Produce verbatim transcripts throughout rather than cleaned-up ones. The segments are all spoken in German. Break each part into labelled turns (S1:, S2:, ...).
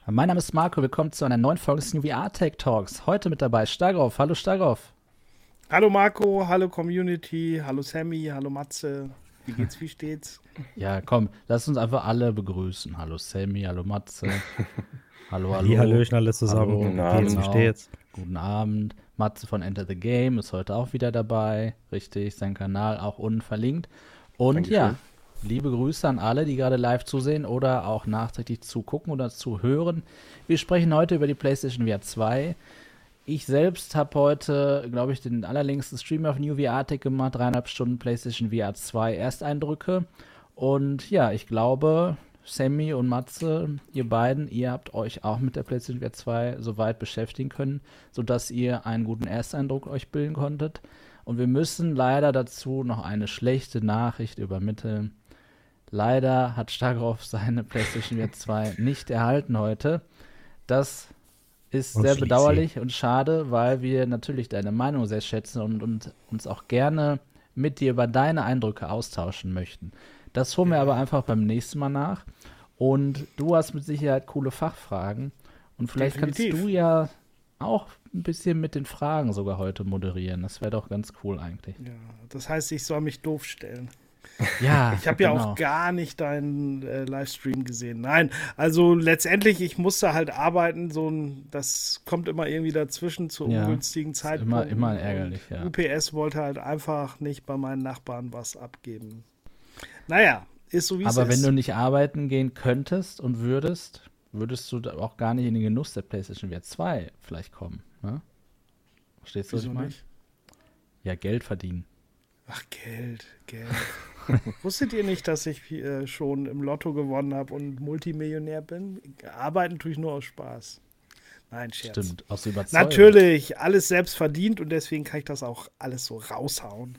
S1: Mein Name ist Marco, willkommen zu einer neuen Folge des New V R Tech Talks. Heute mit dabei Stagroff. Hallo Stagroff.
S2: Hallo Marco, hallo Community, hallo Sammy, hallo Matze. Wie geht's, wie steht's?
S1: Ja, komm, lass uns einfach alle begrüßen. Hallo Sammy, hallo Matze. Hallo, hallo.
S3: Hallöchen, alles zusammen.
S1: Hallo,
S3: Guten Abend.
S1: genau.
S3: Wie steht's?
S1: Guten Abend. Matze von Enter the Game ist heute auch wieder dabei. Richtig, sein Kanal auch unten verlinkt. Und
S4: Dankeschön.
S1: ja, liebe Grüße an alle, die gerade live zusehen oder auch nachträglich zugucken oder zuhören. Wir sprechen heute über die PlayStation V R zwei. Ich selbst habe heute, glaube ich, den allerlängsten Stream auf New V R Tech gemacht, dreieinhalb Stunden PlayStation V R zwei Ersteindrücke. Und ja, ich glaube, Sammy und Matze, ihr beiden, ihr habt euch auch mit der PlayStation V R zwei soweit beschäftigen können, sodass ihr einen guten Ersteindruck euch bilden konntet. Und wir müssen leider dazu noch eine schlechte Nachricht übermitteln. Leider hat Stagroff seine PlayStation V R zwei nicht erhalten heute. Das ist
S3: Und
S1: sehr
S3: schließlich.
S1: bedauerlich und schade, weil wir natürlich deine Meinung sehr schätzen und, und uns auch gerne mit dir über deine Eindrücke austauschen möchten. Das holen wir aber einfach beim nächsten Mal nach. Und du hast mit Sicherheit coole Fachfragen. Und vielleicht
S2: Definitiv.
S1: kannst du ja auch ein bisschen mit den Fragen sogar heute moderieren. Das wäre doch ganz cool eigentlich.
S2: Ja, das heißt, ich soll mich doof stellen.
S1: Ja,
S2: Ich habe ja
S1: genau.
S2: auch gar nicht deinen äh, Livestream gesehen. Nein, also letztendlich, ich musste halt arbeiten, so ein, das kommt immer irgendwie dazwischen zu
S1: Ja,
S2: ungünstigen
S1: ist
S2: Zeitpunkten.
S1: immer- immer ärgerlich,
S2: Und
S1: ja.
S2: U P S wollte halt einfach nicht bei meinen Nachbarn was abgeben. Naja, ist so wie es
S1: Aber wenn
S2: ist.
S1: du nicht arbeiten gehen könntest und würdest, würdest du da auch gar nicht in den Genuss der PlayStation V R zwei vielleicht kommen. Ne? Verstehst du, was
S2: Wieso
S1: ich meine?
S2: nicht?
S1: Ja, Geld verdienen.
S2: Ach, Geld, Geld. Wusstet ihr nicht, dass ich äh, schon im Lotto gewonnen habe und Multimillionär bin? Arbeiten tue ich nur aus Spaß. Nein, Scherz.
S1: Stimmt, aus Überzeugung.
S2: Natürlich, alles selbst verdient und deswegen kann ich das auch alles so raushauen.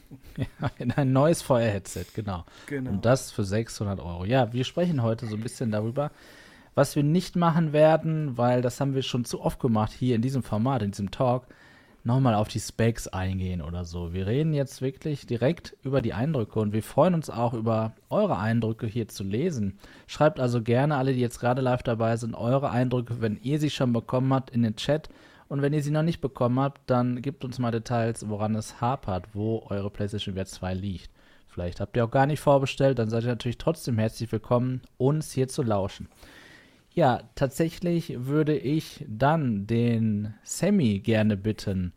S1: Ja, in ein neues Feuer-Headset, genau.
S2: Genau.
S1: Und das für sechshundert Euro. Ja, wir sprechen heute so ein bisschen darüber, was wir nicht machen werden, weil das haben wir schon zu oft gemacht hier in diesem Format, in diesem Talk, nochmal auf die Specs eingehen oder so. Wir reden jetzt wirklich direkt über die Eindrücke und wir freuen uns auch über eure Eindrücke hier zu lesen. Schreibt also gerne alle, die jetzt gerade live dabei sind, eure Eindrücke, wenn ihr sie schon bekommen habt, in den Chat. Und wenn ihr sie noch nicht bekommen habt, dann gebt uns mal Details, woran es hapert, wo eure PlayStation V R zwei liegt. Vielleicht habt ihr auch gar nicht vorbestellt, dann seid ihr natürlich trotzdem herzlich willkommen, uns hier zu lauschen. Ja, tatsächlich würde ich dann den Sammy gerne bitten.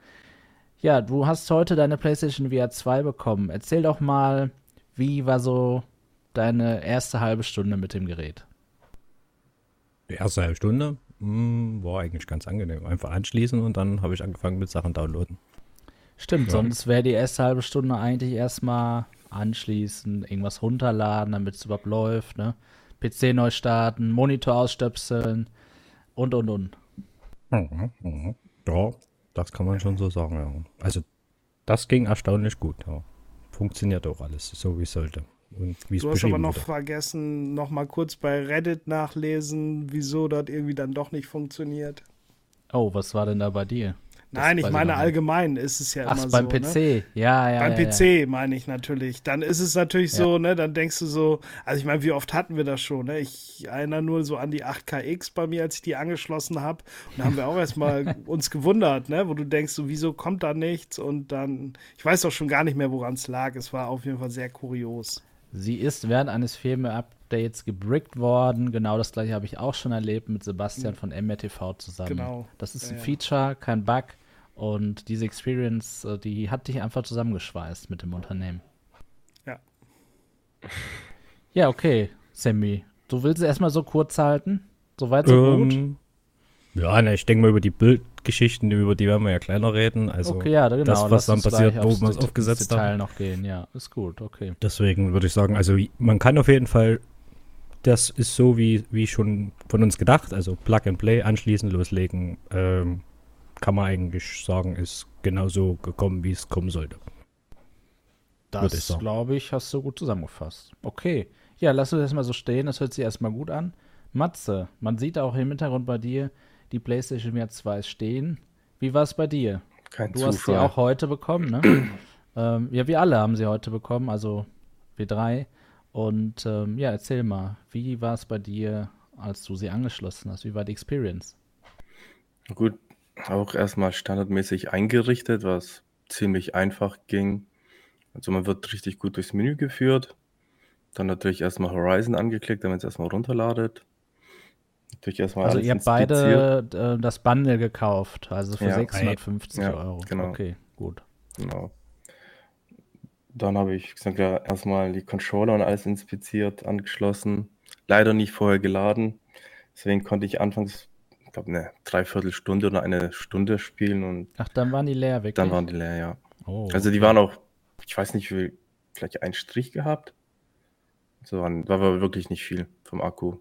S1: Ja, du hast heute deine PlayStation V R zwei bekommen. Erzähl doch mal, wie war so deine erste halbe Stunde mit dem Gerät?
S3: Die erste halbe Stunde mh, war eigentlich ganz angenehm. Einfach anschließen und dann habe ich angefangen mit Sachen downloaden.
S1: Stimmt,
S3: Ja.
S1: sonst wäre die erste halbe Stunde eigentlich erstmal anschließen, irgendwas runterladen, damit es überhaupt läuft, ne? P C neu starten, Monitor ausstöpseln und, und, und.
S3: Mhm, mhm. Ja, das kann man schon so sagen, ja. Also, das ging erstaunlich gut, ja. Funktioniert auch alles, so wie es sollte. Und wie es
S2: Du hast aber
S3: beschrieben
S2: noch
S3: wurde.
S2: vergessen, noch mal kurz bei Reddit nachlesen, wieso das irgendwie dann doch nicht funktioniert.
S1: Oh, was war denn da bei dir? Das
S2: Nein, ich
S1: weiß
S2: meine
S1: noch nicht.
S2: allgemein ist es ja
S1: Ach,
S2: immer
S1: beim
S2: so.
S1: P
S2: Ne?
S1: C. Ja, ja,
S2: Beim
S1: ja,
S2: P
S1: ja.
S2: C meine ich natürlich. Dann ist es natürlich
S1: Ja.
S2: so, ne, dann denkst du so, also ich meine, wie oft hatten wir das schon, ne? Ich erinnere nur so an die acht K X bei mir, als ich die angeschlossen habe. Und da haben wir auch erstmal uns gewundert, ne, wo du denkst, so, wieso kommt da nichts? Und dann, ich weiß doch schon gar nicht mehr, woran es lag. Es war auf jeden Fall sehr kurios.
S1: Sie ist während eines Firmware-Updates gebrickt worden. Genau das gleiche habe ich auch schon erlebt mit Sebastian von M R T V zusammen.
S2: Genau.
S1: Das ist
S2: Ja,
S1: ein
S2: ja.
S1: Feature, kein Bug. Und diese Experience, äh, die hat dich einfach zusammengeschweißt mit dem Unternehmen.
S2: Ja.
S1: Ja, okay, Sammy. Du willst es erstmal so kurz halten? Soweit, so gut?
S3: Ähm, ja, ne, ich denke mal über die Bildgeschichten, über die werden wir ja kleiner reden. Also,
S1: Okay, ja, genau.
S3: das, was
S1: Lass
S3: dann
S1: uns
S3: passiert,
S1: gleich
S3: wo
S1: aufs
S3: wir es
S1: Det-
S3: aufgesetzt
S1: ins Detail
S3: haben.
S1: noch gehen. Ja, ist gut, okay.
S3: Deswegen würde ich sagen, also man kann auf jeden Fall, das ist so wie, wie schon von uns gedacht, also Plug and Play, anschließen, loslegen, ähm, kann man eigentlich sagen, ist genauso gekommen, wie es kommen sollte. Würde ich
S1: Das,
S3: sagen.
S1: glaube ich, hast du gut zusammengefasst. Okay. Ja, lass uns erstmal so stehen. Das hört sich erstmal gut an. Matze, man sieht auch im Hintergrund bei dir die PlayStation V R zwei stehen. Wie war es bei dir?
S4: Kein
S1: Du hast sie
S4: Zufall.
S1: auch heute bekommen, ne? ähm, ja, wir alle haben sie heute bekommen, also wir drei. Und ähm, ja, erzähl mal, wie war es bei dir als du sie angeschlossen hast? Wie war die Experience?
S4: Gut, auch erstmal standardmäßig eingerichtet, was ziemlich einfach ging. Also man wird richtig gut durchs Menü geführt. Dann natürlich erstmal Horizon angeklickt, damit es erstmal runterladet. Natürlich erstmal
S1: Also
S4: alles
S1: ihr habt
S4: inspiziert.
S1: beide äh, das Bundle gekauft, also für
S4: Ja.
S1: sechshundertfünfzig
S4: Ja,
S1: Euro.
S4: genau.
S1: Okay, gut.
S4: Genau. Dann habe ich gesagt, ja, erstmal die Controller und alles inspiziert, angeschlossen. Leider nicht vorher geladen. Deswegen konnte ich anfangs, ich glaube, eine Dreiviertelstunde oder eine Stunde spielen und
S1: Ach, dann waren die leer, wirklich?
S4: dann waren die leer, ja.
S1: Oh,
S4: Also die
S1: okay.
S4: waren auch, ich weiß nicht, wie viel, vielleicht einen Strich gehabt. So waren, war aber wirklich nicht viel vom Akku.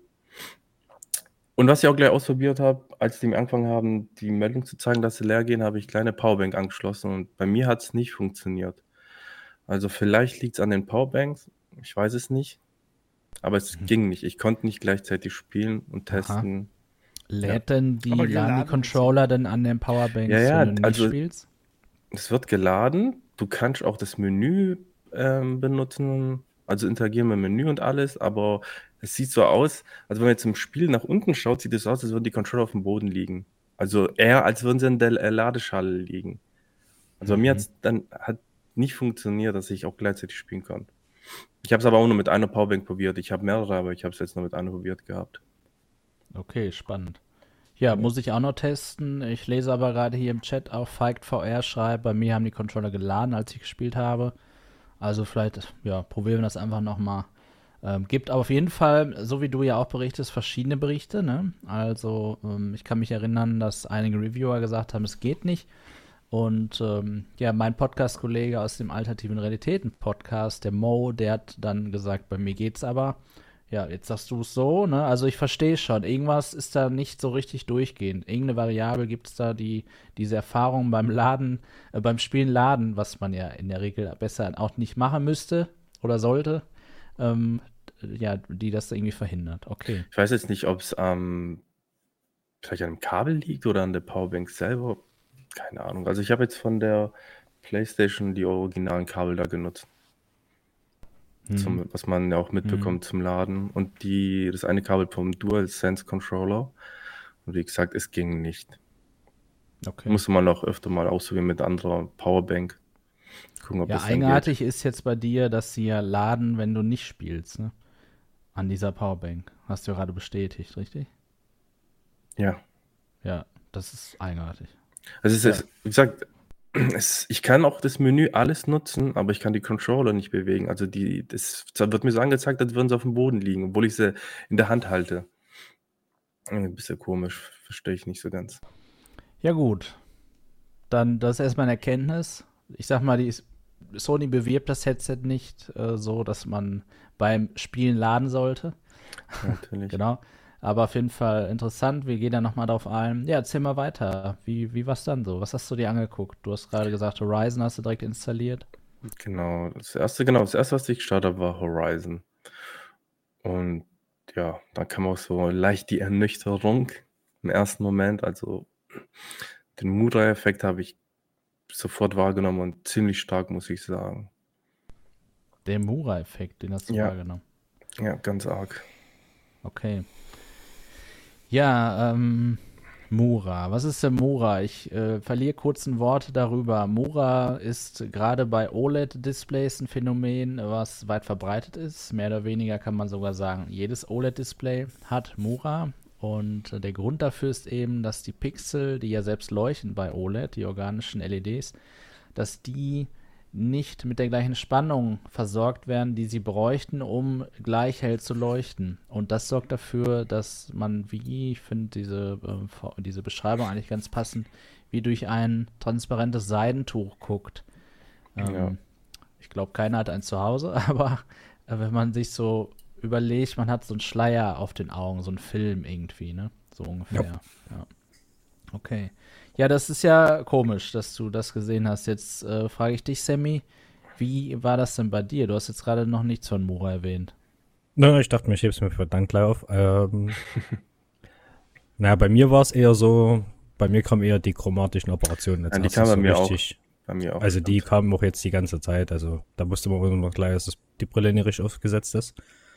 S4: Und was ich auch gleich ausprobiert habe, als die mir angefangen haben, die Meldung zu zeigen, dass sie leer gehen, habe ich kleine Powerbank angeschlossen und bei mir hat es nicht funktioniert. Also vielleicht liegt es an den Powerbanks, ich weiß es nicht. Aber es
S1: Mhm.
S4: ging nicht. Ich konnte nicht gleichzeitig spielen und
S1: Aha.
S4: testen.
S1: Lädt denn die,
S2: Aber
S1: laden die
S2: geladen
S1: Controller denn an den Powerbanks,
S4: Ja, ja,
S1: wenn du nicht
S4: also-
S1: spielst?
S4: Es wird geladen. Du kannst auch das Menü ähm, benutzen, also interagieren mit dem Menü und alles, aber es sieht so aus, also wenn man jetzt im Spiel nach unten schaut, sieht es aus, als würden die Controller auf dem Boden liegen. Also eher, als würden sie in der äh, Ladeschale liegen. Also bei mir
S1: Mhm.
S4: hat es dann hat nicht funktioniert, dass ich auch gleichzeitig spielen konnte. Ich habe es aber auch nur mit einer Powerbank probiert. Ich habe mehrere, aber ich habe es jetzt nur mit einer probiert gehabt.
S1: Okay, spannend. Ja,
S4: Ja.
S1: muss ich auch noch testen. Ich lese aber gerade hier im Chat auch Feigt V R schreibt, bei mir haben die Controller geladen, als ich gespielt habe. Also vielleicht, ja, probieren wir das einfach nochmal. Ähm, gibt aber auf jeden Fall, so wie du ja auch berichtest, verschiedene Berichte, ne? Also ähm, ich kann mich erinnern, dass einige Reviewer gesagt haben, es geht nicht. Und ähm, ja, mein Podcast-Kollege aus dem Alternativen Realitäten-Podcast, der Mo, der hat dann gesagt, bei mir geht's aber. Ja, jetzt sagst du es so, ne? Also ich verstehe schon, irgendwas ist da nicht so richtig durchgehend. Irgendeine Variable gibt es da, die diese Erfahrung beim Laden, äh, beim Spielen laden, was man ja in der Regel besser auch nicht machen müsste oder sollte, ähm, ja, die das irgendwie verhindert. Okay.
S4: Ich weiß jetzt nicht, ob es ähm, vielleicht an dem Kabel liegt oder an der Powerbank selber. Keine Ahnung. Also ich habe jetzt von der PlayStation die originalen Kabel da genutzt,
S1: Hm.
S4: zum, was man ja auch mitbekommt zum Laden. Und die, das eine Kabel vom DualSense Controller. Und wie gesagt, es ging nicht.
S1: Okay.
S4: Muss man auch öfter mal ausprobieren mit anderer Powerbank. Gucken, ob
S1: Ja,
S4: das dann geht.
S1: eigenartig ist jetzt bei dir, dass sie ja laden, wenn du nicht spielst, ne? An dieser Powerbank. Hast du ja gerade bestätigt, richtig?
S4: Ja.
S1: Ja, das ist eigenartig.
S4: Also es ist, wie gesagt, es, ich kann auch das Menü alles nutzen, aber ich kann die Controller nicht bewegen. Also die, das wird mir so angezeigt, als würden sie auf dem Boden liegen, obwohl ich sie in der Hand halte. Ein bisschen komisch, verstehe ich nicht so ganz.
S1: Ja, gut. Dann, das ist erstmal eine Erkenntnis. Ich sag mal, die Sony bewirbt das Headset nicht äh, so, dass man beim Spielen laden sollte.
S4: Ja, natürlich.
S1: Genau. Aber auf jeden Fall interessant. Wir gehen da nochmal drauf ein. Ja, erzähl mal weiter. Wie, wie war's dann so? Was hast du dir angeguckt? Du hast gerade gesagt, Horizon hast du direkt installiert.
S4: Genau, das erste, genau, das erste, was ich gestartet habe, war Horizon. Und ja, dann kam auch so leicht die Ernüchterung im ersten Moment. Also den Mura-Effekt habe ich sofort wahrgenommen und ziemlich stark, muss ich sagen.
S1: Der Mura-Effekt, den hast du
S4: Ja.
S1: wahrgenommen.
S4: Ja, ganz arg.
S1: Okay. Ja, ähm, Mura. Was ist denn Mura? Ich äh, verliere kurz ein Wort darüber. Mura ist gerade bei O L E D-Displays ein Phänomen, was weit verbreitet ist. Mehr oder weniger kann man sogar sagen, jedes O L E D-Display hat Mura. Und äh, der Grund dafür ist eben, dass die Pixel, die ja selbst leuchten bei O L E D, die organischen L E Ds, dass die nicht mit der gleichen Spannung versorgt werden, die sie bräuchten, um gleich hell zu leuchten. Und das sorgt dafür, dass man, wie, ich finde diese, äh, diese Beschreibung eigentlich ganz passend, wie durch ein transparentes Seidentuch guckt. Ähm,
S4: Ja.
S1: Ich glaube, keiner hat eins zu Hause, aber äh, wenn man sich so überlegt, man hat so einen Schleier auf den Augen, so einen Film irgendwie, ne? So ungefähr. Ja. Okay. Ja, das ist ja komisch, dass du das gesehen hast. Jetzt äh, frage ich dich, Sammy, wie war das denn bei dir? Du hast jetzt gerade noch nichts von Mura erwähnt.
S3: Na, ich dachte mir, ich hebe es mir für dann gleich auf. Ähm, na, bei mir war es eher so, bei mir kamen eher die chromatischen Operationen als
S4: Ja, die
S3: erstes
S4: kamen bei
S3: so
S4: mir auch.
S3: richtig.
S4: Bei mir auch.
S3: Also die kamen auch jetzt die ganze Zeit. Also da wusste man immer noch gleich, dass das- die Brille nicht richtig aufgesetzt ist.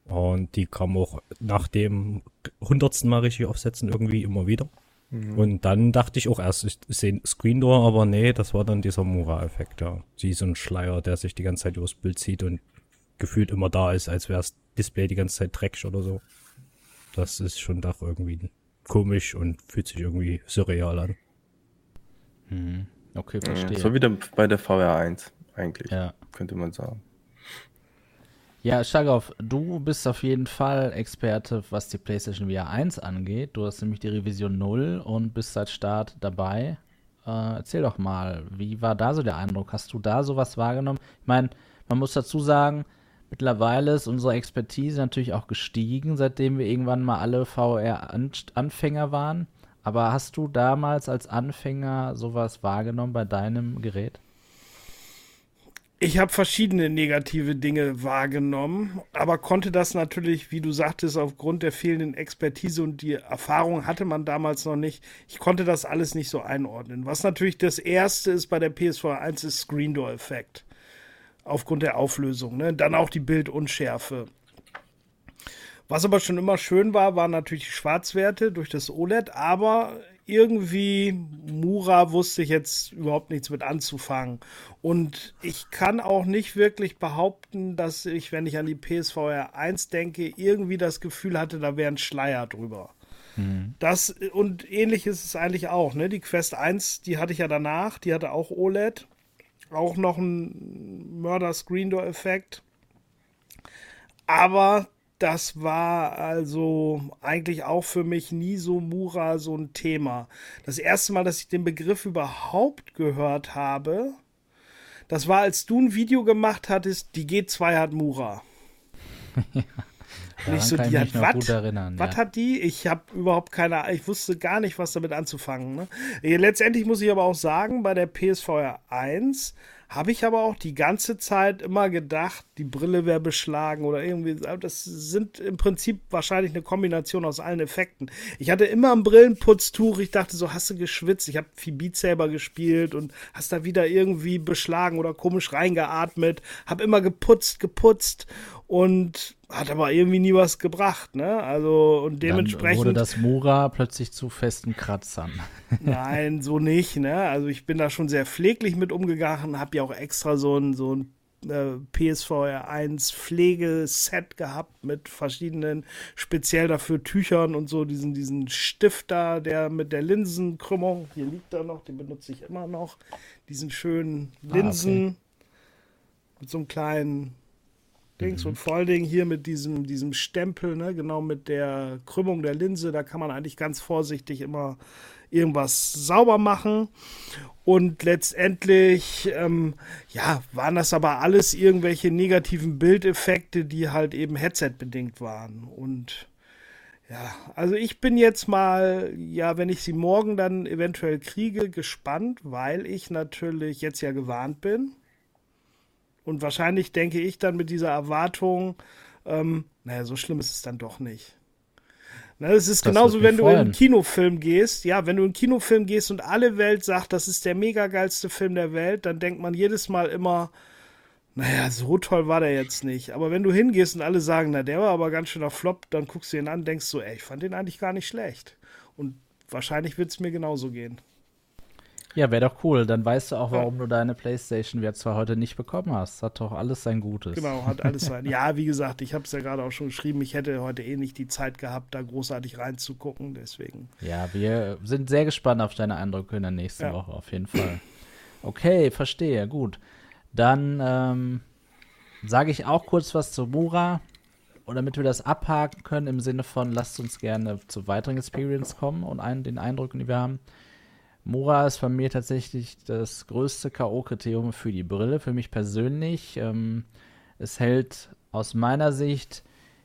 S3: Und die kam auch nach dem hundertsten Mal richtig aufsetzen irgendwie immer wieder. Mhm. Und dann dachte ich auch erst, ich sehe Screen Door, aber nee, das war dann dieser Mura-Effekt, ja. Sie so ein Schleier, der sich die ganze Zeit übers Bild zieht und gefühlt immer da ist, als wäre das Display die ganze Zeit dreckig oder so. Das ist schon doch irgendwie komisch und fühlt sich irgendwie surreal an.
S1: Mhm. Okay, verstehe.
S4: So wie der, bei der V R eins eigentlich,
S1: ja.
S4: könnte man sagen.
S1: Ja, Starkov, du bist auf jeden Fall Experte, was die PlayStation V R eins angeht. Du hast nämlich die Revision null und bist seit Start dabei. Äh, erzähl doch mal, wie war da so der Eindruck? Hast du da sowas wahrgenommen? Ich meine, man muss dazu sagen, mittlerweile ist unsere Expertise natürlich auch gestiegen, seitdem wir irgendwann mal alle V R-Anfänger waren. Aber hast du damals als Anfänger sowas wahrgenommen bei deinem Gerät?
S2: Ich habe verschiedene negative Dinge wahrgenommen, aber konnte das natürlich, wie du sagtest, aufgrund der fehlenden Expertise und die Erfahrung hatte man damals noch nicht. Ich konnte das alles nicht so einordnen. Was natürlich das Erste ist bei der P S V R eins ist Screen Door Effekt. Aufgrund der Auflösung. Ne? Dann auch die Bildunschärfe. Was aber schon immer schön war, waren natürlich die Schwarzwerte durch das O L E D, aber irgendwie Mura wusste ich jetzt überhaupt nichts mit anzufangen. Und ich kann auch nicht wirklich behaupten, dass ich, wenn ich an die P S V R eins denke, irgendwie das Gefühl hatte, da wäre ein Schleier drüber. Mhm. Das und ähnlich ist es eigentlich auch. Ne? Die Quest eins, die hatte ich ja danach, die hatte auch O L E D. Auch noch ein Mörder-Screen-Door-Effekt. Aber das war also eigentlich auch für mich nie so Mura so ein Thema. Das erste Mal, dass ich den Begriff überhaupt gehört habe, das war, als du ein Video gemacht hattest, die G zwei hat Mura.
S1: Ja,
S2: nicht so,
S1: kann
S2: die
S1: ich
S2: hat
S1: mich noch
S2: was?
S1: gut erinnern.
S2: Was
S1: ja.
S2: hat die? Ich habe überhaupt keine Ahnung. Ich wusste gar nicht, was damit anzufangen. Ne? Letztendlich muss ich aber auch sagen, bei der P S V R eins habe ich aber auch die ganze Zeit immer gedacht, die Brille wäre beschlagen oder irgendwie. Das sind im Prinzip wahrscheinlich eine Kombination aus allen Effekten. Ich hatte immer ein Brillenputztuch. Ich dachte so, hast du geschwitzt? Ich habe viel Beat Saber gespielt und hast da wieder irgendwie beschlagen oder komisch reingeatmet. Habe immer geputzt, geputzt und hat aber irgendwie nie was gebracht, ne? Also und dementsprechend
S1: Dann wurde das Mura plötzlich zu festen Kratzern.
S2: Nein, so nicht, ne? Also ich bin da schon sehr pfleglich mit umgegangen, habe ja auch extra so ein so ein äh, P S V R eins Pflegeset gehabt mit verschiedenen speziell dafür Tüchern und so diesen diesen Stift da, der mit der Linsenkrümmung, hier liegt er noch, den benutze ich immer noch, diesen schönen Linsen
S1: ah, okay.
S2: mit so einem kleinen Dings und vor allen Dingen hier mit diesem, diesem Stempel, ne, genau mit der Krümmung der Linse, da kann man eigentlich ganz vorsichtig immer irgendwas sauber machen. Und letztendlich, ähm, ja, waren das aber alles irgendwelche negativen Bildeffekte, die halt eben Headset-bedingt waren. Und ja, also ich bin jetzt mal, ja, wenn ich sie morgen dann eventuell kriege, gespannt, weil ich natürlich jetzt ja gewarnt bin. Und wahrscheinlich denke ich dann mit dieser Erwartung, ähm, naja, so schlimm ist es dann doch nicht. Na, es ist das genauso, wenn du in einen Kinofilm gehst. Ja, wenn du in einen Kinofilm gehst und alle Welt sagt, das ist der mega geilste Film der Welt, dann denkt man jedes Mal immer, naja, so toll war der jetzt nicht. Aber wenn du hingehst und alle sagen, na, der war aber ganz schöner Flop, dann guckst du ihn an und denkst so, ey, ich fand den eigentlich gar nicht schlecht. Und wahrscheinlich wird es mir genauso gehen.
S1: Ja, wäre doch cool. Dann weißt du auch, warum ja. du deine PlayStation V R zwei heute nicht bekommen hast. Hat doch alles sein Gutes.
S2: Genau, hat alles sein. Ja, wie gesagt, ich habe es ja gerade auch schon geschrieben, ich hätte heute eh nicht die Zeit gehabt, da großartig reinzugucken, deswegen.
S1: Ja, wir sind sehr gespannt auf deine Eindrücke in der nächsten
S2: ja.
S1: Woche, auf jeden Fall. Okay, verstehe, gut. Dann ähm, sage ich auch kurz was zu Mura, und damit wir das abhaken können, im Sinne von, lasst uns gerne zu weiteren Experience kommen und einen, den Eindrücken, die wir haben. Mura ist bei mir tatsächlich das größte K O-Kriterium für die Brille, für mich persönlich. Ähm, es hält aus meiner Sicht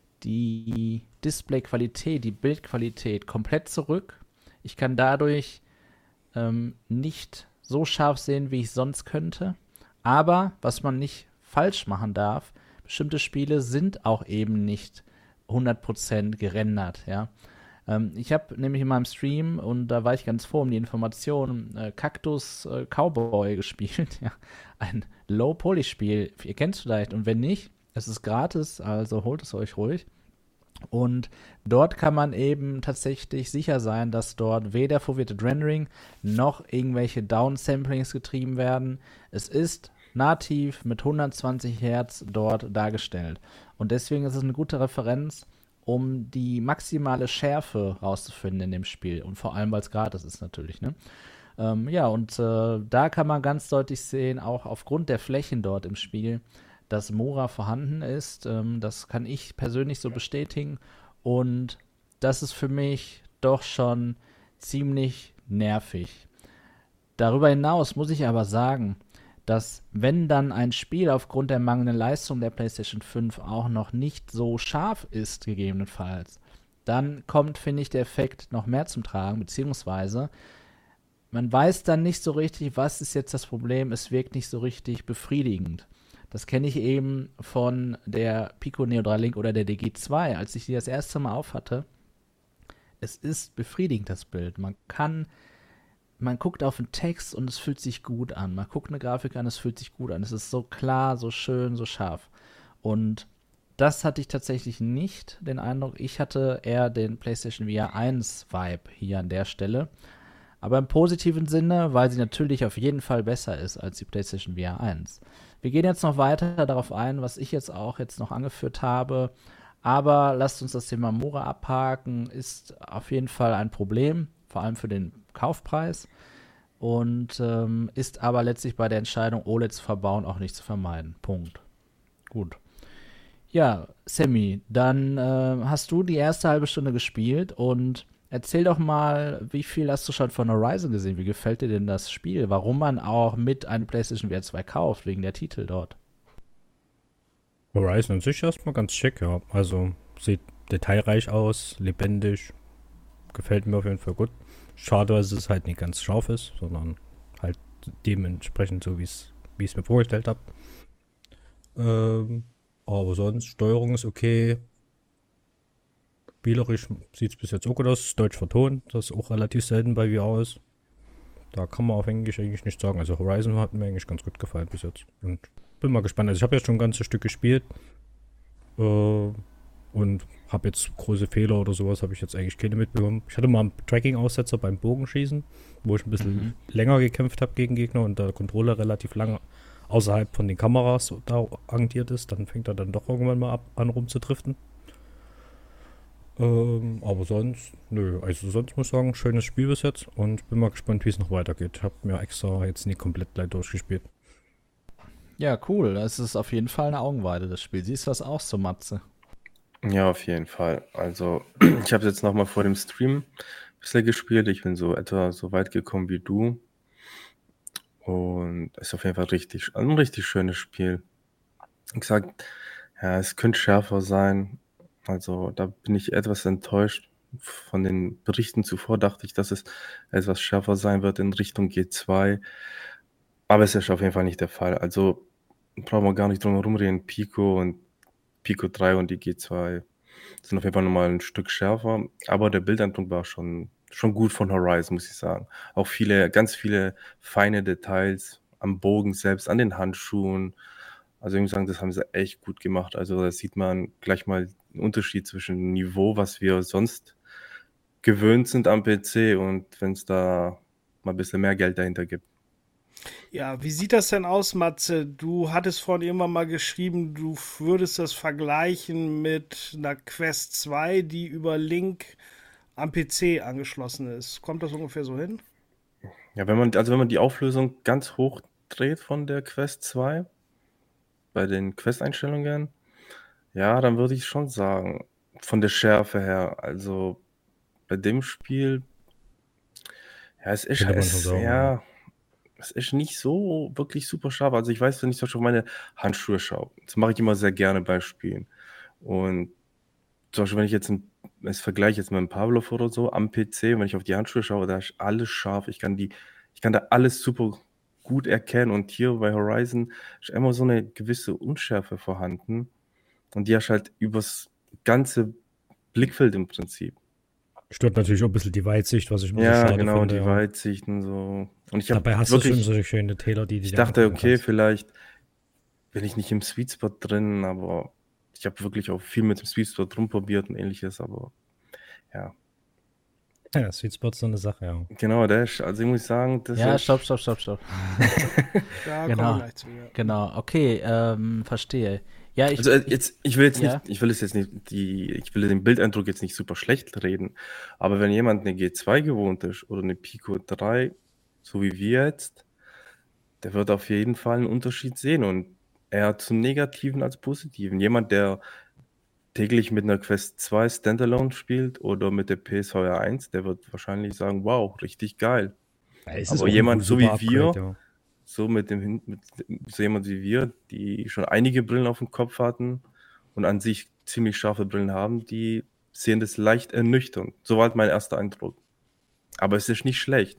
S1: die Displayqualität, die Bildqualität komplett zurück. Ich kann dadurch ähm, nicht so scharf sehen, wie ich sonst könnte. Aber, was man nicht falsch machen darf, bestimmte Spiele sind auch eben nicht hundert Prozent gerendert, ja. Ich habe nämlich in meinem Stream, und da war ich ganz froh um die Information, äh, Cactus äh, Cowboy gespielt. Ja. Ein Low-Poly-Spiel. Ihr kennt es vielleicht. Und wenn nicht, Es ist gratis, also holt es euch ruhig. Und dort kann man eben tatsächlich sicher sein, dass dort weder Foveated Rendering noch irgendwelche Downsamplings getrieben werden. Es ist nativ mit hundertzwanzig Hertz dort dargestellt. Und deswegen ist es eine gute Referenz, um die maximale Schärfe rauszufinden in dem Spiel. Und vor allem, weil es gratis ist natürlich, ne? Ähm, ja, und äh, da kann man ganz deutlich sehen, auch aufgrund der Flächen dort im Spiel, dass Mora vorhanden ist. Ähm, das kann ich persönlich so bestätigen. Und das ist für mich doch schon ziemlich nervig. Darüber hinaus muss ich aber sagen, dass wenn dann ein Spiel aufgrund der mangelnden Leistung der PlayStation fünf auch noch nicht so scharf ist, gegebenenfalls, dann kommt, finde ich, der Effekt noch mehr zum Tragen, beziehungsweise man weiß dann nicht so richtig, was ist jetzt das Problem, es wirkt nicht so richtig befriedigend. Das kenne ich eben von der Pico Neo drei Link oder der D G zwei, als ich die das erste Mal aufhatte. Es ist befriedigend, das Bild. Man kann, man guckt auf den Text und es fühlt sich gut an. Man guckt eine Grafik an, es fühlt sich gut an. Es ist so klar, so schön, so scharf. Und das hatte ich tatsächlich nicht, den Eindruck. Ich hatte eher den PlayStation V R eins Vibe hier an der Stelle. Aber im positiven Sinne, weil sie natürlich auf jeden Fall besser ist als die PlayStation V R eins. Wir gehen jetzt noch weiter darauf ein, was ich jetzt auch jetzt noch angeführt habe. Aber lasst uns das Thema Mora abhaken. Ist auf jeden Fall ein Problem, vor allem für den Kaufpreis. Und ähm, ist aber letztlich bei der Entscheidung, O L E D zu verbauen, auch nicht zu vermeiden. Punkt. Gut. Ja, Sammy, dann äh, hast du die erste halbe Stunde gespielt und erzähl doch mal, wie viel hast du schon von Horizon gesehen? Wie gefällt dir denn das Spiel? Warum man auch mit einer PlayStation V R zwei kauft, wegen der Titel dort?
S3: Horizon an sich erstmal ganz schick, ja. Also sieht detailreich aus, lebendig. Gefällt mir auf jeden Fall gut. Schade, dass es halt nicht ganz scharf ist, sondern halt dementsprechend so, wie es wie ich es mir vorgestellt habe. Ähm, aber sonst, Steuerung ist okay. Spielerisch sieht es bis jetzt auch gut aus. Deutsch vertont, das ist auch relativ selten bei V R ist. Da kann man auf Englisch eigentlich nicht sagen. Also Horizon hat mir eigentlich ganz gut gefallen bis jetzt. Und bin mal gespannt. Also ich habe ja schon ein ganzes Stück gespielt. Äh, und habe jetzt große Fehler oder sowas, habe ich jetzt eigentlich keine mitbekommen. Ich hatte mal einen Tracking-Aussetzer beim Bogenschießen, wo ich ein bisschen mhm. länger gekämpft habe gegen Gegner und der Controller relativ lange außerhalb von den Kameras da arrangiert ist. Dann fängt er dann doch irgendwann mal ab, an rumzudriften. Ähm, aber sonst, nö, also sonst muss ich sagen, schönes Spiel bis jetzt und bin mal gespannt, wie es noch weitergeht. Ich habe mir extra jetzt nicht komplett gleich durchgespielt.
S1: Ja, cool. Das ist auf jeden Fall eine Augenweide, das Spiel. Siehst du das auch so, Matze?
S4: Ja, auf jeden Fall. Also, ich habe jetzt nochmal vor dem Stream ein bisschen gespielt. Ich bin so etwa so weit gekommen wie du. Und es ist auf jeden Fall richtig, ein richtig schönes Spiel. Wie gesagt, ja, es könnte schärfer sein. Also da bin ich etwas enttäuscht. Von den Berichten zuvor dachte ich, dass es etwas schärfer sein wird in Richtung G zwei. Aber es ist auf jeden Fall nicht der Fall. Also brauchen wir gar nicht drum herum reden. Pico und Pico drei und die G zwei sind auf jeden Fall nochmal ein Stück schärfer. Aber der Bildeindruck war schon, schon gut von Horizon, muss ich sagen. Auch viele, ganz viele feine Details am Bogen selbst, an den Handschuhen. Also ich muss sagen, das haben sie echt gut gemacht. Also da sieht man gleich mal einen Unterschied zwischen dem Niveau, was wir sonst gewöhnt sind am P C und wenn es da mal ein bisschen mehr Geld dahinter gibt.
S2: Ja, wie sieht das denn aus, Matze? Du hattest vorhin irgendwann mal geschrieben, du würdest das vergleichen mit einer Quest zwei, die über Link am P C angeschlossen ist. Kommt das ungefähr so hin?
S4: Ja, wenn man, also wenn man die Auflösung ganz hoch dreht von der Quest zwei, bei den Quest-Einstellungen, ja, dann würde ich schon sagen, von der Schärfe her, also bei dem Spiel, ja, es ist,
S3: Könnte man
S4: es,
S3: so sagen,
S4: ja,
S3: ja.
S4: es ist nicht so wirklich super scharf. Also ich weiß, wenn ich zum Beispiel auf meine Handschuhe schaue, das mache ich immer sehr gerne bei Spielen. Und zum Beispiel, wenn ich jetzt ein, das vergleiche jetzt mit einem Pavlov oder so am P C, und wenn ich auf die Handschuhe schaue, da ist alles scharf. Ich kann die, ich kann da alles super gut erkennen. Und hier bei Horizon ist immer so eine gewisse Unschärfe vorhanden. Und die hast halt übers ganze Blickfeld im Prinzip.
S3: Stört natürlich auch ein bisschen die Weitsicht, was ich immer so
S4: Ja,
S3: schade
S4: genau,
S3: finde.
S4: die
S3: ja.
S4: Weitsicht und so. Und ich habe
S3: Dabei hast du
S4: wirklich,
S3: schon solche schönen Täler, die die
S4: ich
S3: du
S4: dachte,
S3: angucken
S4: okay,
S3: kannst.
S4: vielleicht bin ich nicht im Sweet Spot drin, aber ich habe wirklich auch viel mit dem Sweet Spot rumprobiert und ähnliches, aber ja.
S3: Ja, Sweet Spot ist so eine Sache, ja.
S4: Genau, der ist, also ich muss sagen, das
S1: Ja,
S4: ist...
S1: stopp, stopp, stopp, stopp.
S2: Da
S1: Genau.
S2: kommen wir gleich zu. Ja.
S1: Genau, okay, ähm, verstehe. Ja, ich,
S4: Also äh, jetzt, ich will jetzt
S1: Ja.
S4: nicht, ich will es jetzt nicht, die, ich will den Bildeindruck jetzt nicht super schlecht reden, aber wenn jemand eine G zwei gewohnt ist oder eine Pico drei, so wie wir jetzt, der wird auf jeden Fall einen Unterschied sehen und eher zum Negativen als Positiven. Jemand, der täglich mit einer Quest zwei Standalone spielt oder mit der P S V R eins, der wird wahrscheinlich sagen, wow, richtig geil.
S3: Ja, es
S4: Aber
S3: auch ein
S4: jemand so wie
S3: super
S4: wir,
S3: Upgrade, ja.
S4: so mit dem Hin- mit so jemand wie wir, die schon einige Brillen auf dem Kopf hatten und an sich ziemlich scharfe Brillen haben, die sehen das leicht ernüchternd. So war halt mein erster Eindruck. Aber es ist nicht schlecht.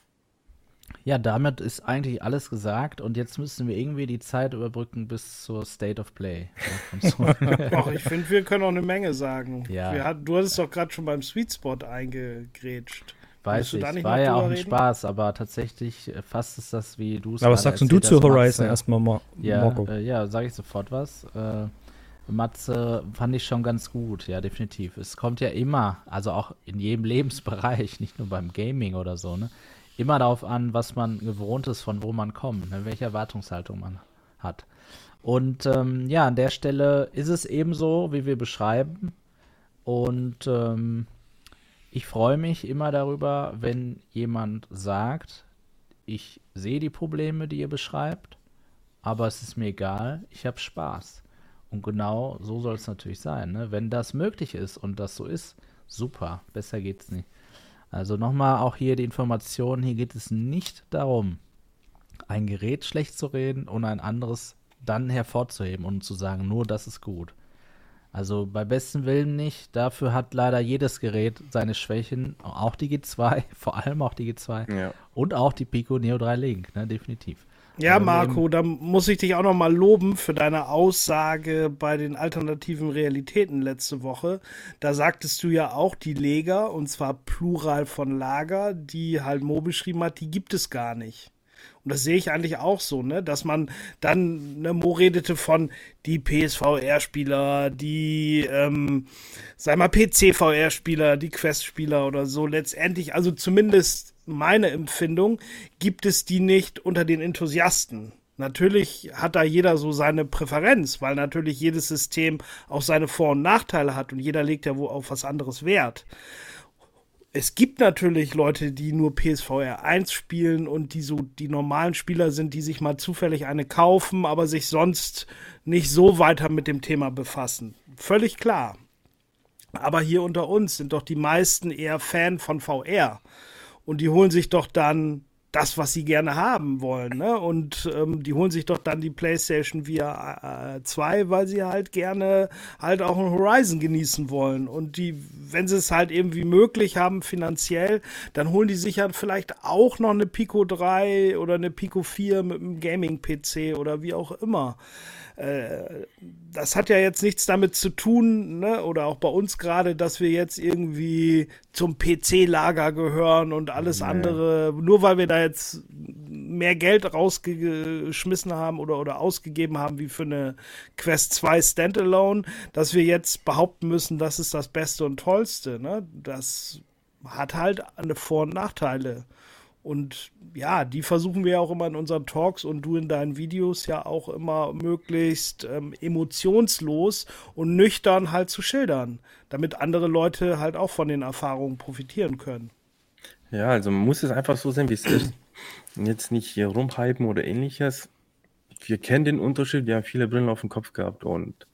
S1: ja, damit ist eigentlich alles gesagt und jetzt müssen wir irgendwie die Zeit überbrücken bis zur State of Play. Ja, von Sony.
S2: Ach, ich finde, wir können auch eine Menge sagen.
S1: Ja.
S2: Wir hat, du hattest doch gerade schon beim Sweet Spot eingegrätscht.
S1: Weiß
S2: Willst du
S1: ich,
S2: da nicht
S1: war
S2: noch
S1: ja auch
S2: drüber
S1: ein
S2: reden?
S1: Spaß, aber tatsächlich äh, fast ist das, wie du es
S3: Aber was
S1: gerade
S3: sagst denn du
S1: erzählt
S3: zu
S1: hast,
S3: Horizon
S1: Matze.
S3: erstmal, Ma
S1: Ja,
S3: Marco?
S1: äh, ja, sage ich sofort was. Äh, Matze fand ich schon ganz gut, ja, definitiv. Es kommt ja immer, also auch in jedem Lebensbereich, nicht nur beim Gaming oder so, ne, immer darauf an, was man gewohnt ist, von wo man kommt, ne, welche Erwartungshaltung man hat. Und ähm, ja, an der Stelle ist es eben so, wie wir beschreiben. Und ähm, ich freue mich immer darüber, wenn jemand sagt, ich sehe die Probleme, die ihr beschreibt, aber es ist mir egal, ich habe Spaß. Und genau so soll es natürlich sein. Ne? Wenn das möglich ist und das so ist, super, besser geht's nicht. Also nochmal auch hier die Information, hier geht es nicht darum, ein Gerät schlecht zu reden und ein anderes dann hervorzuheben und zu sagen, nur das ist gut. Also bei bestem Willen nicht. Dafür hat leider jedes Gerät seine Schwächen, auch die G zwei, vor allem auch die G zwei
S4: Ja.
S1: und auch die Pico Neo drei Link, ne, definitiv.
S2: Ja,
S1: Aber
S2: Marco, da muss ich dich auch noch mal loben für deine Aussage bei den alternativen Realitäten letzte Woche. Da sagtest du ja auch, die Leger, und zwar Plural von Lager, die halt Mo beschrieben hat, die gibt es gar nicht. Und das sehe ich eigentlich auch so, ne, dass man dann, ne, Mo redete von die P S V R-Spieler, die, ähm, sag mal, P C V R-Spieler, die Quest-Spieler oder so. Letztendlich, also zumindest meine Empfindung, gibt es die nicht unter den Enthusiasten. Natürlich hat da jeder so seine Präferenz, weil natürlich jedes System auch seine Vor- und Nachteile hat und jeder legt ja wohl auf was anderes Wert. Es gibt natürlich Leute, die nur P S V R eins spielen und die so die normalen Spieler sind, die sich mal zufällig eine kaufen, aber sich sonst nicht so weiter mit dem Thema befassen. Völlig klar. Aber hier unter uns sind doch die meisten eher Fan von V R. Und die holen sich doch dann das, was sie gerne haben wollen, ne? Und ähm, die holen sich doch dann die PlayStation V R zwei, weil sie halt gerne halt auch ein Horizon genießen wollen. Und die, wenn sie es halt irgendwie möglich haben finanziell, dann holen die sich ja vielleicht auch noch eine Pico drei oder eine Pico vier mit einem Gaming-P C oder wie auch immer. Äh, das hat ja jetzt nichts damit zu tun, ne? Oder auch bei uns gerade, dass wir jetzt irgendwie zum P C-Lager gehören und alles
S4: Nee.
S2: andere, nur weil wir da jetzt mehr Geld rausgeschmissen haben oder, oder ausgegeben haben wie für eine Quest zwei Standalone, dass wir jetzt behaupten müssen, das ist das Beste und Tollste. Ne? Das hat halt eine Vor- und Nachteile. Und ja, die versuchen wir ja auch immer in unseren Talks und du in deinen Videos ja auch immer möglichst ähm, emotionslos und nüchtern halt zu schildern, damit andere Leute halt auch von den Erfahrungen profitieren können.
S4: Ja, also man muss es einfach so sehen, wie es ist. Und jetzt nicht hier rumhypen oder ähnliches. Wir kennen den Unterschied, wir haben viele Brillen auf dem Kopf gehabt und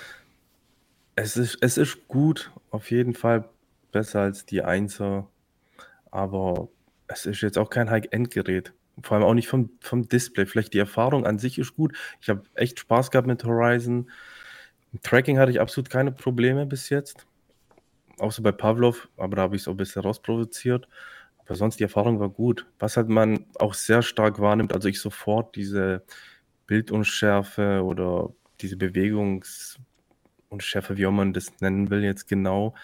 S4: es ist, es ist gut, auf jeden Fall besser als die Einser, aber es ist jetzt auch kein High-End-Gerät. Vor allem auch nicht vom, vom Display. Vielleicht die Erfahrung an sich ist gut. Ich habe echt Spaß gehabt mit Horizon. Im Tracking hatte ich absolut keine Probleme bis jetzt. Außer bei Pavlov, aber da habe ich es auch ein bisschen rausprovoziert. Aber sonst die Erfahrung war gut. Was halt man auch sehr stark wahrnimmt, also ich sofort diese Bildunschärfe oder diese Bewegungsunschärfe, wie auch man das nennen will jetzt genau,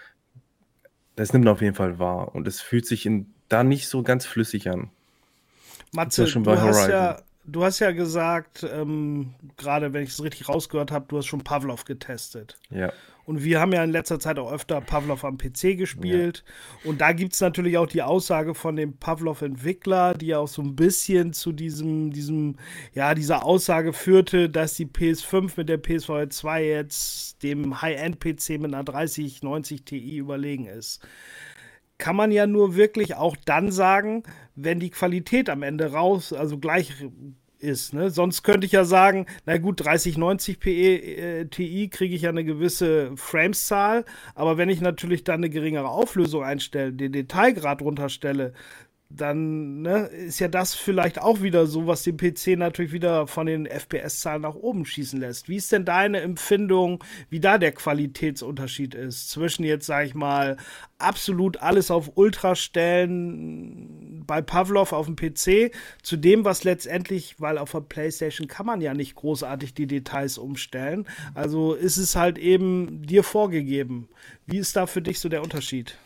S4: das nimmt man auf jeden Fall wahr. Und es fühlt sich in, da nicht so ganz flüssig an.
S2: Matze,
S4: schon
S2: du
S4: bei
S2: hast
S4: Horizon.
S2: ja, du hast ja gesagt, ähm, gerade wenn ich es richtig rausgehört habe, du hast schon Pavlov getestet.
S4: Ja.
S2: Und wir haben ja in letzter Zeit auch öfter Pavlov am P C gespielt. Ja. Und da gibt es natürlich auch die Aussage von dem Pavlov-Entwickler, die ja auch so ein bisschen zu diesem, diesem, ja, dieser Aussage führte, dass die P S fünf mit der P S V R zwei jetzt dem High-End-P C mit einer dreißig neunzig Ti überlegen ist. Kann man ja nur wirklich auch dann sagen, wenn die Qualität am Ende raus, also gleich ist. Ne? Sonst könnte ich ja sagen, na gut, dreißig neunzig äh, Ti kriege ich ja eine gewisse Frameszahl, aber wenn ich natürlich dann eine geringere Auflösung einstelle, den Detailgrad runterstelle, dann ne, ist ja das vielleicht auch wieder so, was den P C natürlich wieder von den F P S-Zahlen nach oben schießen lässt. Wie ist denn deine Empfindung, wie da der Qualitätsunterschied ist zwischen jetzt, sag ich mal, absolut alles auf Ultra stellen bei Pavlov auf dem P C zu dem, was letztendlich, weil auf der PlayStation kann man ja nicht großartig die Details umstellen. Also ist es halt eben dir vorgegeben. Wie ist da für dich so der Unterschied?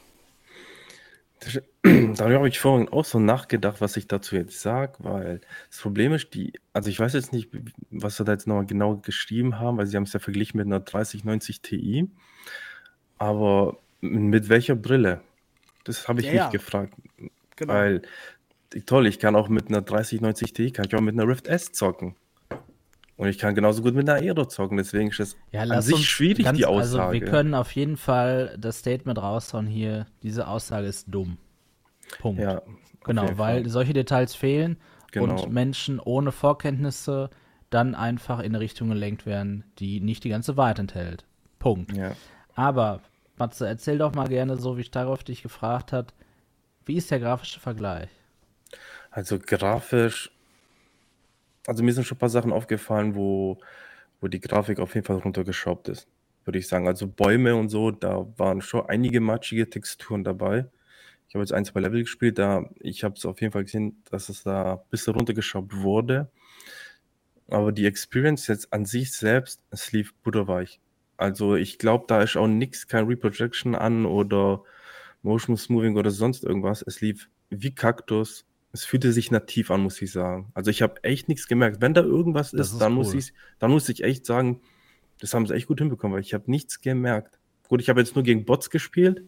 S4: Darüber habe ich vorhin auch so nachgedacht, was ich dazu jetzt sage, weil das Problem ist, die, also ich weiß jetzt nicht, was sie da jetzt nochmal genau geschrieben haben, weil sie haben es ja verglichen mit einer dreißig neunzig Ti, aber mit welcher Brille? Das habe ich
S2: Ja,
S4: mich
S2: ja.
S4: gefragt,
S2: Genau.
S4: weil toll, ich kann auch mit einer dreißig neunzig Ti, kann ich auch mit einer Rift S zocken. Und ich kann genauso gut mit einer Aero zocken, deswegen ist es
S1: Ja,
S4: an
S1: lass
S4: sich
S1: uns
S4: schwierig,
S1: ganz,
S4: die Aussage.
S1: Also wir können auf jeden Fall das Statement raushauen hier, diese Aussage ist dumm. Punkt.
S4: Ja, auf
S1: Genau,
S4: jeden
S1: weil
S4: Fall.
S1: solche Details fehlen
S4: Genau.
S1: und Menschen ohne Vorkenntnisse dann einfach in eine Richtung gelenkt werden, die nicht die ganze Wahrheit enthält. Punkt.
S4: Ja.
S1: Aber, Matze, erzähl doch mal gerne, so wie ich darauf dich gefragt hat, wie ist der grafische Vergleich?
S4: Also grafisch, also mir sind schon ein paar Sachen aufgefallen, wo, wo die Grafik auf jeden Fall runtergeschraubt ist, würde ich sagen. Also Bäume und so, da waren schon einige matschige Texturen dabei. Ich habe jetzt ein, zwei Level gespielt, da ich habe es auf jeden Fall gesehen, dass es da ein bisschen runtergeschraubt wurde. Aber die Experience jetzt an sich selbst, es lief butterweich. Also ich glaube, da ist auch nichts, kein Reprojection an oder Motion Smoothing oder sonst irgendwas. Es lief wie Kaktus. Es fühlte sich nativ an, muss ich sagen. Also ich habe echt nichts gemerkt. Wenn da irgendwas
S1: Das
S4: ist,
S1: ist
S4: dann muss
S1: cool.
S4: ich, dann muss ich echt sagen, das haben sie echt gut hinbekommen, weil ich habe nichts gemerkt. Gut, ich habe jetzt nur gegen Bots gespielt.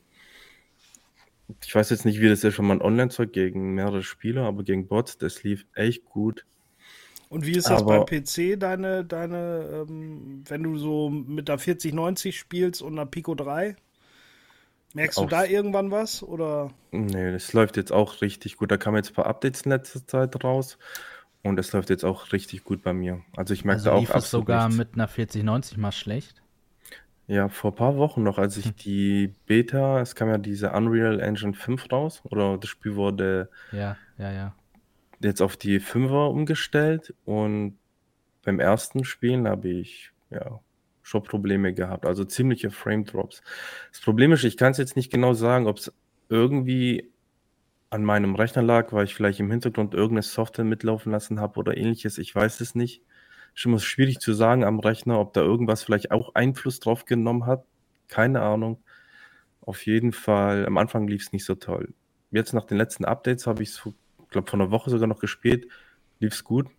S4: Ich weiß jetzt nicht, wie das ist, wenn man Online-Zeug gegen mehrere Spieler, aber gegen Bots, das lief echt gut.
S2: Und wie ist das
S4: Aber-
S2: beim P C, deine, deine, ähm, wenn du so mit der vierzig neunzig spielst und einer Pico drei? Merkst du
S4: Auch-
S2: da irgendwann was? Oder?
S4: Nee, das läuft jetzt auch richtig gut. Da kamen jetzt ein paar Updates in letzter Zeit raus und es läuft jetzt auch richtig gut bei mir. Also ich merke
S1: Also
S4: da auch
S1: lief es
S4: absolut
S1: sogar
S4: nichts.
S1: mit einer vierzig neunzig mal schlecht?
S4: Ja, vor ein paar Wochen noch, als ich die Beta, es kam ja diese Unreal Engine fünf raus, oder das Spiel wurde
S1: Ja, ja, ja.
S4: jetzt auf die fünfer umgestellt und beim ersten Spielen habe ich ja schon Probleme gehabt, also ziemliche Frame Drops. Das Problem ist, ich kann es jetzt nicht genau sagen, ob es irgendwie an meinem Rechner lag, weil ich vielleicht im Hintergrund irgendeine Software mitlaufen lassen habe oder ähnliches. Ich weiß es nicht. Ist immer schwierig zu sagen am Rechner, ob da irgendwas vielleicht auch Einfluss drauf genommen hat. Keine Ahnung. Auf jeden Fall, am Anfang lief es nicht so toll. Jetzt nach den letzten Updates habe ich es, glaube vor einer Woche sogar noch gespielt. Lief es gut.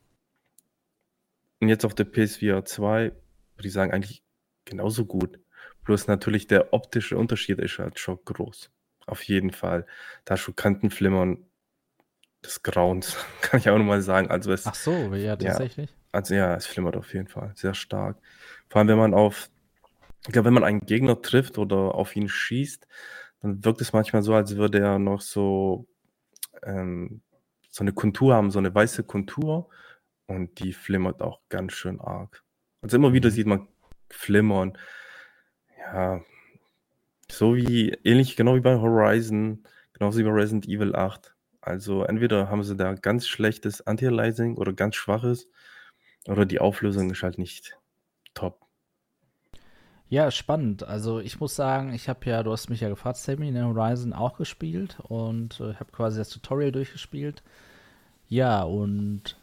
S4: Und jetzt auf der P S V R zwei würde ich sagen, eigentlich genauso gut. Bloß natürlich der optische Unterschied ist halt schon groß. Auf jeden Fall. Da schon Kantenflimmern des Grauens, kann ich auch nochmal sagen. Also es,
S1: Ach so, ja, tatsächlich.
S4: also ja, es flimmert auf jeden Fall sehr stark. Vor allem, wenn man auf, ich glaube, wenn man einen Gegner trifft oder auf ihn schießt, dann wirkt es manchmal so, als würde er noch so, ähm, so eine Kontur haben, so eine weiße Kontur und die flimmert auch ganz schön arg. Also immer wieder
S1: Mhm.
S4: sieht man Flimmern. Ja, so wie, ähnlich genau wie bei Horizon, genauso wie bei Resident Evil acht. Also entweder haben sie da ganz schlechtes Anti-Aliasing oder ganz schwaches, oder die Auflösung ist halt nicht top.
S1: Ja, spannend. Also ich muss sagen, ich habe ja, du hast mich ja gefragt, Sammy, in Horizon auch gespielt und äh, habe quasi das Tutorial durchgespielt. Ja, und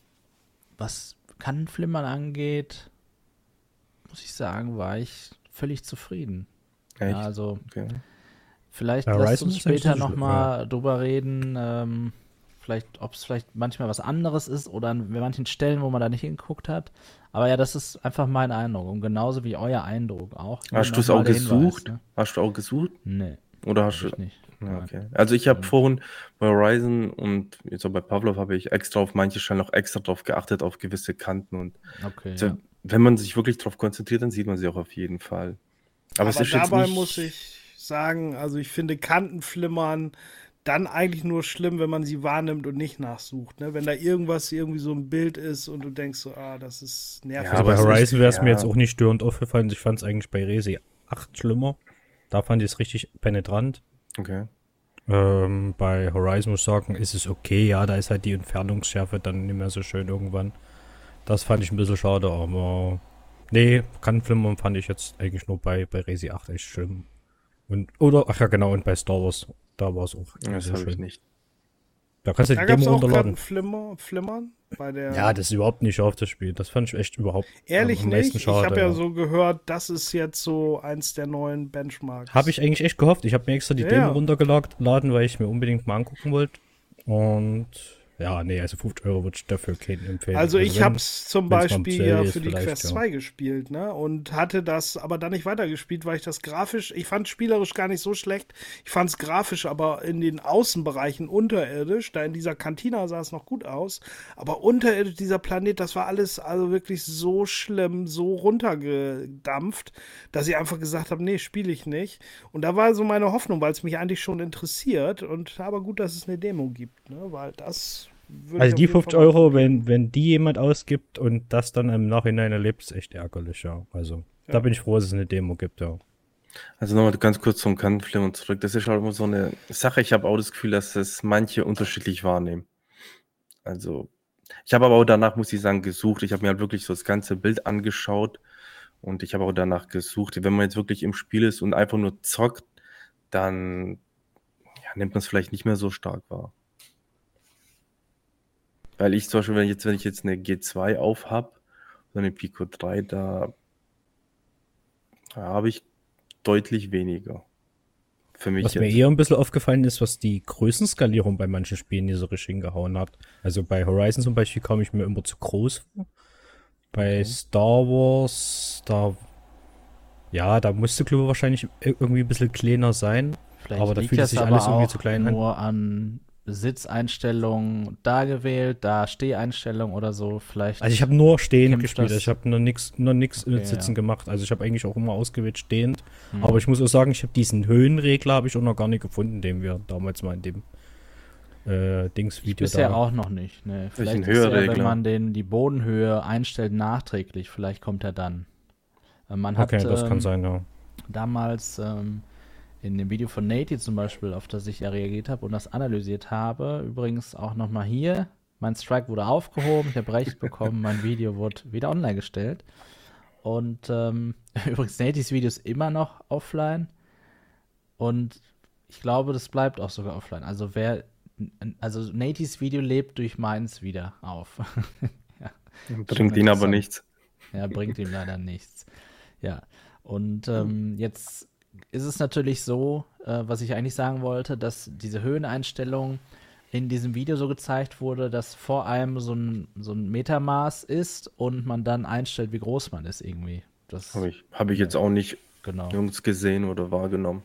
S1: was Kantenflimmern angeht, muss ich sagen, war ich völlig zufrieden.
S4: Echt?
S1: Ja, also
S4: Okay.
S1: vielleicht
S3: Ja,
S1: lasst
S3: Horizon
S1: uns
S3: ist eigentlich
S1: später
S3: nicht schlimm,
S1: nochmal drüber reden, ähm, vielleicht, ob es vielleicht manchmal was anderes ist oder an manchen Stellen, wo man da nicht hingeguckt hat. Aber ja, das ist einfach mein Eindruck und genauso wie euer Eindruck auch.
S4: Hast du es
S1: Nochmal
S4: auch
S1: der
S4: gesucht?
S1: Hinweis, ne?
S4: Hast du auch gesucht?
S1: Nee,
S4: Oder hast
S1: hab
S4: du.
S1: ich nicht.
S4: Ja,
S1: Nein.
S4: okay. Also ich habe
S1: Mhm.
S4: vorhin bei Horizon und jetzt auch bei Pavlov habe ich extra auf manche Stellen noch extra drauf geachtet, auf gewisse Kanten. Und
S1: Okay,
S4: so,
S1: ja.
S4: wenn man sich wirklich drauf konzentriert, dann sieht man sie auch auf jeden Fall. Aber,
S2: Aber
S4: es ist jetzt
S2: dabei
S4: nicht.
S2: muss ich sagen, also ich finde Kantenflimmern dann eigentlich nur schlimm, wenn man sie wahrnimmt und nicht nachsucht. Ne? Wenn da irgendwas irgendwie so ein Bild ist und du denkst so, ah, das ist nervig.
S4: Ja,
S3: Also
S4: aber
S3: bei
S4: es ist-
S3: Horizon wäre es mir
S4: ja.
S3: jetzt auch nicht störend aufgefallen. Ich fand es eigentlich bei Resi acht schlimmer. Da fand ich es richtig penetrant.
S4: Okay.
S3: Ähm, bei Horizon muss ich sagen, ist es okay. Ja, da ist halt die Entfernungsschärfe dann nicht mehr so schön irgendwann. Das fand ich ein bisschen schade, aber nee, Kantenflimmern fand ich jetzt eigentlich nur bei, bei Resi acht echt schlimm. Und, oder, ach ja genau, und bei Star Wars, da war es auch
S4: Das
S3: sehr
S4: habe ich
S3: schön.
S4: nicht.
S3: Da kannst du
S2: Da
S3: die
S2: gab es
S3: Demo
S2: auch
S3: runterladen.
S2: Kantenflimmer, Flimmern bei der.
S3: Ja, das ist überhaupt nicht auf das Spiel. Das fand ich echt überhaupt
S2: Ehrlich
S3: am meisten
S2: nicht.
S3: schade.
S2: ich habe ja so gehört, das ist jetzt so eins der neuen Benchmarks.
S3: Habe ich eigentlich echt gehofft. Ich habe mir extra die
S2: Ja,
S3: Demo
S2: ja.
S3: runtergeladen, weil ich mir unbedingt mal angucken wollte. Und ja, nee, also fünfzig Euro würde ich dafür keinen empfehlen.
S2: Also ich
S3: wenn-
S2: habe es zum
S3: wenn's mal am
S2: Beispiel
S3: Sale
S2: ja
S3: ist
S2: für die
S3: vielleicht,
S2: Quest
S3: ja.
S2: zwei gespielt, ne? Und hatte das aber dann nicht weitergespielt, weil ich das grafisch, ich fand spielerisch gar nicht so schlecht. Ich fand es grafisch aber in den Außenbereichen unterirdisch. Da in dieser Kantina sah es noch gut aus. Aber unterirdisch, dieser Planet, das war alles also wirklich so schlimm, so runtergedampft, dass ich einfach gesagt habe, nee, spiele ich nicht. Und da war so meine Hoffnung, weil es mich eigentlich schon interessiert. Und aber gut, dass es eine Demo gibt, ne? Weil das würde ich
S3: Also
S2: auf
S3: die
S2: jeden Fall
S3: fünfzig
S2: mal
S3: Euro,
S2: probieren.
S3: wenn, wenn die jemand ausgibt und das dann im Nachhinein erlebt, ist echt ärgerlich, ja. Also da
S2: Ja.
S3: bin ich froh, dass es eine Demo gibt, ja.
S4: Also nochmal ganz kurz zum Kantenflimmern zurück. Das ist halt immer so eine Sache. Ich habe auch das Gefühl, dass es manche unterschiedlich wahrnehmen. Also, ich habe aber auch danach, muss ich sagen, gesucht. Ich habe mir halt wirklich so das ganze Bild angeschaut und ich habe auch danach gesucht. Wenn man jetzt wirklich im Spiel ist und einfach nur zockt, dann ja, nimmt man es vielleicht nicht mehr so stark wahr. Weil ich zum Beispiel, wenn ich jetzt, wenn ich jetzt eine G zwei auf habe, oder eine Pico drei, da, da habe ich deutlich weniger. Für mich
S3: Was mir
S4: jetzt.
S3: eher ein bisschen aufgefallen ist, was die Größenskalierung bei manchen Spielen nicht so richtig hingehauen hat. Also bei Horizon zum Beispiel kam ich mir immer zu groß vor. Bei Star Wars, da ja, da musste glaube ich wahrscheinlich irgendwie ein bisschen kleiner sein.
S1: Vielleicht
S3: Aber da
S1: liegt
S3: fühlt
S1: das
S3: sich
S1: aber
S3: alles irgendwie
S1: auch
S3: zu klein an.
S1: nur an Sitzeinstellungen da gewählt, da Steheinstellungen oder so. Vielleicht.
S3: Also ich habe nur stehend
S1: Kämpft
S3: gespielt,
S1: das-
S3: ich habe noch nichts noch nix
S1: Okay,
S3: mit Sitzen
S1: ja.
S3: gemacht. Also ich habe eigentlich auch immer ausgewählt stehend.
S1: Hm.
S3: Aber ich muss auch sagen, ich habe diesen Höhenregler habe ich auch noch gar nicht gefunden, den wir damals mal in dem äh,
S1: Ich
S3: Dings-Video
S1: bisher
S3: da.
S1: auch noch nicht. Ne. Vielleicht
S4: Welchen
S1: ist ja, wenn
S4: Höherregler?
S1: man den, die Bodenhöhe einstellt nachträglich, vielleicht kommt er dann. Äh, Man hat
S3: Okay, das
S1: ähm,
S3: kann sein, ja.
S1: damals ähm, in dem Video von Nati zum Beispiel, auf das ich ja reagiert habe und das analysiert habe, übrigens auch nochmal hier, mein Strike wurde aufgehoben, ich habe Recht bekommen, mein Video wurde wieder online gestellt. Und ähm, übrigens, Natis Video ist immer noch offline und ich glaube, das bleibt auch sogar offline. Also wer, also Natis Video lebt durch meins wieder auf.
S4: Bringt ihn aber
S1: interessant.
S4: nichts.
S1: Ja, bringt ihm leider nichts. Ja, und ähm, jetzt ist es natürlich so, äh, was ich eigentlich sagen wollte, dass diese Höheneinstellung in diesem Video so gezeigt wurde, dass vor allem so ein, so ein Metermaß ist und man dann einstellt, wie groß man ist irgendwie. Das,
S4: Habe ich, hab ich jetzt auch nicht
S1: genau.
S4: nirgends gesehen oder wahrgenommen.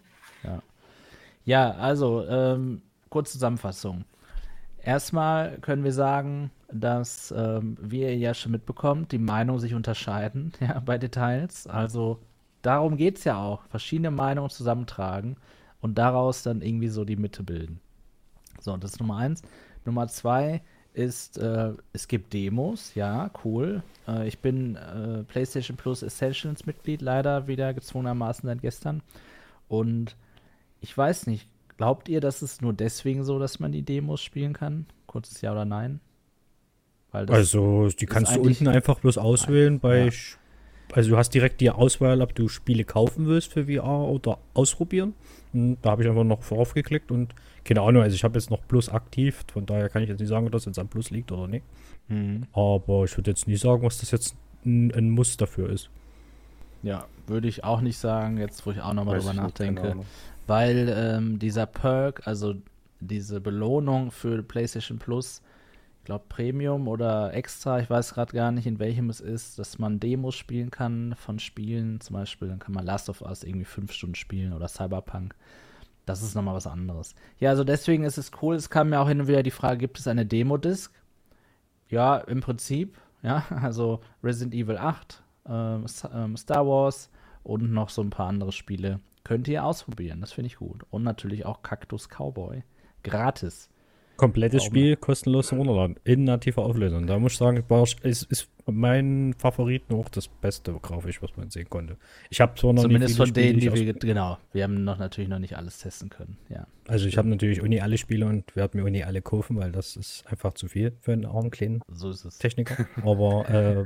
S1: Ja, also, ähm, kurze Zusammenfassung. Erstmal können wir sagen, dass, ähm, wie ihr ja schon mitbekommt, die Meinungen sich unterscheiden, ja, bei Details. Also, darum geht es ja auch. Verschiedene Meinungen zusammentragen und daraus dann irgendwie so die Mitte bilden. So, das ist Nummer eins. Nummer zwei ist, äh, es gibt Demos, ja, cool. Äh, ich bin äh, PlayStation Plus Essentials Mitglied, leider wieder gezwungenermaßen seit gestern. Und ich weiß nicht, glaubt ihr, dass es nur deswegen so, dass man die Demos spielen kann? Kurzes Ja oder Nein? Weil das
S3: Also, die kannst du
S1: eigentlich-
S3: unten einfach bloß auswählen bei.
S1: Ja.
S3: Sch- Also, du hast direkt die Auswahl, ob du Spiele kaufen willst für V R oder ausprobieren. Und da habe ich einfach noch vorauf geklickt und keine Ahnung, also ich habe jetzt noch Plus aktiv, von daher kann ich jetzt nicht sagen, ob das jetzt am Plus liegt oder nicht.
S1: Mhm.
S3: Aber ich würde jetzt nie sagen, was das jetzt ein, ein Muss dafür ist.
S1: Ja, würde ich auch nicht sagen, jetzt wo ich auch nochmal
S4: Weiß
S1: drüber
S4: ich nicht, keine
S1: nachdenke.
S4: Ahnung.
S1: Weil ähm, dieser Perk, also diese Belohnung für PlayStation Plus, ich glaube Premium oder Extra, ich weiß gerade gar nicht, in welchem es ist, dass man Demos spielen kann von Spielen, zum Beispiel, dann kann man Last of Us irgendwie fünf Stunden spielen oder Cyberpunk. Das ist nochmal was anderes. Ja, also deswegen ist es cool. Es kam mir auch hin und wieder die Frage, gibt es eine Demo-Disc? Ja, im Prinzip, ja, also Resident Evil acht, ähm, Star Wars und noch so ein paar andere Spiele. Könnt ihr ausprobieren, das finde ich gut. Und natürlich auch Cactus Cowboy. Gratis.
S3: Komplettes
S1: Warum
S3: Spiel kostenlos runterladen. In nativer Auflösung. Da muss ich sagen, war, ist, ist mein Favorit noch das Beste grafisch, was man sehen konnte. Ich habe zwar noch
S1: Zumindest
S3: nie viele
S1: von denen,
S3: Spiele,
S1: die wir,
S3: ich
S1: genau, wir haben noch natürlich noch nicht alles testen können, ja.
S3: Also ich habe natürlich Uni alle Spiele und werde mir Uni alle kaufen, weil das ist einfach zu viel für einen armen kleinen
S1: So ist es.
S3: Techniker. Aber äh,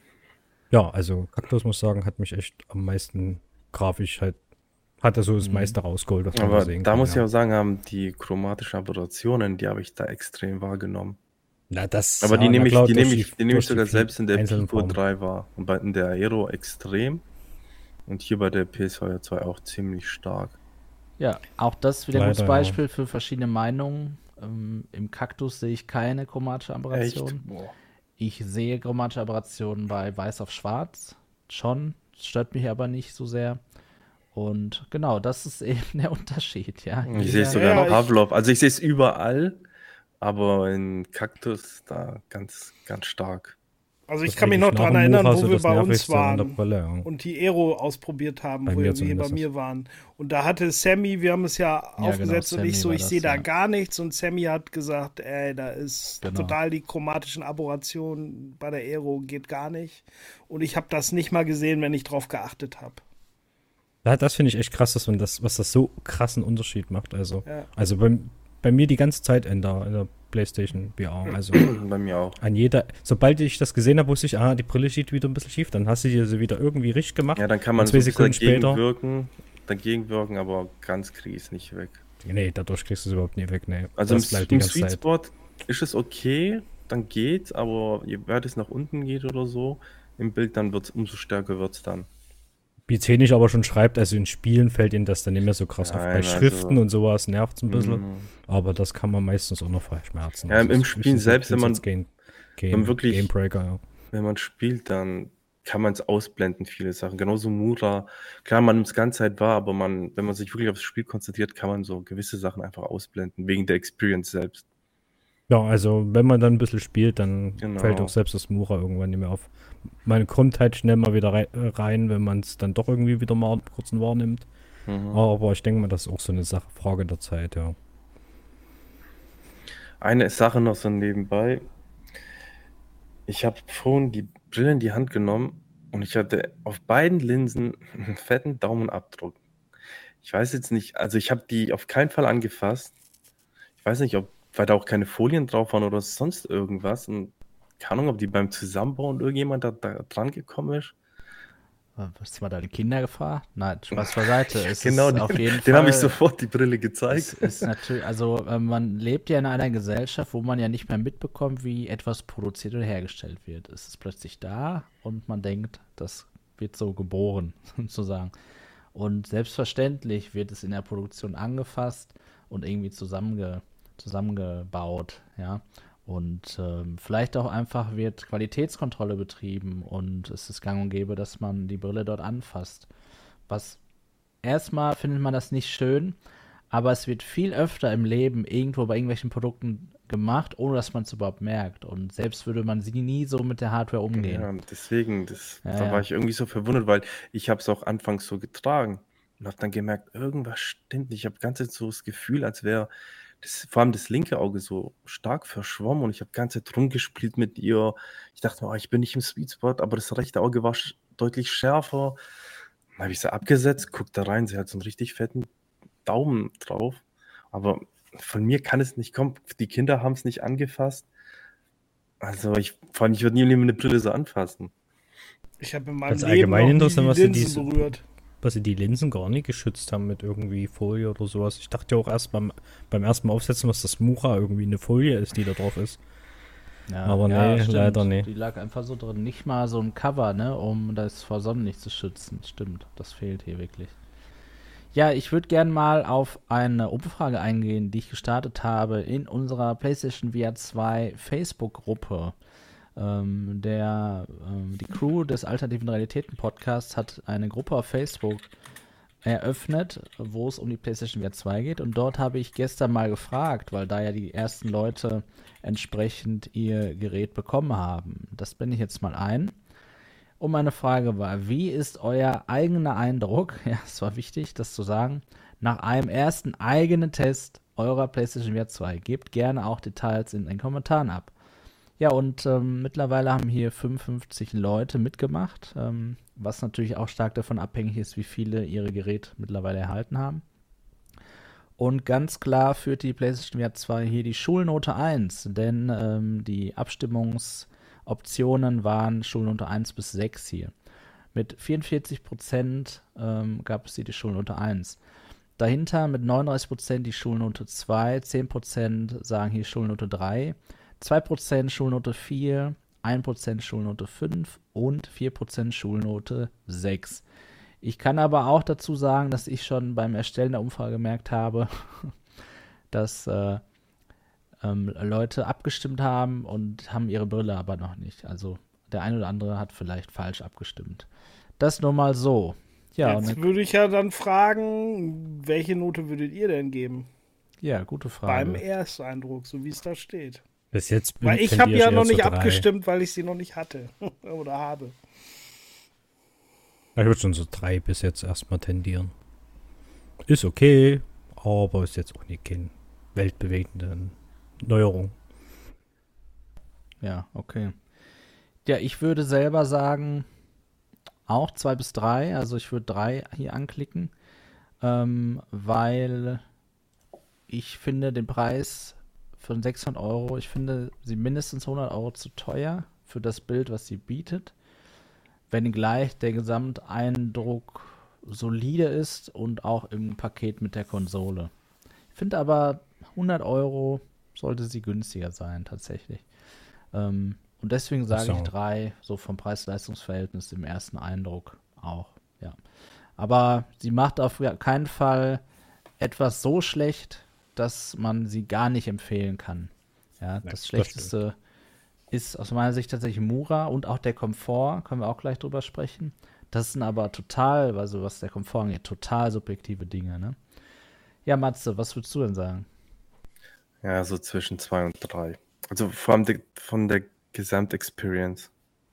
S3: ja, also Cactus muss sagen, hat mich echt am meisten grafisch halt, hat er so das
S1: Mhm.
S3: meiste rausgeholt, was man
S4: Aber
S3: da sehen
S4: da
S3: kann.
S4: muss ich
S3: ja.
S4: auch sagen, haben die chromatischen Aberrationen, die habe ich da extrem wahrgenommen.
S3: Na, das,
S4: Aber die
S3: ja,
S4: nehme
S3: na
S4: ich,
S3: klar,
S4: die
S3: durch
S4: nehme ich,
S3: die-
S4: die nehme ich
S3: durch die
S4: sogar
S3: vielen
S4: selbst in der
S3: einzelnen
S4: Pico
S3: Formen.
S4: drei wahr und bei in der Aero extrem und hier bei der P S V zwei auch ziemlich stark.
S1: Ja, auch das wieder ein gutes
S3: Leider, ja.
S1: Beispiel für verschiedene Meinungen. Ähm, Im Kaktus sehe ich keine chromatische Aberration.
S4: Echt? Boah.
S1: Ich sehe chromatische Aberrationen bei Weiß auf Schwarz schon, stört mich aber nicht so sehr. Und genau, das ist eben der Unterschied, ja.
S4: Ich sehe es
S1: Jeder-
S4: sogar
S2: Ja,
S4: in
S2: ich-
S4: Pavlov. Also ich sehe es überall, aber in Kaktus da ganz, ganz stark.
S2: Also ich
S3: Das
S2: kann mich
S3: eigentlich
S2: noch daran
S3: nach dem
S2: erinnern,
S3: Mora
S2: wo
S3: so
S2: wir
S3: das
S2: bei uns
S3: Nervigste an der
S2: waren
S3: Brille, ja.
S2: und die Aero ausprobiert haben,
S3: Bei
S2: wo
S3: mir
S2: wir hier bei
S3: zumindest.
S2: mir waren. Und da hatte Sammy, wir haben es ja,
S1: genau,
S2: aufgesetzt und
S1: Sammy
S2: ich so,
S1: war
S2: ich
S1: das,
S2: sehe da
S1: ja.
S2: gar nichts. Und Sammy hat gesagt, ey, da ist
S1: Genau.
S2: total die chromatischen Aberrationen bei der Aero, geht gar nicht. Und ich habe das nicht mal gesehen, wenn ich drauf geachtet habe.
S3: Ja, das finde ich echt krass, dass man das, was das so krassen Unterschied macht. Also,
S2: Ja.
S3: also bei, bei mir die ganze Zeit in der, in der PlayStation V R. Also
S4: Bei mir auch.
S3: an jeder, sobald ich das gesehen habe, wusste ich, ah, die Brille steht wieder ein bisschen schief, dann hast du dir sie wieder irgendwie richtig gemacht.
S4: Ja, dann kann man
S3: Und zwei
S4: so ein bisschen
S3: Sekunden später-
S4: dagegen wirken, dagegen wirken, aber ganz kriege ich es nicht weg.
S3: Nee, dadurch kriegst du es überhaupt nie weg. Nee,
S4: Also im,
S3: das bleibt die
S4: im
S3: ganze
S4: Sweet
S3: Zeit.
S4: Spot ist es okay, dann geht's, aber je weiter es nach unten geht oder so, im Bild, dann wird's, umso stärker wird es dann.
S3: Wie Zenich aber schon schreibt, also in Spielen fällt ihnen das dann nicht mehr so krass auf.
S4: Nein,
S3: Bei
S4: also-
S3: Schriften und sowas nervt es ein bisschen,
S4: Mhm.
S3: aber das kann man meistens auch noch verschmerzen.
S4: Ja, im
S3: es-
S4: Spiel
S3: es ist
S4: selbst, wenn man-
S3: jetzt Game,
S4: wenn
S3: Game,
S4: wirklich-
S3: Gamebreaker, ja.
S4: Wenn man spielt, dann kann man es ausblenden, viele Sachen. Genauso Mura. Klar, man nimmt es ganze Zeit wahr, aber man, wenn man sich wirklich aufs Spiel konzentriert, kann man so gewisse Sachen einfach ausblenden, wegen der Experience selbst.
S3: Ja, also wenn man dann ein bisschen spielt, dann
S4: Genau.
S3: fällt auch selbst das Mura irgendwann nicht mehr auf. Man kommt halt schnell mal wieder rei- äh, rein, wenn man es dann doch irgendwie wieder mal kurz wahrnimmt.
S4: Mhm.
S3: Aber ich denke mal, das ist auch so eine Sache, Frage der Zeit, ja.
S4: Eine Sache noch so nebenbei. Ich habe vorhin die Brille in die Hand genommen und ich hatte auf beiden Linsen einen fetten Daumenabdruck. Ich weiß jetzt nicht, also ich habe die auf keinen Fall angefasst. Ich weiß nicht, ob, weil da auch keine Folien drauf waren oder sonst irgendwas. Und keine Ahnung, ob die beim Zusammenbauen irgendjemand da, da dran gekommen ist.
S1: Hast du mal deine Kinder gefragt? Nein, Spaß beiseite. Es
S4: genau,
S1: ist auf
S4: den,
S1: jeden
S4: den
S1: Fall.
S4: habe ich sofort die Brille
S1: Es
S4: gezeigt.
S1: ist natürlich, also äh, man lebt ja in einer Gesellschaft, wo man ja nicht mehr mitbekommt, wie etwas produziert oder hergestellt wird. Es ist plötzlich da und man denkt, das wird so geboren, sozusagen. Und selbstverständlich wird es in der Produktion angefasst und irgendwie zusammenge, zusammengebaut, ja. Und ähm, vielleicht auch einfach wird Qualitätskontrolle betrieben und es ist gang und gäbe, dass man die Brille dort anfasst. Was erstmal findet man das nicht schön, aber es wird viel öfter im Leben irgendwo bei irgendwelchen Produkten gemacht, ohne dass man es überhaupt merkt. Und selbst würde man sie nie so mit der Hardware umgehen.
S4: Ja, deswegen, das,
S1: Ja,
S4: da
S1: ja.
S4: war ich irgendwie so verwundert, weil ich habe es auch anfangs so getragen und habe dann gemerkt, irgendwas stimmt nicht. Ich habe ganz so das Gefühl, als wäre das, vor allem das linke Auge so stark verschwommen und ich habe ganze Zeit rumgespielt mit ihr. Ich dachte, oh, ich bin nicht im Sweet Spot, aber das rechte Auge war sch- deutlich schärfer. Dann habe ich sie abgesetzt, guck da rein, sie hat so einen richtig fetten Daumen drauf. Aber von mir kann es nicht kommen. Die Kinder haben es nicht angefasst. Also ich, vor allem, ich würde nie eine Brille so anfassen.
S2: Ich habe in meinem
S3: Ganz
S2: Leben
S3: allgemein
S2: noch nie
S3: interessant,
S2: die
S3: was sie
S2: Linsen
S3: diese-
S2: berührt.
S3: Was sie die Linsen gar nicht geschützt haben mit irgendwie Folie oder sowas. Ich dachte ja auch erst beim, beim ersten Mal Aufsetzen, dass das Mura irgendwie eine Folie ist, die da drauf ist.
S1: Ja,
S3: Aber nee,
S1: stimmt.
S3: leider nicht.
S1: Die lag einfach so drin. Nicht mal so ein Cover, ne, um das vor Sonnenlicht zu schützen. Stimmt, das fehlt hier wirklich. Ja, ich würde gerne mal auf eine Umfrage eingehen, die ich gestartet habe in unserer PlayStation V R zwei Facebook-Gruppe. Ähm, der, ähm, die Crew des Alternativen Realitäten Podcasts hat eine Gruppe auf Facebook eröffnet, wo es um die PlayStation V R zwei geht. Und dort habe ich gestern mal gefragt, weil da ja die ersten Leute entsprechend ihr Gerät bekommen haben. Das blende ich jetzt mal ein. Und meine Frage war, wie ist euer eigener Eindruck, ja, es war wichtig, das zu sagen, nach einem ersten eigenen Test eurer PlayStation V R zwei? Gebt gerne auch Details in den Kommentaren ab. Ja, und ähm, mittlerweile haben hier fünfundfünfzig Leute mitgemacht, ähm, was natürlich auch stark davon abhängig ist, wie viele ihre Geräte mittlerweile erhalten haben. Und ganz klar führt die PlayStation V R zwei hier die Schulnote eins, denn ähm, die Abstimmungsoptionen waren Schulnote eins bis sechs hier. Mit vierundvierzig Prozent ähm, gab es hier die Schulnote eins. Dahinter mit neununddreißig Prozent die Schulnote zwei, zehn Prozent sagen hier Schulnote drei, zwei Prozent Schulnote vier, ein Prozent Schulnote fünf und vier Prozent Schulnote sechs. Ich kann aber auch dazu sagen, dass ich schon beim Erstellen der Umfrage gemerkt habe, dass äh, ähm, Leute abgestimmt haben und haben ihre Brille aber noch nicht. Also der eine oder andere hat vielleicht falsch abgestimmt. Das nur mal so. Ja,
S2: Jetzt
S1: und dann,
S2: würde ich ja dann fragen, welche Note würdet ihr denn geben?
S1: ja, gute Frage.
S2: Beim Ersteindruck, so wie es da steht.
S3: Bis jetzt bin,
S2: Weil ich habe
S3: tendiere
S2: ja
S3: eher
S2: noch
S3: zu
S2: nicht
S3: drei.
S2: abgestimmt, weil ich sie noch nicht hatte. Oder habe.
S3: Ich würde schon so drei bis jetzt erstmal tendieren. Ist okay, aber ist jetzt auch nicht keine weltbewegende Neuerung.
S1: Ja, okay. Ja, ich würde selber sagen, auch zwei bis drei. Also ich würde drei hier anklicken, ähm, weil ich finde den Preis von sechshundert Euro, ich finde sie mindestens hundert Euro zu teuer für das Bild, was sie bietet. Wenngleich der Gesamteindruck solide ist und auch im Paket mit der Konsole. Ich finde aber hundert Euro sollte sie günstiger sein, tatsächlich. Ähm, und deswegen sage
S3: So.
S1: ich drei, so vom Preis-Leistungs-Verhältnis im ersten Eindruck auch, ja. Aber sie macht auf keinen Fall etwas so schlecht, dass man sie gar nicht empfehlen kann. Ja,
S3: Nee,
S1: das
S3: das
S1: Schlechteste ist aus meiner Sicht tatsächlich Mura und auch der Komfort, können wir auch gleich drüber sprechen. Das sind aber total, also was der Komfort angeht, total subjektive Dinge, ne? Ja, Matze, was würdest du denn sagen?
S4: Ja, so zwischen zwei und drei. Also vor allem de, von der Gesamtexperience.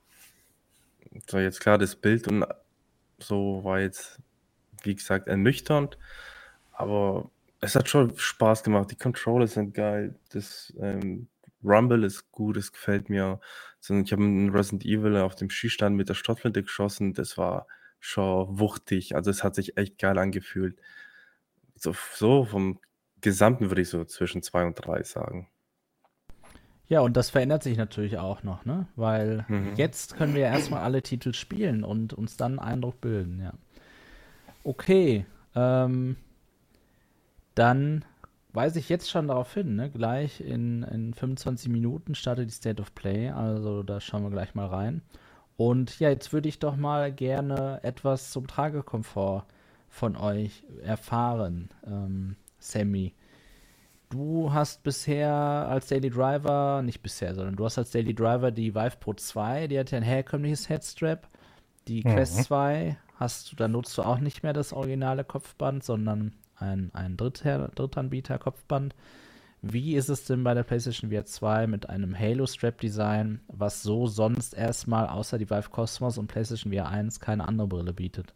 S4: So, jetzt klar, das Bild und so war jetzt, wie gesagt, ernüchternd, aber es hat schon Spaß gemacht. Die Controller sind geil, das ähm, Rumble ist gut, es gefällt mir. So, ich habe einen Resident Evil auf dem Schießstand mit der Schrotflinte geschossen, das war schon wuchtig, also es hat sich echt geil angefühlt. So, so vom Gesamten würde ich so zwischen zwei und drei sagen.
S1: Ja, und das verändert sich natürlich auch noch, ne? Weil
S4: Mhm.
S1: jetzt können wir ja erstmal alle Titel spielen und uns dann einen Eindruck bilden, ja. Okay, ähm, dann weise ich jetzt schon darauf hin, ne? Gleich in, in fünfundzwanzig Minuten startet die State of Play, also da schauen wir gleich mal rein. Und ja, jetzt würde ich doch mal gerne etwas zum Tragekomfort von euch erfahren, ähm, Sammy. Du hast bisher als Daily Driver, nicht bisher, sondern du hast als Daily Driver die Vive Pro zwei, die hat ja ein herkömmliches Headstrap. Die
S3: Mhm.
S1: Quest zwei hast du, da nutzt du auch nicht mehr das originale Kopfband, sondern ein, ein Dritter, Drittanbieter-Kopfband. Wie ist es denn bei der PlayStation V R zwei mit einem Halo-Strap-Design, was so sonst erstmal außer die Vive Cosmos und PlayStation V R eins keine andere Brille bietet?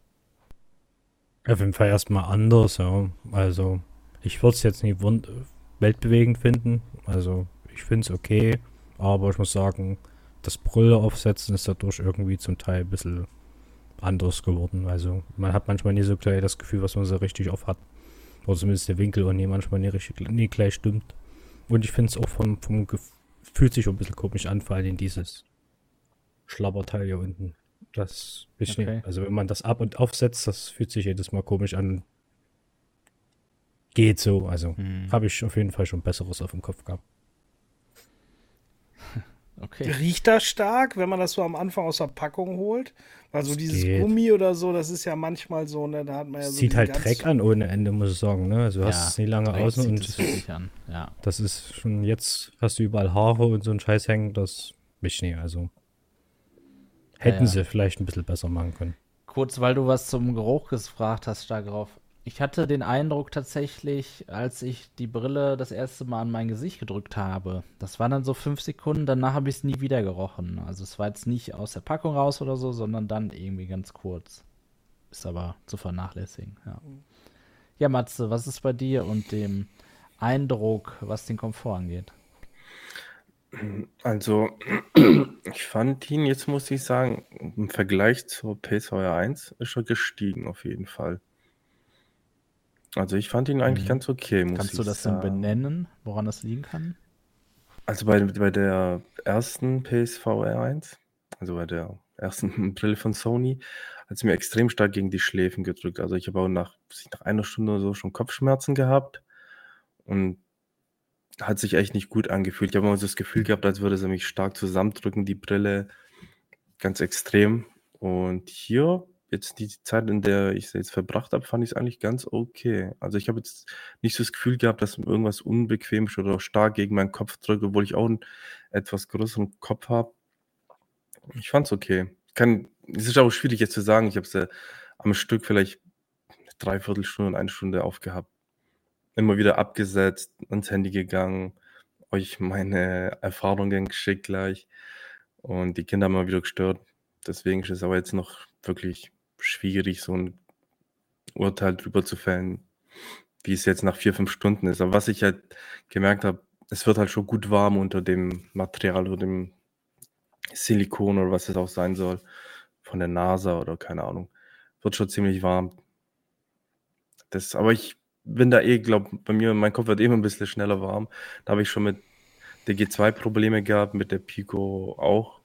S3: Auf jeden Fall erstmal anders, ja. Also, ich würde es jetzt nicht wund weltbewegend finden. Also, ich finde es okay, aber ich muss sagen, das Brille aufsetzen ist dadurch irgendwie zum Teil ein bisschen anders geworden. Also, man hat manchmal nie so gleich das Gefühl, was man so richtig auf hat. Oder zumindest der Winkel und nie manchmal nie, richtig, nie gleich stimmt. Und ich finde es auch vom, vom Gef- fühlt sich auch ein bisschen komisch an, vor allem dieses Schlabberteil hier unten. Das bisschen,
S1: Okay.
S3: also wenn man das ab und aufsetzt, das fühlt sich jedes Mal komisch an. Geht so, also
S1: Hm.
S3: habe ich auf jeden Fall schon Besseres auf dem Kopf gehabt.
S1: Okay.
S2: Riecht das stark, wenn man das so am Anfang aus der Packung holt? Weil so
S3: Das
S2: dieses
S3: geht.
S2: Gummi oder so, das ist ja manchmal so, ne, da hat man ja so
S3: Sieht
S2: diese
S3: halt
S2: ganz-
S3: Dreck an ohne Ende, muss ich sagen. Ne? Also du hast es nie lange
S1: direkt
S3: außen
S1: zieht
S3: und
S1: es wirklich an. Ja.
S3: das ist schon, jetzt hast du überall Haare und so ein Scheiß hängen, das mich nicht. Also hätten
S1: ja.
S3: sie vielleicht ein bisschen besser machen können.
S1: Kurz, weil du was zum Geruch gefragt hast, Stagroff. Ich hatte den Eindruck tatsächlich, als ich die Brille das erste Mal an mein Gesicht gedrückt habe, das waren dann so fünf Sekunden, danach habe ich es nie wieder gerochen. Also es war jetzt nicht aus der Packung raus oder so, sondern dann irgendwie ganz kurz. Ist aber zu vernachlässigen, ja. Ja, Matze, was ist bei dir und dem Eindruck, was den Komfort angeht?
S4: Also, ich fand ihn, jetzt muss ich sagen, im Vergleich zur P S V R eins ist er gestiegen auf jeden Fall. Also ich fand ihn eigentlich
S1: Mhm.
S4: ganz okay, muss
S1: Kannst
S4: ich
S1: du das denn
S4: sagen.
S1: benennen, woran das liegen kann?
S4: Also bei, bei der ersten P S V R eins, also bei der ersten Brille von Sony, hat sie mir extrem stark gegen die Schläfen gedrückt. Also ich habe auch nach, nach einer Stunde oder so schon Kopfschmerzen gehabt und hat sich echt nicht gut angefühlt. Ich habe immer so das Gefühl gehabt, als würde sie mich stark zusammendrücken, die Brille, ganz extrem. Und hier, jetzt die Zeit, in der ich sie jetzt verbracht habe, fand ich es eigentlich ganz okay. Also ich habe jetzt nicht so das Gefühl gehabt, dass irgendwas unbequem ist oder stark gegen meinen Kopf drückt, obwohl ich auch einen etwas größeren Kopf habe. Ich fand es okay. Kann, es ist auch schwierig jetzt zu sagen, ich habe sie am Stück vielleicht eine Dreiviertelstunde, eine Stunde aufgehabt. Immer wieder abgesetzt, ans Handy gegangen, euch meine Erfahrungen geschickt gleich und die Kinder haben mal wieder gestört. Deswegen ist es aber jetzt noch wirklich schwierig, so ein Urteil drüber zu fällen, wie es jetzt nach vier, fünf Stunden ist. Aber was ich halt gemerkt habe, es wird halt schon gut warm unter dem Material oder dem Silikon oder was es auch sein soll, von der NASA oder keine Ahnung. Wird schon ziemlich warm. Das, aber ich bin da eh, glaube bei mir, mein Kopf wird immer ein bisschen schneller warm. Da habe ich schon mit der G zwei Probleme gehabt, mit der Pico auch.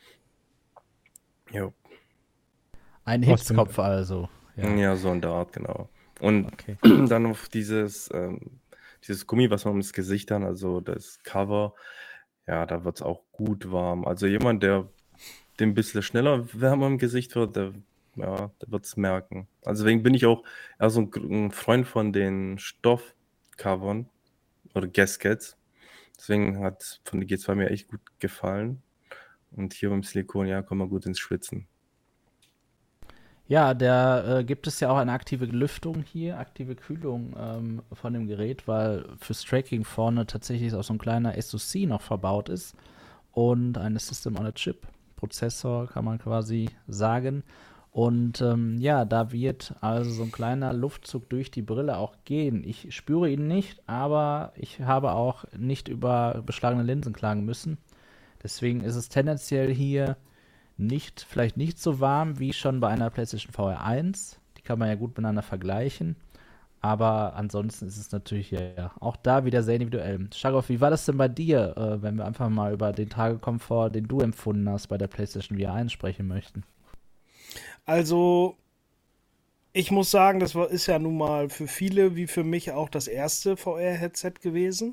S4: Ja,
S1: Ein
S3: Was denn?
S1: Hitzkopf also.
S4: ja.
S1: Ja,
S4: so in der Art, genau. Und
S1: okay.
S4: dann auf dieses, ähm, dieses Gummi, was man ums Gesicht hat, also das Cover, ja, da wird es auch gut warm. Also jemand, der dem ein bisschen schneller wärmer im Gesicht wird, der, ja, der wird es merken. Also deswegen bin ich auch eher so ein, Gr- ein Freund von den Stoffcovern oder Gaskets. Deswegen hat von der G zwei mir echt gut gefallen. Und hier beim Silikon, ja, kommen wir gut ins Schwitzen.
S1: Ja, da äh, gibt es ja auch eine aktive Lüftung hier, aktive Kühlung ähm, von dem Gerät, weil fürs Tracking vorne tatsächlich auch so ein kleiner S O C noch verbaut ist und eine System on a Chip, Prozessor kann man quasi sagen. Und ähm, ja, da wird also so ein kleiner Luftzug durch die Brille auch gehen. Ich spüre ihn nicht, aber ich habe auch nicht über beschlagene Linsen klagen müssen. Deswegen ist es tendenziell hier nicht, vielleicht nicht so warm wie schon bei einer PlayStation V R eins. Die kann man ja gut miteinander vergleichen. Aber ansonsten ist es natürlich ja, ja auch da wieder sehr individuell. Stagroff, wie war das denn bei dir, äh, wenn wir einfach mal über den Tagekomfort, den du empfunden hast, bei der PlayStation V R eins sprechen möchten?
S2: Also, ich muss sagen, das war, ist ja nun mal für viele wie für mich auch das erste V R-Headset gewesen.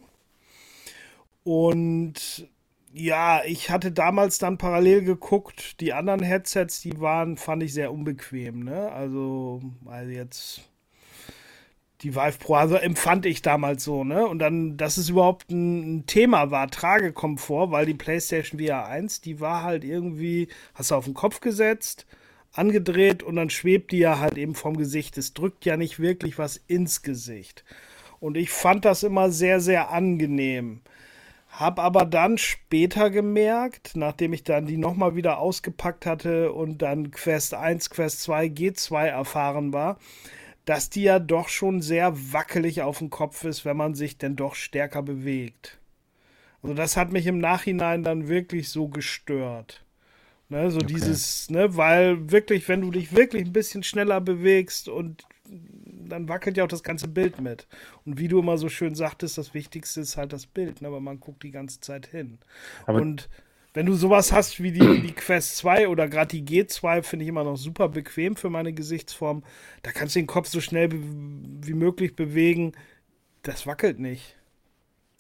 S2: Und ja, ich hatte damals dann parallel geguckt, die anderen Headsets, die waren, fand ich sehr unbequem, ne? Also, also jetzt die Vive Pro, also empfand ich damals so, ne? Und dann, dass es überhaupt ein, ein Thema war, Tragekomfort, weil die PlayStation V R eins, die war halt irgendwie, hast du auf den Kopf gesetzt, angedreht und dann schwebt die ja halt eben vom Gesicht. Es drückt ja nicht wirklich was ins Gesicht. Und ich fand das immer sehr, sehr angenehm. Hab aber dann später gemerkt, nachdem ich dann die nochmal wieder ausgepackt hatte und dann Quest eins, Quest zwei, G zwei erfahren war, dass die ja doch schon sehr wackelig auf dem Kopf ist, wenn man sich denn doch stärker bewegt. Also das hat mich im Nachhinein dann wirklich so gestört. Ne, so
S1: Okay.
S2: dieses, ne, weil wirklich, wenn du dich wirklich ein bisschen schneller bewegst und dann wackelt ja auch das ganze Bild mit. Und wie du immer so schön sagtest, das Wichtigste ist halt das Bild, ne, aber man guckt die ganze Zeit hin.
S4: Aber
S2: Und wenn du sowas hast wie die, wie die Quest zwei oder gerade die G zwei, finde ich immer noch super bequem für meine Gesichtsform. Da kannst du den Kopf so schnell be- wie möglich bewegen. Das wackelt nicht.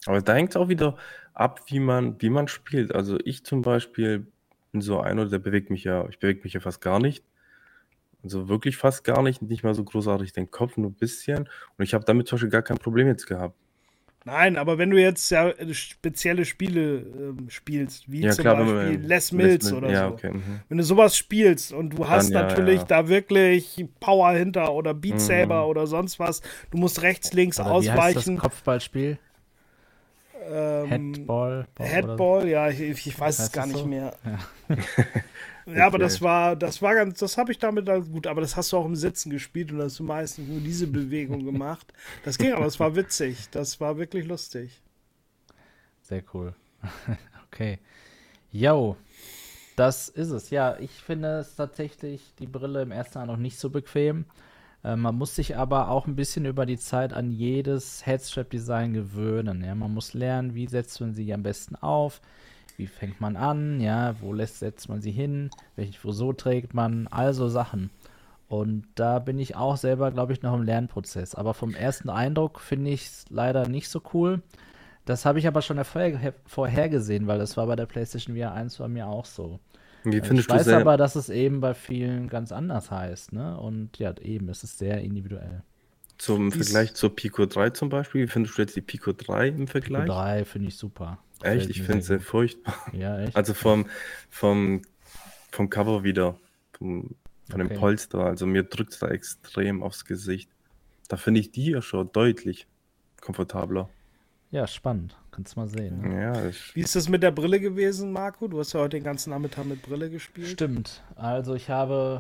S4: Aber da hängt es auch wieder ab, wie man, wie man spielt. Also ich zum Beispiel bin so einer, der bewegt mich ja, ich bewege mich ja fast gar nicht. Also wirklich fast gar nicht, nicht mal so großartig den Kopf, nur ein bisschen. Und ich habe damit zum Beispiel gar kein Problem jetzt gehabt.
S2: Nein, aber wenn du jetzt ja spezielle Spiele ähm, spielst, wie
S4: Ja,
S2: zum
S4: klar, wenn
S2: Beispiel
S4: man
S2: Les Mills
S4: Les Mills-
S2: oder
S4: ja,
S2: so.
S4: okay. Mhm.
S2: Wenn du sowas spielst und du hast
S4: Dann ja,
S2: natürlich
S4: ja.
S2: da wirklich Power hinter oder Beat Saber
S4: Mhm.
S2: oder sonst was, du musst rechts, links
S1: Oder wie heißt das
S2: ausweichen.
S1: Kopfballspiel?
S2: Ähm,
S1: Headball? Ball oder-
S2: Headball, ja, ich, ich weiß es
S1: Heißt
S2: gar
S1: das
S2: nicht
S1: so?
S2: mehr.
S1: Ja.
S2: Ja, aber
S4: Okay.
S2: das war, das war ganz, das habe ich damit dann gut, aber das hast du auch im Sitzen gespielt und hast du meistens nur diese Bewegung gemacht. Das ging, aber es war witzig. Das war wirklich lustig.
S1: Sehr cool. Okay. Yo, das ist es. Ja, ich finde es tatsächlich, die Brille im ersten Jahr noch nicht so bequem. Äh, man muss sich aber auch ein bisschen über die Zeit an jedes Headstrap-Design gewöhnen. Ja? Man muss lernen, wie setzt man sie am besten auf, wie fängt man an, ja, wo lässt, setzt man sie hin, welche Frisur trägt man, also Sachen. Und da bin ich auch selber, glaube ich, noch im Lernprozess. Aber vom ersten Eindruck finde ich es leider nicht so cool. Das habe ich aber schon vorher, vorhergesehen, weil das war bei der PlayStation V R eins bei mir auch so.
S4: Wie
S1: Ich
S4: findest du
S1: weiß
S4: sehr,
S1: aber, dass es eben bei vielen ganz anders heißt, ne? Und ja, eben, es ist sehr individuell.
S4: zum
S2: Wie's-
S4: Vergleich zur Pico drei zum Beispiel, wie findest du jetzt die Pico drei im
S1: Pico
S4: Vergleich?
S1: drei finde ich super.
S4: Echt?
S1: Gefällt
S4: Ich
S1: mir
S4: finde es
S1: sehr
S4: sehr furchtbar.
S1: gut. Ja, echt?
S4: Also vom, vom, vom Cover wieder, vom, von
S1: Okay.
S4: dem Polster. Also mir drückt es da extrem aufs Gesicht. Da finde ich die ja schon deutlich komfortabler.
S1: Ja, spannend. Kannst mal sehen. Ne?
S4: Ja, das,
S2: Wie ist das mit der Brille gewesen, Marco? Du hast ja heute den ganzen Nachmittag mit Brille gespielt.
S1: Stimmt. Also ich habe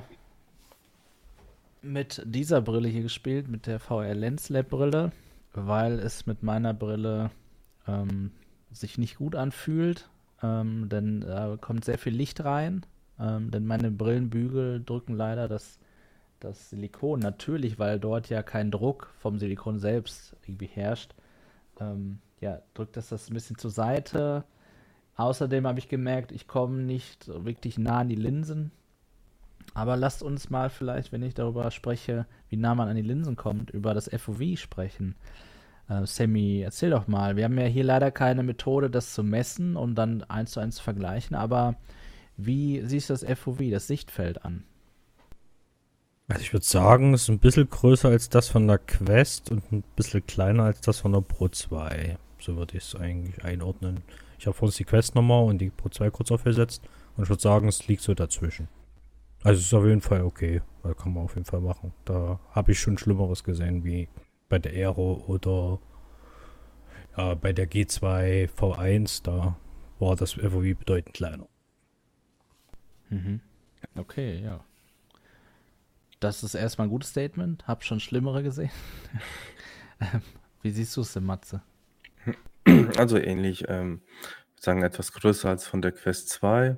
S1: mit dieser Brille hier gespielt, mit der V R Lens Lab Brille, weil es mit meiner Brille ähm, sich nicht gut anfühlt, ähm, denn da kommt sehr viel Licht rein, ähm, denn meine Brillenbügel drücken leider das, das Silikon, natürlich, weil dort ja kein Druck vom Silikon selbst irgendwie herrscht, ähm, ja, drückt das das ein bisschen zur Seite. Außerdem habe ich gemerkt, ich komme nicht wirklich nah an die Linsen. Aber lasst uns mal vielleicht, wenn ich darüber spreche, wie nah man an die Linsen kommt, über das F O V sprechen. Äh, Sammy, erzähl doch mal. Wir haben ja hier leider keine Methode, das zu messen und dann eins zu eins zu vergleichen. Aber wie siehst du das F O V, das Sichtfeld an?
S3: Also ich würde sagen, es ist ein bisschen größer als das von der Quest und ein bisschen kleiner als das von der Pro zwei. So würde ich es eigentlich einordnen. Ich habe vor uns die Quest nochmal und die Pro zwei kurz aufgesetzt und ich würde sagen, es liegt so dazwischen. Also es ist auf jeden Fall okay. Da kann man auf jeden Fall machen. Da habe ich schon Schlimmeres gesehen, wie bei der Aero oder ja, bei der G zwei V eins. Da war das F O V bedeutend kleiner.
S1: Mhm. Okay, ja. Das ist erstmal ein gutes Statement. Hab schon Schlimmere gesehen. Wie siehst du es denn, Matze?
S4: also ähnlich, ähm, ich würde sagen, etwas größer als von der Quest zwei.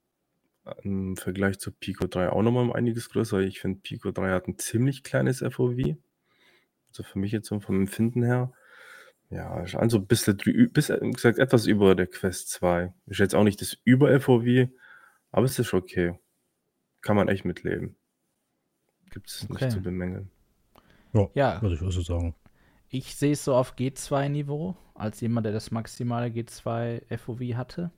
S4: Im Vergleich zur Pico drei auch nochmal um einiges größer. Ich finde, Pico drei hat ein ziemlich kleines F O V. Also für mich jetzt so vom Empfinden her. Ja, also ein bisschen, drü- bis, wie gesagt, etwas über der Quest zwei. Ist jetzt auch nicht das Über-F O V, aber es ist okay. Kann man echt mitleben. Gibt es
S1: Okay.
S4: nicht zu bemängeln.
S1: Ja,
S3: Würde ich auch so sagen.
S1: ich sehe es so auf G zwei Niveau, als jemand, der das maximale G zwei F O V hatte.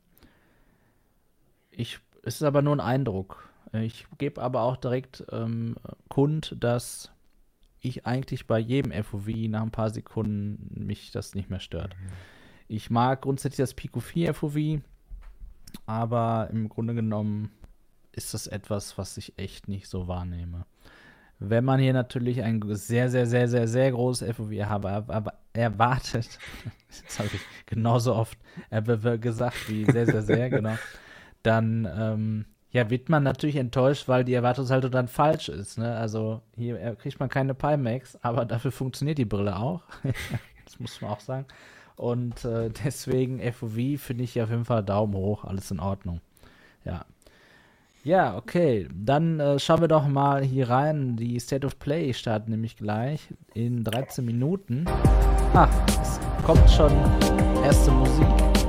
S1: Ich, es ist aber nur ein Eindruck. Ich gebe aber auch direkt ähm, kund, dass ich eigentlich bei jedem F O V nach ein paar Sekunden mich das nicht mehr stört. Ich mag grundsätzlich das Pico vier F O V, aber im Grunde genommen ist das etwas, was ich echt nicht so wahrnehme. Wenn man hier natürlich ein sehr, sehr, sehr, sehr, sehr großes F O V habe, aber erwartet, das habe ich genauso oft äh, gesagt wie sehr, sehr, sehr, genau, dann ähm, ja, wird man natürlich enttäuscht, weil die Erwartungshaltung dann falsch ist. Ne? Also hier äh, kriegt man keine Pimax, aber dafür funktioniert die Brille auch. Das muss man auch sagen. Und äh, deswegen F O V finde ich auf jeden Fall Daumen hoch, alles in Ordnung. Ja. Ja, okay. Dann äh, schauen wir doch mal hier rein. Die State of Play startet nämlich gleich in dreizehn Minuten. Ah, es kommt schon erste Musik.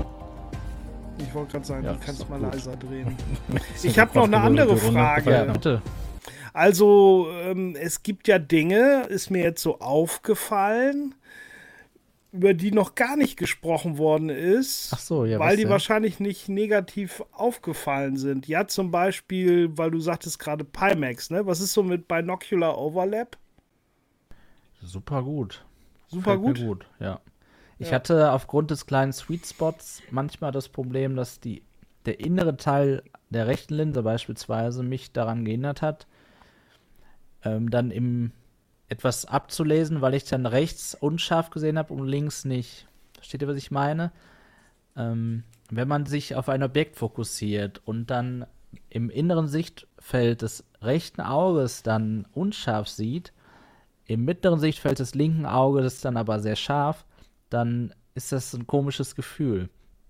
S2: Ich wollte gerade sagen,
S1: Ja,
S2: du
S1: ist
S2: kannst
S1: doch
S2: mal
S1: gut.
S2: leiser drehen. Ich habe noch eine andere Frage.
S1: Ja, bitte.
S2: Also, ähm, es gibt ja Dinge, ist mir jetzt so aufgefallen, über die noch gar nicht gesprochen worden ist,
S1: Ach so, ja,
S2: weil
S1: was
S2: die
S1: denn?
S2: wahrscheinlich nicht negativ aufgefallen sind. Ja, zum Beispiel, weil du sagtest gerade Pimax, ne? Was ist so mit Binocular Overlap?
S1: Super gut.
S2: Super
S1: Fällt
S2: gut.
S1: mir gut, ja. Ich
S2: Ja.
S1: hatte aufgrund des kleinen Sweet Spots manchmal das Problem, dass die, der innere Teil der rechten Linse beispielsweise mich daran gehindert hat, ähm, dann im etwas abzulesen, weil ich dann rechts unscharf gesehen habe und links nicht. Versteht ihr, was ich meine? Ähm, wenn man sich auf ein Objekt fokussiert und dann im inneren Sichtfeld des rechten Auges dann unscharf sieht, im mittleren Sichtfeld des linken Auges dann aber sehr scharf, dann ist das ein komisches Gefühl.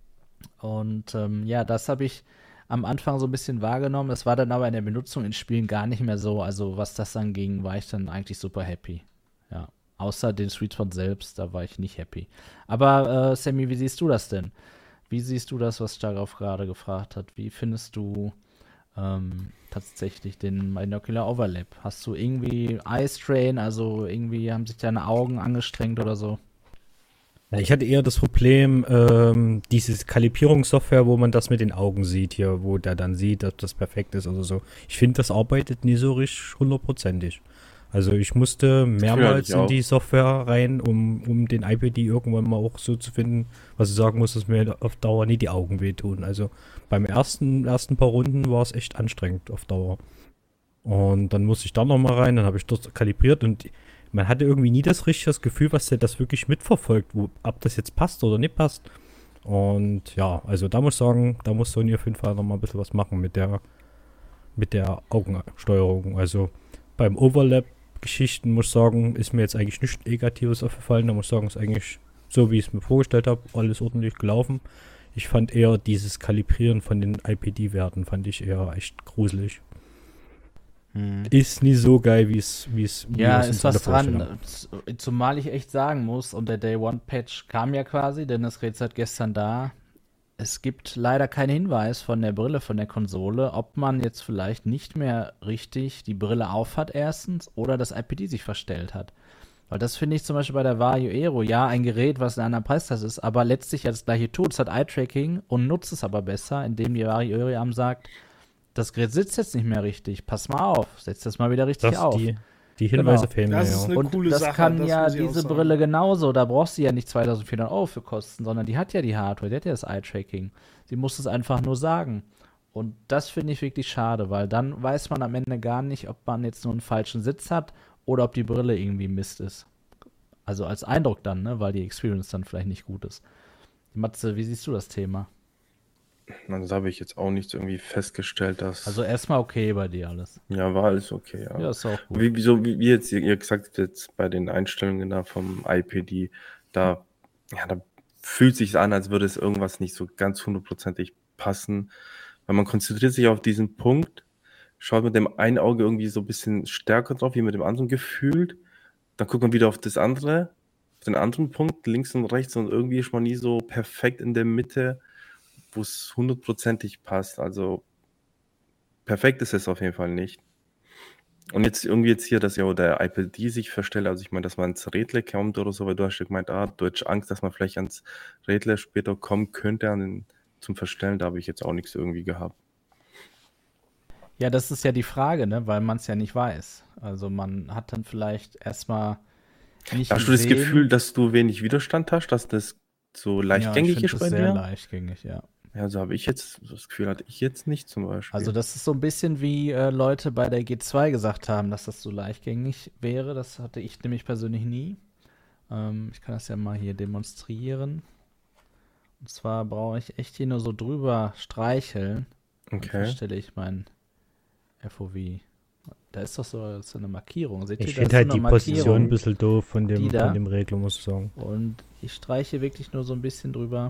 S1: Und ähm, ja, das habe ich am Anfang so ein bisschen wahrgenommen. Das war dann aber in der Benutzung in Spielen gar nicht mehr so. Also was das anging, war ich dann eigentlich super happy. Ja, außer den Sweet Spot selbst, da war ich nicht happy. Aber äh, Sammy, wie siehst du das denn? Wie siehst du das, was Stargraf gerade gefragt hat? Wie findest du ähm, tatsächlich den Binocular Overlap? Hast du irgendwie Eye Strain, also irgendwie haben sich deine Augen angestrengt oder so?
S3: Ja, ich hatte eher das Problem, ähm, diese Kalibrierungssoftware, wo man das mit den Augen sieht hier, wo der dann sieht, dass das perfekt ist oder so. Ich finde, das arbeitet nie so richtig hundertprozentig. Also ich musste mehrmals
S4: ich
S3: in
S4: auch.
S3: die Software rein, um, um den I P D irgendwann mal auch so zu finden, was ich sagen muss, dass mir auf Dauer nie die Augen wehtun. Also beim ersten, ersten paar Runden war es echt anstrengend auf Dauer. Und dann musste ich da nochmal rein, dann habe ich dort kalibriert und man hatte irgendwie nie das richtige das Gefühl, was der das wirklich mitverfolgt, wo, ob das jetzt passt oder nicht passt. Und ja, also da muss ich sagen, da muss Sony auf jeden Fall nochmal ein bisschen was machen mit der, mit der Augensteuerung. Also beim Overlap-Geschichten muss ich sagen, ist mir jetzt eigentlich nichts Negatives aufgefallen. Da muss ich sagen, ist eigentlich so, wie ich es mir vorgestellt habe, alles ordentlich gelaufen. Ich fand eher dieses Kalibrieren von den I P D-Werten, fand ich eher echt gruselig. Ist nie so geil, wie es wie es wie
S1: Ja,
S3: wir es
S1: ist
S3: uns alle
S1: was
S3: vorstellen.
S1: dran. Z- Zumal ich echt sagen muss, und der Day One Patch kam ja quasi, denn das Gerät ist seit gestern da. Es gibt leider keinen Hinweis von der Brille, von der Konsole, ob man jetzt vielleicht nicht mehr richtig die Brille aufhat erstens oder das I P D sich verstellt hat. Weil das finde ich zum Beispiel bei der Vario Aero, ja, ein Gerät, was in einer Preisklasse ist, aber letztlich ja das gleiche tut. Es hat Eye-Tracking und nutzt es aber besser, indem die Vario Aero einem sagt, das Gerät sitzt jetzt nicht mehr richtig, pass mal auf, setz das mal wieder richtig
S3: Das
S1: auf.
S3: die, die Hinweise
S1: Genau.
S3: fehlen
S2: Das
S3: mir,
S2: ist
S3: ja.
S2: eine
S1: Und
S2: coole
S1: das
S2: Sache,
S1: kann
S2: das
S1: ja
S2: muss ich auch
S1: diese
S2: sagen.
S1: Brille genauso. Da brauchst du ja nicht zweitausendvierhundert Euro für kosten, sondern die hat ja die Hardware, die hat ja das Eye-Tracking. Sie muss es einfach nur sagen. Und das finde ich wirklich schade, weil dann weiß man am Ende gar nicht, ob man jetzt nur einen falschen Sitz hat oder ob die Brille irgendwie Mist ist. Also als Eindruck dann, ne, weil die Experience dann vielleicht nicht gut ist. Matze, wie siehst du das Thema?
S4: Also da habe ich jetzt auch nicht irgendwie festgestellt, dass.
S1: Also erstmal okay bei dir alles.
S4: Ja, war alles okay, ja.
S1: Ja, ist auch gut.
S4: Wie, wieso, wie, wie jetzt ihr, ihr gesagt habt, jetzt bei den Einstellungen da vom I P D, da, ja, da fühlt sich an, als würde es irgendwas nicht so ganz hundertprozentig passen. Weil man konzentriert sich auf diesen Punkt, schaut mit dem einen Auge irgendwie so ein bisschen stärker drauf, wie mit dem anderen gefühlt. Dann guckt man wieder auf das andere, auf den anderen Punkt, links und rechts, und irgendwie ist man nie so perfekt in der Mitte, wo es hundertprozentig passt. Also perfekt ist es auf jeden Fall nicht. Und jetzt irgendwie jetzt hier, dass ja auch der I P D sich verstellt, also ich meine, dass man ins Rädle kommt oder so, weil du hast ja gemeint, ah, du hättest Angst, dass man vielleicht ans Rädle später kommen könnte an den, zum Verstellen, da habe ich jetzt auch nichts irgendwie gehabt.
S1: Ja, das ist ja die Frage, ne, weil man es ja nicht weiß. Also man hat dann vielleicht erstmal nicht
S4: Hast du das
S1: gesehen.
S4: Gefühl, dass du wenig Widerstand hast, dass das so leichtgängig
S1: ja, ich
S4: ist
S1: find
S4: bei
S1: das sehr
S4: dir?
S1: leichtgängig, ja.
S4: Ja, so habe ich jetzt, das Gefühl hatte ich jetzt nicht zum Beispiel.
S1: Also das ist so ein bisschen wie äh, Leute bei der G zwei gesagt haben, dass das so leichtgängig wäre. Das hatte ich nämlich persönlich nie. Ähm, ich kann das ja mal hier demonstrieren. Und zwar brauche ich echt hier nur so drüber streicheln. Dann
S4: Okay.
S1: verstelle ich mein F O V. Da ist doch so, so eine Markierung. Seht ihr,
S3: Ich
S1: da
S3: finde
S1: ist
S3: halt
S1: so
S3: die
S1: eine
S3: Position ein
S1: Markierung.
S3: bisschen doof von
S1: Die
S3: dem,
S1: da.
S3: von dem Regler, muss ich sagen.
S1: Und ich streiche wirklich nur so ein bisschen drüber.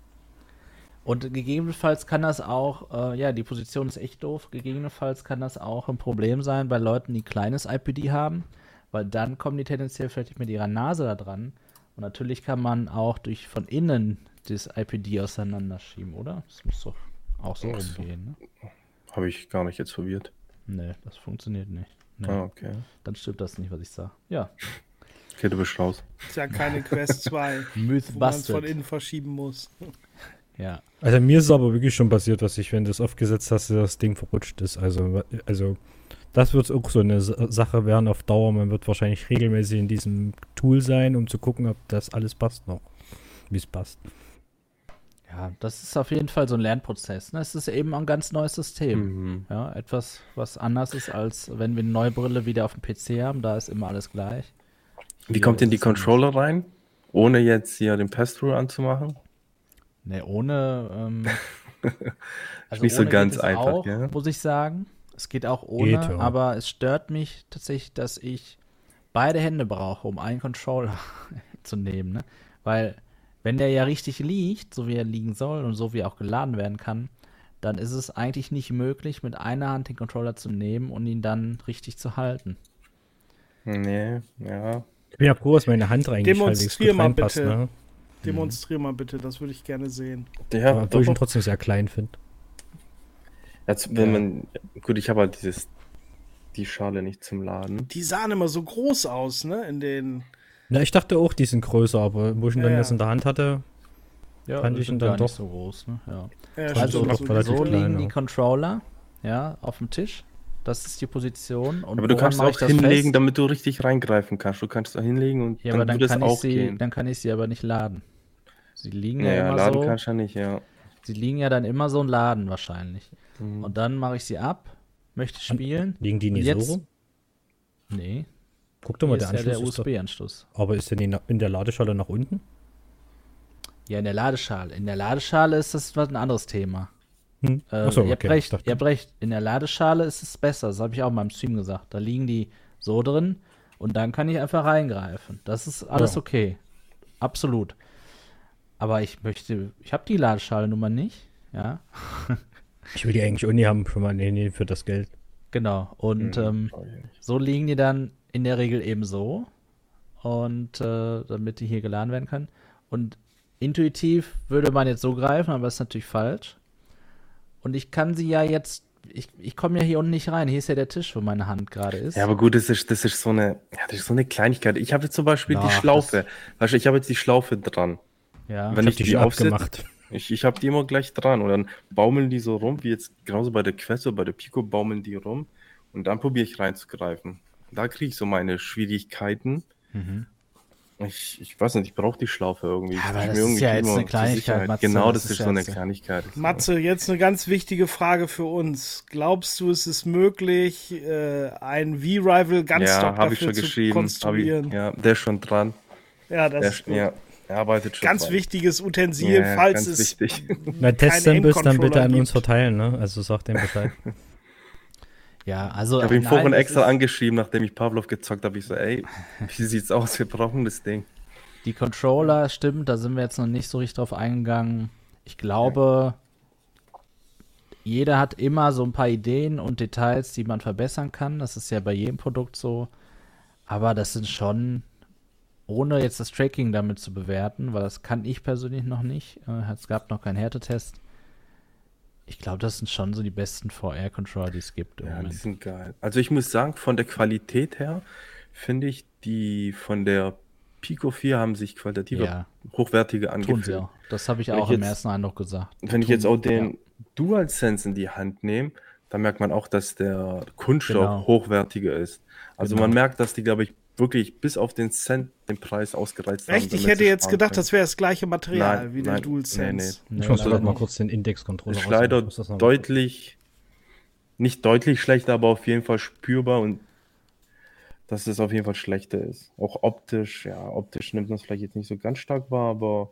S1: Und gegebenenfalls kann das auch, äh, ja, die Position ist echt doof. Gegebenenfalls kann das auch ein Problem sein bei Leuten, die kleines I P D haben, weil dann kommen die tendenziell vielleicht nicht mit ihrer Nase da dran. Und natürlich kann man auch durch von innen das I P D auseinanderschieben, oder? Das muss doch auch so
S4: Ach so.
S1: rumgehen, ne?
S4: Habe ich gar nicht jetzt probiert.
S1: Nee, das funktioniert nicht. Nee.
S4: Ah, okay.
S1: Dann stimmt das nicht, was ich sage. Ja.
S4: Okay, du bist raus.
S2: Ist ja keine Quest zwei,
S1: Myth
S2: wo man es von
S1: busted.
S2: innen verschieben muss.
S1: Ja.
S3: Also mir ist es aber wirklich schon passiert, dass ich, wenn du es aufgesetzt hast, das Ding verrutscht ist. Also, also das wird auch so eine Sa- Sache werden auf Dauer. Man wird wahrscheinlich regelmäßig in diesem Tool sein, um zu gucken, ob das alles passt noch. Wie es passt.
S1: Ja, das ist auf jeden Fall so ein Lernprozess. Ne? Es ist eben ein ganz neues System.
S4: Mhm.
S1: Ja, etwas, was anders ist, als wenn wir eine neue Brille wieder auf dem P C haben. Da ist immer alles gleich.
S4: Wie
S1: Hier
S4: kommt denn
S1: ist
S4: die
S1: es anders.
S4: Controller rein? Ohne jetzt hier den Pass-Through anzumachen?
S1: Ne, ohne. Ähm, also
S4: nicht so
S1: ohne
S4: ganz
S1: geht es
S4: einfach,
S1: auch,
S4: ja?
S1: muss ich sagen. Es geht auch ohne,
S3: Geht, ja.
S1: aber es stört mich tatsächlich, dass ich beide Hände brauche, um einen Controller zu nehmen. Ne? Weil, wenn der ja richtig liegt, so wie er liegen soll und so wie er auch geladen werden kann, dann ist es eigentlich nicht möglich, mit einer Hand den Controller zu nehmen und ihn dann richtig zu halten.
S4: Nee, ja.
S3: Ich bin ja froh, dass meine Hand eigentlich halbwegs
S2: Demonstrier
S3: gut
S2: mal
S3: reinpasst.
S2: bitte.
S3: Ne?
S2: Demonstrier mal bitte, das würde ich gerne sehen.
S4: Ja,
S3: Aber
S4: doch,
S3: obwohl ich ihn
S4: doch.
S3: trotzdem sehr klein finde.
S4: Jetzt, wenn
S1: Ja.
S4: man, gut, ich habe halt dieses, die Schale nicht zum Laden.
S2: Die sahen immer so groß aus, ne? In den.
S3: Na, ich dachte auch, die sind größer, aber wo ich ihn dann
S2: Ja,
S3: das
S2: ja.
S3: in der Hand hatte,
S1: Ja,
S3: Fand
S1: die
S3: ich ihn
S1: sind
S3: dann
S1: gar nicht
S3: doch-
S1: so groß. Ne? Ja.
S2: Ja,
S1: Also
S3: doch
S2: stimmt,
S3: relativ
S1: so
S3: klein,
S1: liegen die
S3: ja.
S1: Controller, ja, auf dem Tisch. Das ist die Position. Und
S4: Aber du
S1: woran
S4: kannst
S1: mache
S4: auch
S1: ich das
S4: hinlegen,
S1: fest?
S4: damit du richtig reingreifen kannst. Du kannst da hinlegen und
S1: Ja,
S4: dann
S1: aber dann
S4: würde es
S1: kann, ich
S4: auch
S1: sie,
S4: gehen.
S1: dann kann ich sie aber nicht laden. Sie liegen ja,
S4: Naja,
S1: immer
S4: laden
S1: so.
S4: kannst du ja nicht, ja.
S1: Sie liegen ja dann immer so und laden wahrscheinlich.
S4: Mhm.
S1: Und dann mache ich sie ab, möchte spielen.
S3: liegen die
S1: Und
S3: nicht
S1: jetzt-
S3: so rum?
S1: Nee,
S3: Guck doch
S1: hier
S3: mal, der
S1: ist ja der
S3: Anschluss ist doch,
S1: U S B-Anschluss.
S3: aber ist denn die na- in der Ladeschale nach unten?
S1: Ja, in der Ladeschale. In der Ladeschale ist das was ein anderes Thema.
S3: Hm.
S1: Äh,
S3: Achso,
S1: ihr, habt
S3: okay.
S1: recht,
S3: Ich dachte-
S1: ihr habt recht, in der Ladeschale ist es besser. Das habe ich auch in meinem Stream gesagt. Da liegen die so drin und dann kann ich einfach reingreifen. Das ist alles
S3: Ja.
S1: okay. Absolut. Aber ich möchte, ich habe die Ladeschale nun mal nicht. Ja,
S3: Ich will die eigentlich Uni haben, schon mal nee, nee, für das Geld.
S1: genau. Und
S4: Mhm,
S1: ähm,
S4: brauch ich nicht.
S1: so liegen die dann in der Regel eben so. Und äh, damit die hier geladen werden kann. Und intuitiv würde man jetzt so greifen, aber das ist natürlich falsch. Und ich kann sie ja jetzt, ich, ich komme ja hier unten nicht rein. Hier ist ja der Tisch, wo meine Hand gerade ist.
S4: Ja, aber gut, das ist, das ist so eine, ja, das ist so eine Kleinigkeit. Ich habe jetzt zum Beispiel die
S1: Ach,
S4: Schlaufe. Weißt du, ich habe jetzt die Schlaufe dran.
S1: ja.
S4: Wenn
S3: Ich
S4: ich
S3: hab die
S4: die
S3: schon
S4: aufsetze,
S3: abgemacht.
S4: ich, ich habe die immer gleich dran. Und dann baumeln die so rum, wie jetzt genauso bei der Quest oder bei der Pico baumeln die rum. Und dann probiere ich reinzugreifen. Da kriege ich so meine Schwierigkeiten.
S1: Mhm.
S4: Ich, ich weiß nicht, ich brauche die Schlaufe irgendwie.
S1: Ja,
S4: Ich
S1: aber
S4: krieg
S1: das
S4: mir
S1: ist
S4: irgendwie
S1: ja
S4: immer
S1: jetzt eine
S4: zur
S1: Kleinigkeit,
S4: Sicherheit.
S1: Matze,
S4: Genau,
S1: das
S4: das,
S1: ist
S4: ist so eine
S1: jetzt-
S4: Kleinigkeit.
S2: Matze, jetzt eine ganz wichtige Frage für uns. Glaubst du, es ist möglich, äh, ein V-Rival ganz
S4: Ja,
S2: stock
S4: habe ich
S2: dafür
S4: schon
S2: zu
S4: geschrieben. Hab ich,
S2: konstruieren?
S4: ja, der ist schon dran.
S2: Ja,
S4: Der,
S2: das
S4: ist- ja, er arbeitet schon
S2: ganz
S4: dran.
S2: wichtiges Utensil,
S4: Ja,
S2: falls
S4: ganz
S2: es
S4: wichtig.
S3: Na,
S2: keinen
S3: Testsamples dann bitte
S2: Endcontroller
S3: an uns
S2: gibt.
S3: verteilen, ne? Also sag dem Bescheid.
S1: Ja, also.
S4: Ich habe ihn
S1: nein,
S4: vorhin
S1: das
S4: extra
S1: ist-
S4: angeschrieben, nachdem ich Pavlov gezockt habe. Ich so, ey, wie sieht's aus? Wir brauchen das Ding.
S1: Die Controller, stimmt, da sind wir jetzt noch nicht so richtig drauf eingegangen. Ich glaube, jeder hat immer so ein paar Ideen und Details, die man verbessern kann. Das ist ja bei jedem Produkt so. Aber das sind schon, ohne jetzt das Tracking damit zu bewerten, weil das kann ich persönlich noch nicht. Äh, Es gab noch keinen Härtetest. Ich glaube, das sind schon so die besten V R-Controller, die es gibt im
S4: Ja, die
S1: Moment.
S4: sind geil. Also ich muss sagen, von der Qualität her finde ich die von der Pico vier haben sich qualitativ
S1: Ja,
S4: hochwertiger
S1: tun sie
S4: angefühlt.
S1: auch. Das habe ich
S4: Wenn ich
S1: auch im
S4: jetzt-
S1: ersten Eindruck gesagt.
S4: Wenn ich
S1: Tun-
S4: jetzt auch den
S1: ja.
S4: DualSense in die Hand nehme, dann merkt man auch, dass der Kunststoff
S1: Genau.
S4: hochwertiger ist. Also
S1: Genau.
S4: man merkt, dass die, glaube ich, wirklich bis auf den Cent den Preis ausgereizt haben.
S2: Echt? Ich
S4: damit
S2: hätte
S4: sie
S2: jetzt
S4: sparen
S2: gedacht,
S4: können.
S2: das wäre das gleiche Material
S4: Nein,
S2: wie der
S4: nein,
S2: DualSense.
S1: Nee,
S3: Ich muss
S1: leider
S3: doch mal
S1: nicht.
S3: kurz den Index-Controller
S4: ist
S3: rausnehmen.
S4: leider
S3: Ich muss das noch-
S4: deutlich, nicht deutlich schlechter, aber auf jeden Fall spürbar und dass es auf jeden Fall schlechter ist. Auch optisch, ja, optisch nimmt man es vielleicht jetzt nicht so ganz stark wahr, aber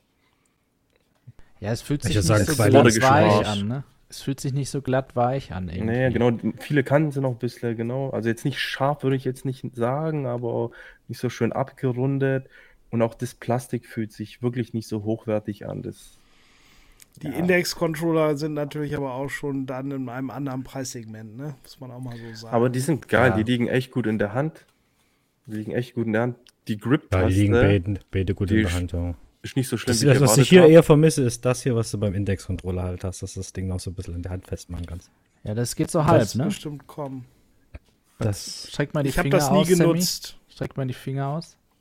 S1: Ja, es fühlt
S3: Ich
S1: sich
S3: würd
S1: nicht
S3: sagen,
S1: so
S3: Qualität
S1: glatt weich
S4: gespart.
S1: an, ne? Es fühlt sich nicht so glatt weich an irgendwie.
S4: naja, genau, viele Kanten sind noch ein bisschen, genau, also jetzt nicht scharf, würde ich jetzt nicht sagen, aber nicht so schön abgerundet und auch das Plastik fühlt sich wirklich nicht so hochwertig an. Das,
S2: Die
S4: Ja.
S2: Index-Controller sind natürlich aber auch schon dann in einem anderen Preissegment, ne? Muss man auch mal so sagen.
S4: aber die sind geil,
S1: Ja.
S4: die liegen echt gut in der Hand. Die liegen echt gut in der Hand. Die Grip-Taste
S3: Ja, die liegen beide, beide gut
S4: die
S3: in der
S4: ist-
S3: Hand. Ja.
S4: ist nicht so schlimm,
S3: Das,
S4: wie ich
S3: das, was
S4: erwartet
S3: ich hier
S4: habe.
S3: eher vermisse, ist das hier, was du beim Index-Controller halt hast, dass du das Ding noch so ein bisschen in der Hand festmachen kannst.
S1: Ja, das geht so
S2: das
S1: halb,
S2: wird
S1: ne?
S2: bestimmt kommen.
S3: Das,
S1: Streck mal die
S2: Ich habe
S1: Finger
S2: das nie
S1: aus, Sammy.
S2: genutzt.
S1: Streck mal die Finger aus.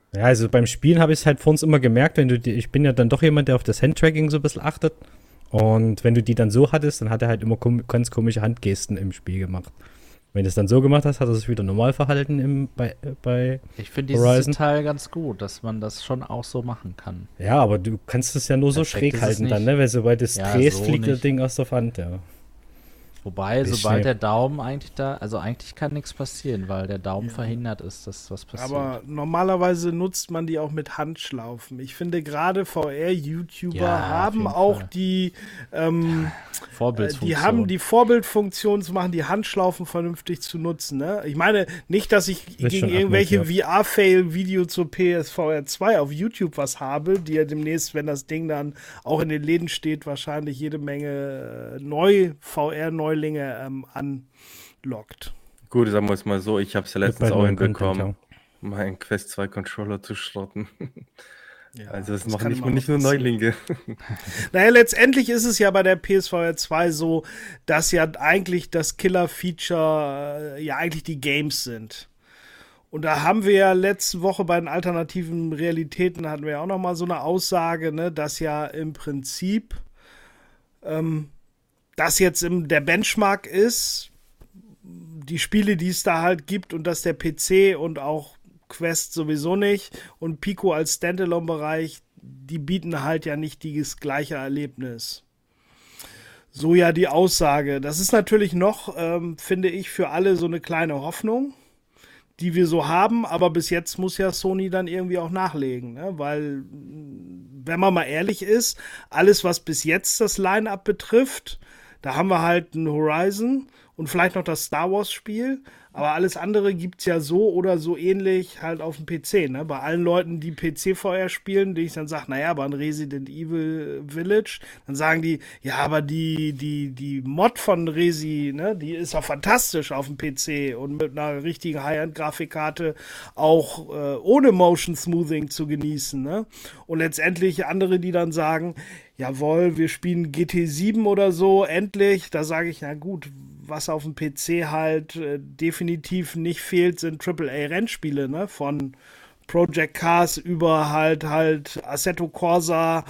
S3: Ja, also beim Spielen habe ich es halt vor uns immer gemerkt, wenn du die, ich bin ja dann doch jemand, der auf das Handtracking so ein bisschen achtet. Und wenn du die dann so hattest, dann hat er halt immer kom- ganz komische Handgesten im Spiel gemacht. Wenn du es dann so gemacht hast, hat er sich wieder normal verhalten im, bei, äh, bei
S1: Ich finde dieses
S3: Horizon.
S1: Detail ganz gut, dass man das schon auch so machen kann.
S3: Ja, aber du kannst es ja nur so
S1: Perfekt ist
S3: schräg
S1: es
S3: halten dann,
S1: nicht.
S3: ne? Weil sobald du es
S1: Ja,
S3: drehst,
S1: so
S3: fliegt das
S1: nicht.
S3: Ding aus der Wand, ja.
S1: Wobei,
S3: Bisschen.
S1: sobald der Daumen eigentlich da, also eigentlich kann nichts passieren, weil der Daumen verhindert ist, dass was passiert.
S2: Aber normalerweise nutzt man die auch mit Handschlaufen. Ich finde, gerade V R-YouTuber
S1: Ja, auf
S2: haben
S1: jeden
S2: auch
S1: Fall.
S2: die, ähm, äh,
S1: Vorbildfunktion.
S2: die haben die Vorbildfunktion zu machen, die Handschlaufen vernünftig zu nutzen. Ne? Ich meine nicht, dass ich
S3: Ist
S2: gegen
S3: schon
S2: irgendwelche
S3: abnimmt,
S2: V R-Fail-Video zur P S V R zwei auf YouTube was habe, die ja demnächst, wenn das Ding dann auch in den Läden steht, wahrscheinlich jede Menge äh, Neu-V R-Neulinge ähm, anlockt.
S4: Gut, sagen wir es mal so, ich habe es ja letztens
S3: Bei
S4: auch
S3: neuen
S4: hinbekommen,
S3: Content,
S4: meinen Quest zwei Controller zu schrotten.
S2: Ja,
S4: also das,
S2: das
S4: machen
S2: kann
S4: nicht,
S2: immer
S4: nicht nur
S2: mal passieren.
S4: Neulinge.
S2: Naja, letztendlich ist es ja bei der P S V R zwei so, dass ja eigentlich das Killer-Feature äh, ja eigentlich die Games sind. Und da haben wir ja letzte Woche bei den alternativen Realitäten hatten wir ja auch noch mal so eine Aussage, ne, dass ja im Prinzip ähm, das jetzt im, der Benchmark ist, die Spiele, die es da halt gibt und dass der P C und auch Quest sowieso nicht und Pico als Standalone-Bereich, die bieten halt ja nicht dieses gleiche Erlebnis. So ja die Aussage. Das ist natürlich noch, ähm, finde ich, für alle so eine kleine Hoffnung, die wir so haben, aber bis jetzt muss ja Sony dann irgendwie auch nachlegen, ne? Weil, wenn man mal ehrlich ist, alles, was bis jetzt das Line-Up betrifft, da haben wir halt ein Horizon und vielleicht noch das Star Wars-Spiel, aber alles andere gibt's ja so oder so ähnlich halt auf dem P C, ne? Bei allen Leuten, die P C-V R spielen, die ich dann sage, naja, aber ein Resident Evil Village, dann sagen die, ja, aber die, die, die Mod von Resi, ne, die ist auch fantastisch auf dem P C und mit einer richtigen High-End-Grafikkarte auch äh, ohne Motion Smoothing zu genießen, ne? Und letztendlich andere, die dann sagen, jawohl, wir spielen G T sieben oder so, endlich, da sage ich, na gut, was auf dem P C halt äh, definitiv nicht fehlt, sind Triple A Rennspiele, ne? Von Project Cars über halt halt Assetto Corsa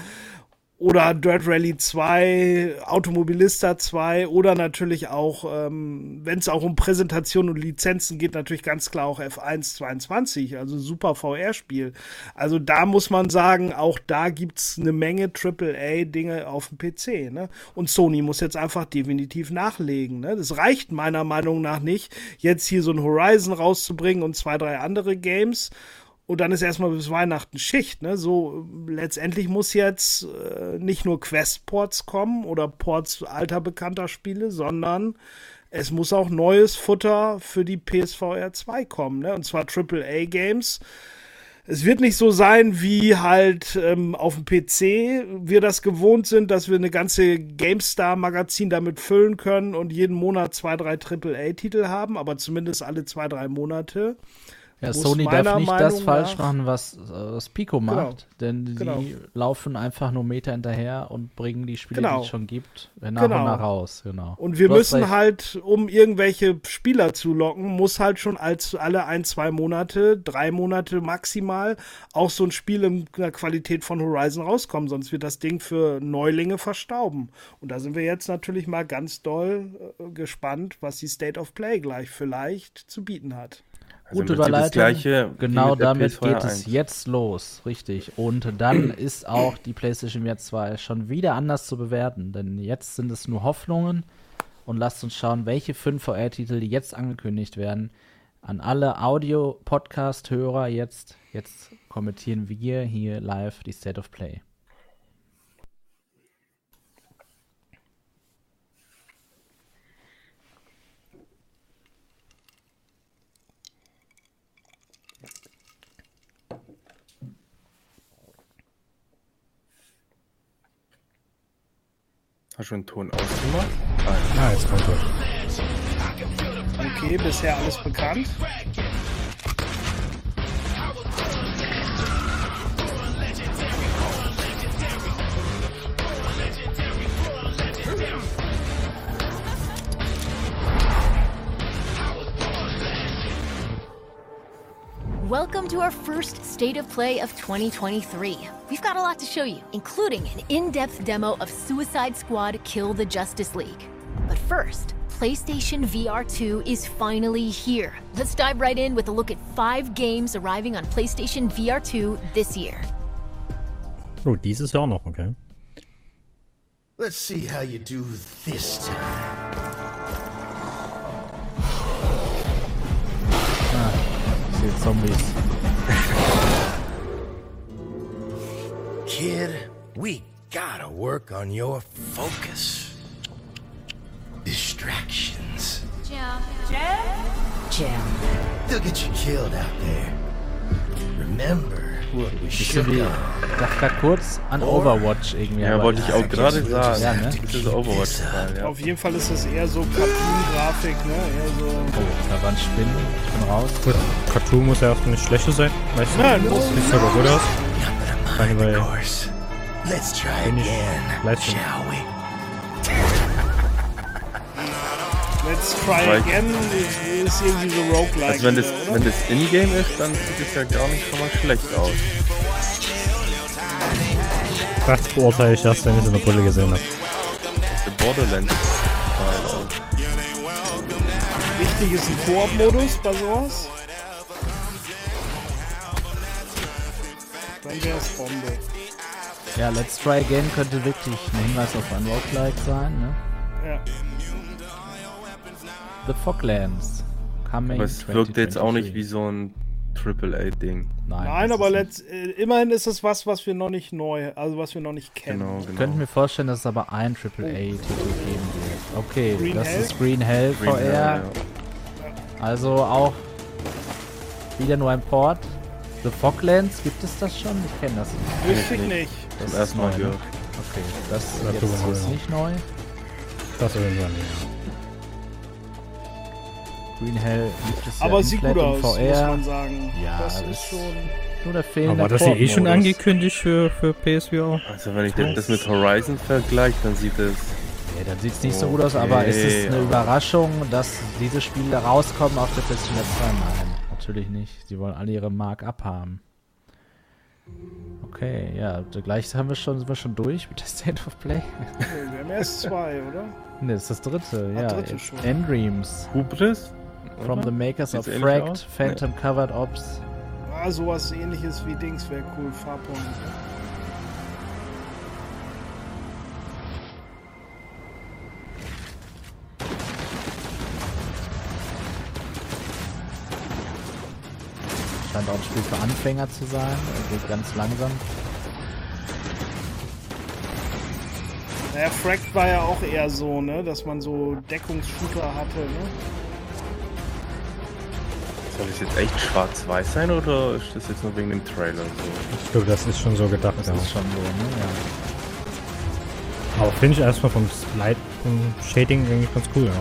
S2: oder Dirt Rally zwei, Automobilista zwei oder natürlich auch, ähm, wenn es auch um Präsentation und Lizenzen geht, natürlich ganz klar auch F eins zweiundzwanzig, also super V R-Spiel. Also da muss man sagen, auch da gibt's eine Menge Triple A-Dinge auf dem P C. Ne? Und Sony muss jetzt einfach definitiv nachlegen. Ne? Das reicht meiner Meinung nach nicht, jetzt hier so ein Horizon rauszubringen und zwei, drei andere Games. Und dann ist erstmal bis Weihnachten Schicht, ne? So, letztendlich muss jetzt äh, nicht nur Quest-Ports kommen oder Ports alter bekannter Spiele, sondern es muss auch neues Futter für die P S V R zwei kommen, ne? Und zwar Triple A Games. Es wird nicht so sein, wie halt ähm, auf dem P C wir das gewohnt sind, dass wir eine ganze GameStar-Magazin damit füllen können und jeden Monat zwei, drei Triple A Titel haben, aber zumindest alle zwei, drei Monate.
S1: Ja,
S2: muss
S1: Sony darf
S2: meiner
S1: nicht
S2: Meinung
S1: das falsch
S2: nach-
S1: machen, was, äh, was Pico macht, denn die
S2: genau.
S1: laufen einfach nur Meter hinterher und bringen die Spiele,
S2: Genau.
S1: die es schon gibt, nach
S2: Genau.
S1: und nach raus. Genau.
S2: Und wir
S1: Du hast
S2: müssen
S1: recht.
S2: halt, um irgendwelche Spieler zu locken, muss halt schon als alle ein, zwei Monate, drei Monate maximal auch so ein Spiel in der Qualität von Horizon rauskommen, sonst wird das Ding für Neulinge verstauben. Und da sind wir jetzt natürlich mal ganz doll äh, gespannt, was die State of Play gleich vielleicht zu bieten hat.
S4: Also
S1: Gute
S4: im Prinzip das
S1: Überleitung.
S4: Gleiche wie
S1: Genau
S4: mit der
S1: damit
S4: P S V R
S1: geht es
S4: eins.
S1: jetzt los, richtig. Und dann ist auch die PlayStation V R zwei schon wieder anders zu bewerten, denn jetzt sind es nur Hoffnungen. Und lasst uns schauen, welche fünf V R-Titel, die jetzt angekündigt werden, an alle Audio-Podcast-Hörer jetzt, jetzt kommentieren wir hier live die State of Play.
S4: Hast du schon einen Ton ausgemacht?
S3: Ah, jetzt kommt er.
S2: Okay, bisher alles bekannt.
S5: Welcome to our first State of Play of twenty twenty-three. We've got a lot to show you, including an in-depth demo of Suicide Squad Kill the Justice League. But first, PlayStation V R two is finally here. Let's dive right in with a look at five games arriving on PlayStation V R two this year.
S3: Oh, dieses Jahr noch, okay.
S6: Let's see how you do this time.
S1: Ah, ich sehe Zombies.
S6: Kid, we gotta work on your focus. Distractions.
S5: Jam. Jam? Jam.
S6: They'll get you killed out there. Remember, we
S1: Bisschen
S6: should
S1: wie,
S6: go.
S1: ich dachte grad kurz an Overwatch irgendwie.
S4: Ja,
S1: aber-
S4: wollte ich auch gerade sagen.
S1: Ja, ne?
S4: Das ist Overwatch-Style, ja.
S2: Auf jeden Fall ist das eher so Cartoon-Grafik, ne? Eher so.
S1: Oh, da waren Spinnen. Ich bin raus.
S3: Gut, Cartoon muss ja erstmal nicht schlecht sein. Weißt du,
S2: Nein,
S3: das
S2: das
S3: sieht sogar gut aus.
S6: Fine,
S3: Weil-
S6: of course. Let's try
S3: Bin ich
S6: again,
S3: Leistung.
S6: shall we?
S2: Let's try
S4: Right.
S2: again ist, ist irgendwie so roguelike.
S4: Also wenn das,
S2: oder?
S4: wenn das Ingame ist, dann sieht es ja gar nicht schon mal schlecht aus.
S3: Das beurteile ich erst, wenn ich es in der Brille gesehen habe.
S4: Der Borderlands-Style aus.
S2: Wichtig ist ein Koop-Modus bei sowas. Dann wäre es Bombe.
S1: Ja, Let's Try Again könnte wirklich ein Hinweis auf ein Roguelike sein, ne?
S2: Ja.
S1: The Foglands. Coming
S4: Aber es wirkt jetzt auch nicht wie so ein Triple A Ding.
S1: Nein,
S2: Nein,
S1: das
S2: aber
S1: ist
S2: let's, äh, immerhin ist es was, was wir noch nicht neu, also was wir noch nicht kennen.
S4: Genau,
S1: Ich
S4: genau.
S1: könnte mir vorstellen, dass es aber ein Triple A-Titel geben wird. Okay,
S2: Green
S1: das
S2: Hell?
S1: ist Green Hell
S4: Green
S1: V R.
S4: Hell, ja.
S1: Also auch wieder nur ein Port. The Foglands, gibt es das schon? Ich kenne das nicht.
S2: Wüsste ich
S4: nicht.
S2: nicht.
S1: Das
S4: Zum ersten Mal
S1: ne?
S4: gehört.
S1: Okay, das
S3: Ja,
S1: jetzt
S3: du,
S1: ist
S3: ja.
S1: nicht neu.
S3: Das irgendwann nicht.
S1: Green Hell gibt es ja
S2: Aber
S1: in
S2: sieht
S1: Flat
S2: gut
S1: und
S2: aus, muss
S1: V R.
S2: man sagen.
S1: Ja,
S2: das
S1: das-
S2: ist schon.
S1: Nur der fehlende
S3: Aber war das hier eh schon
S1: Koop-Modus.
S3: angekündigt für, für P S V R?
S4: Also wenn ich das mit Horizon vergleiche, dann sieht es...
S1: Ja, dann sieht es nicht so gut aus, aber ist es eine
S4: Okay,
S1: Überraschung, dass diese Spiele rauskommen auf der PlayStation zwei? Nein, natürlich nicht. Sie wollen alle ihre Mark abhaben. Okay, ja, gleich haben wir schon, sind wir schon durch mit der State of Play.
S2: Nee, wir haben erst zwei, oder?
S1: Ne, das ist das dritte,
S2: Ah,
S1: ja.
S2: dritte
S1: jetzt
S2: schon.
S1: Endreams.
S4: Hubris?
S1: From
S4: Oder?
S1: the makers of
S4: Sieht's ähnlich
S1: Fracked,
S4: aus?
S1: Phantom Covered Ops.
S2: Ah, sowas ähnliches wie Dings wäre cool, Farpoint.
S1: Scheint auch ein Spiel für Anfänger zu sein. Er geht ganz langsam.
S2: Naja, Fracked war ja auch eher so, ne, dass man so Deckungsshooter hatte, ne?
S4: Soll es jetzt echt schwarz-weiß sein oder ist das jetzt nur wegen dem Trailer so?
S3: Ich glaube, das ist schon so gedacht.
S1: Das
S3: Ja.
S1: ist schon so, ne? Ja.
S3: Aber finde ich erstmal vom Light, vom Shading eigentlich ganz cool. Ja.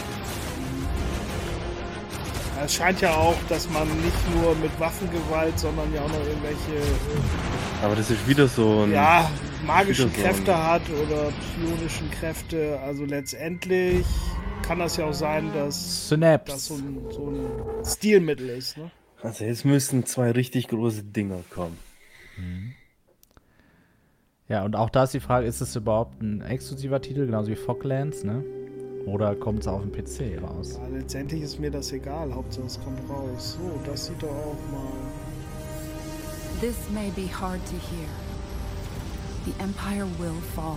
S2: Ja, es scheint ja auch, dass man nicht nur mit Waffengewalt, sondern ja auch noch irgendwelche äh,
S4: Aber das ist wieder so ein...
S2: ja, magischen
S4: wieder so ein-
S2: Kräfte hat oder psionischen Kräfte. Also letztendlich kann das ja auch sein, dass das
S1: Synapse.
S2: so ein, so ein Stilmittel ist, ne?
S4: Also jetzt müssten zwei richtig große Dinger kommen.
S1: Ja, und auch da ist die Frage, ist es überhaupt ein exklusiver Titel, genauso wie Foglands, ne? Oder kommt es auf dem P C raus?
S2: Ja, letztendlich ist mir das egal, Hauptsache es kommt raus. So, das sieht doch auch mal.
S7: This may be hard to hear. The Empire will fall.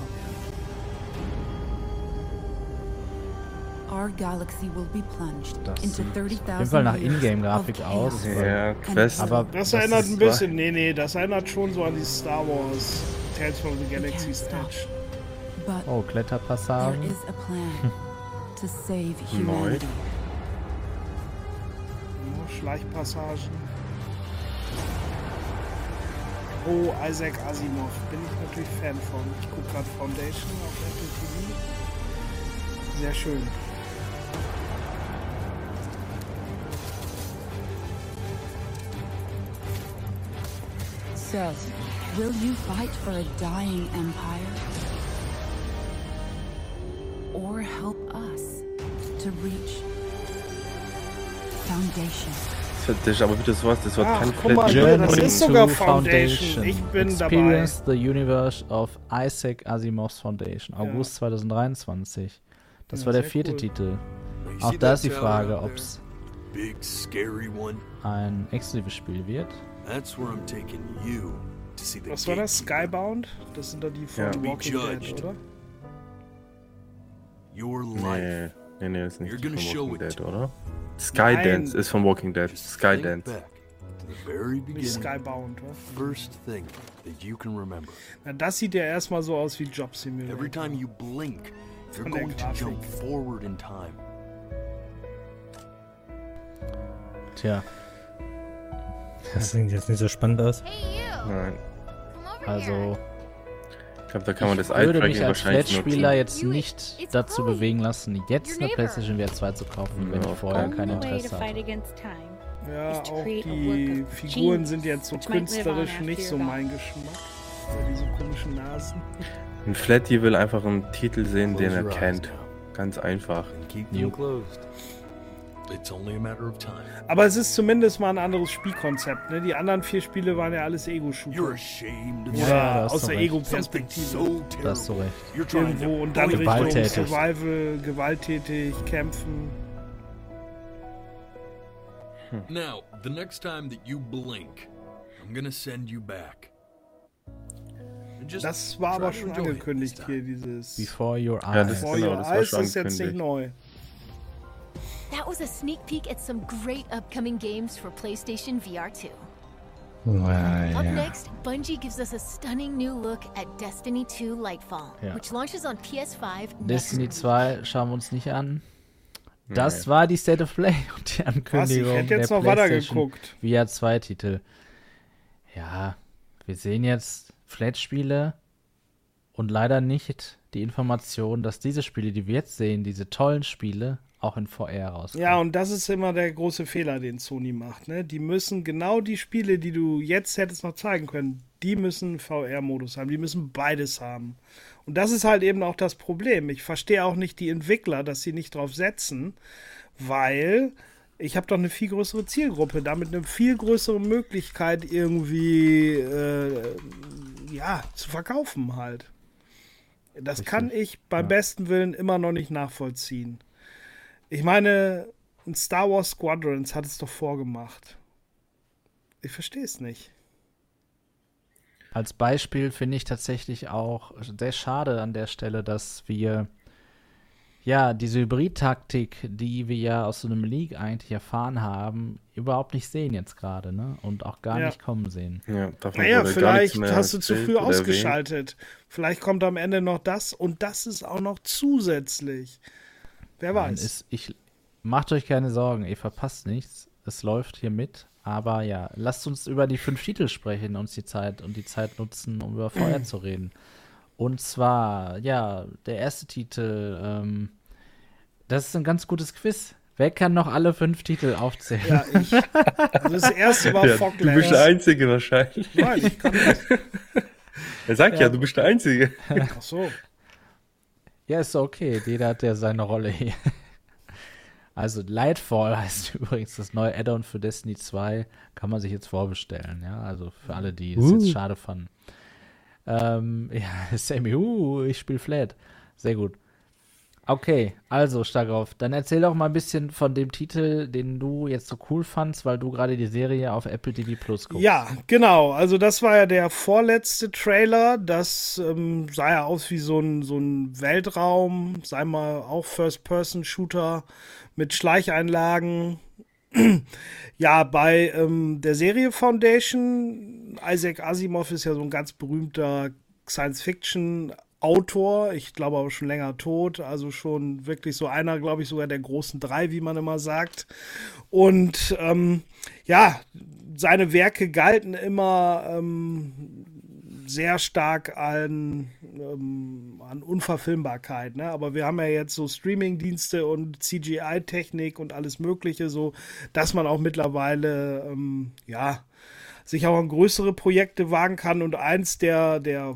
S7: Our galaxy will be plunged
S1: Das
S7: into
S1: sieht
S7: thirty
S1: auf jeden Fall
S7: thousand
S1: nach
S7: years
S1: Ingame-Grafik
S7: of
S1: aus.
S7: chaos.
S4: Ja, Quest.
S1: Aber
S2: Das,
S1: das
S2: erinnert
S1: ist
S2: ein bisschen, nee, nee, das erinnert schon so an die Star Wars Tales from the Galaxy's
S7: stop.
S2: Edge.
S7: But
S1: Oh,
S7: there
S1: Kletterpassagen.
S7: is a plan to save humanity.
S2: Ja, Schleichpassagen. Oh, Isaac Asimov, bin ich natürlich Fan von. Ich gucke gerade Foundation auf Apple T V. Sehr schön.
S7: So, will you fight for a dying empire? Or help us to reach Foundation?
S4: Das ist aber wieder sowas, das wird
S2: Ach,
S4: kein
S2: guck mal,
S4: Flat-
S2: hier, das ist sogar
S1: to
S2: Foundation. Ich bin
S1: Experience the Universe of Isaac Asimov's Foundation. August zwanzig dreiundzwanzig. Das
S2: Ja,
S1: war der
S2: sehr
S1: vierte
S2: cool.
S1: Titel.
S8: You
S1: Auch
S8: see
S1: da
S8: that
S1: ist die
S8: tower
S1: Frage,
S8: out
S1: ob
S8: there?
S1: es
S8: Big, scary one.
S1: ein exklusives Spiel wird.
S8: That's where I'm taking you to see the
S2: Was war das?
S8: gatekeeper.
S2: Skybound? Das sind doch die von
S4: Ja.
S2: Walking Dead, oder?
S8: Your
S4: Nee,
S8: life.
S4: nee, nee, ist
S8: You're
S4: nicht
S8: gonna
S4: von
S8: show
S4: Walking
S8: it
S4: Dead,
S8: to
S4: oder? Skydance
S2: Nein.
S4: ist von Walking Dead.
S8: Just think
S4: Skydance.
S8: back to the very
S2: Nicht
S8: beginning.
S2: Skybound, oder?
S8: First thing that you can remember.
S2: Na, das sieht ja erstmal so aus wie Job Simulator.
S8: Every time you blink, you're
S2: Von der
S8: going to
S2: Grafik.
S8: jump forward in time.
S1: Tja,
S3: Das sieht jetzt nicht so spannend aus.
S5: Hey, you!
S4: Nein.
S5: Come over here.
S1: also
S4: Ich glaube, da kann man das
S1: würde mich
S4: Eye-Tracking
S1: als
S4: wahrscheinlich
S1: Flat-Spieler
S4: nutzen.
S1: jetzt nicht dazu bewegen lassen, jetzt eine PlayStation V R zwei zu kaufen, wenn
S4: Ja,
S1: ich
S4: auf
S1: vorher
S4: keinen
S1: kein
S9: Only way to
S1: Interesse
S9: fight
S1: hatte.
S9: against time.
S2: Ja,
S9: is to
S2: auch
S9: create a
S2: die
S9: work of
S2: Figuren
S9: genius,
S2: sind jetzt so
S9: which might live on
S2: künstlerisch
S9: after
S2: nicht
S9: you're
S2: so
S9: gone.
S2: mein Geschmack. Weil diese komischen Nasen.
S4: Ein Flatty will einfach einen Titel sehen, den
S8: Close
S4: er
S8: your eyes
S4: kennt.
S8: now
S4: Ganz einfach.
S8: and keep
S1: You.
S8: them closed. It's only a matter of time.
S2: Aber es ist zumindest mal ein anderes Spielkonzept. Ne? Die anderen vier Spiele waren ja alles
S8: You're
S2: Ego-Shooter.
S8: ashamed of
S1: Ja,
S2: Oder
S1: ja, da hast
S2: aus
S1: du
S2: der
S1: recht.
S8: something
S2: Ego-Perspektive.
S8: so
S1: Da hast du
S8: terrible.
S1: recht.
S8: You're trying
S2: Irgendwo
S8: to
S2: und dann
S8: bring
S2: Richtung
S1: Gewalttätig.
S2: Survival, gewalttätig, kämpfen.
S8: Now, the next time that you blink, I'm gonna send you back. And just
S2: Das war
S8: try
S2: aber
S8: to
S2: schon
S8: enjoy it
S2: angekündigt
S8: this
S2: hier,
S8: time.
S2: dieses
S1: Before your
S4: Ja,
S1: eyes.
S4: das-
S2: For
S4: genau,
S2: Your
S4: das war
S2: Eyes
S4: schon
S2: ist jetzt nicht
S4: angekündigt.
S2: neu.
S5: That was a sneak peek at some great upcoming games for PlayStation V R two. Up next, Bungie gives us a stunning new look at Destiny two Lightfall,
S1: Ja.
S5: which launches on P S five next
S1: Destiny
S5: week.
S1: zwei schauen wir uns nicht an. Das war die State of Play und die
S2: Was, ich
S1: Ankündigung
S2: hätte jetzt
S1: der
S2: noch weiter
S1: PlayStation
S2: geguckt.
S1: V R zwei Titel. Ja, wir sehen jetzt Flat-Spiele und leider nicht die Information, dass diese Spiele, die wir jetzt sehen, diese tollen Spiele, auch in V R rauskommen.
S2: Ja, und das ist immer der große Fehler, den Sony macht. Ne? Die müssen genau die Spiele, die du jetzt hättest noch zeigen können, die müssen V R-Modus haben. Die müssen beides haben. Und das ist halt eben auch das Problem. Ich verstehe auch nicht die Entwickler, dass sie nicht drauf setzen, weil ich habe doch eine viel größere Zielgruppe, damit eine viel größere Möglichkeit irgendwie äh, ja, zu verkaufen halt. Das kann ich beim besten Willen immer noch nicht nachvollziehen. Ich meine, ein Star Wars Squadrons hat es doch vorgemacht. Ich verstehe es nicht.
S1: Als Beispiel finde ich tatsächlich auch sehr schade an der Stelle, dass wir ja diese Hybrid-Taktik, die wir ja aus so einem League eigentlich erfahren haben, überhaupt nicht sehen jetzt gerade, ne? Und auch gar
S2: Ja.
S1: nicht kommen sehen.
S4: Ja, davon
S2: Naja,
S4: wurde gar nichts
S2: vielleicht
S4: mehr
S2: hast du zu
S4: erzählt
S2: früh
S4: oder erwähnt.
S2: ausgeschaltet. Vielleicht kommt am Ende noch das und das ist auch noch zusätzlich. Wer
S1: Nein,
S2: weiß.
S1: ist, ich, macht euch keine Sorgen, ihr verpasst nichts. Es läuft hier mit. Aber ja, lasst uns über die fünf Titel sprechen, uns die Zeit und die Zeit nutzen, um über V R zu reden. Und zwar, ja, der erste Titel, ähm, das ist ein ganz gutes Quiz. Wer kann noch alle fünf Titel aufzählen?
S2: Ja, ich. Also das erste war
S4: Ja, du
S2: Foglands.
S4: bist der Einzige wahrscheinlich.
S2: Nein, ich kann das.
S4: Er sagt ja, du bist der Einzige.
S2: Ach so.
S1: Ja, ist okay. Jeder hat ja seine Rolle hier. Also Lightfall heißt übrigens das neue Add-on für Destiny zwei. Kann man sich jetzt vorbestellen, ja. Also für alle, die es
S3: Uh.
S1: jetzt schade fanden. Ähm, ja, Sammy, uh, ich spiele Flat. Sehr gut. Okay, also Starkov, dann erzähl doch mal ein bisschen von dem Titel, den du jetzt so cool fandst, weil du gerade die Serie auf Apple T V Plus guckst.
S2: Ja, genau. Also das war ja der vorletzte Trailer. Das ähm, sah ja aus wie so ein, so ein Weltraum, sei mal auch First-Person-Shooter mit Schleicheinlagen. Ja, bei ähm, der Serie Foundation, Isaac Asimov ist ja so ein ganz berühmter Science-Fiction-Autor. Ich glaube aber schon länger tot. Also schon wirklich so einer, glaube ich, sogar der großen drei, wie man immer sagt. Und ähm, ja, seine Werke galten immer ähm, sehr stark an, ähm, an Unverfilmbarkeit, ne? Aber wir haben ja jetzt so Streaming-Dienste und C G I-Technik und alles Mögliche, so dass man auch mittlerweile ähm, ja sich auch an größere Projekte wagen kann. Und eins der, der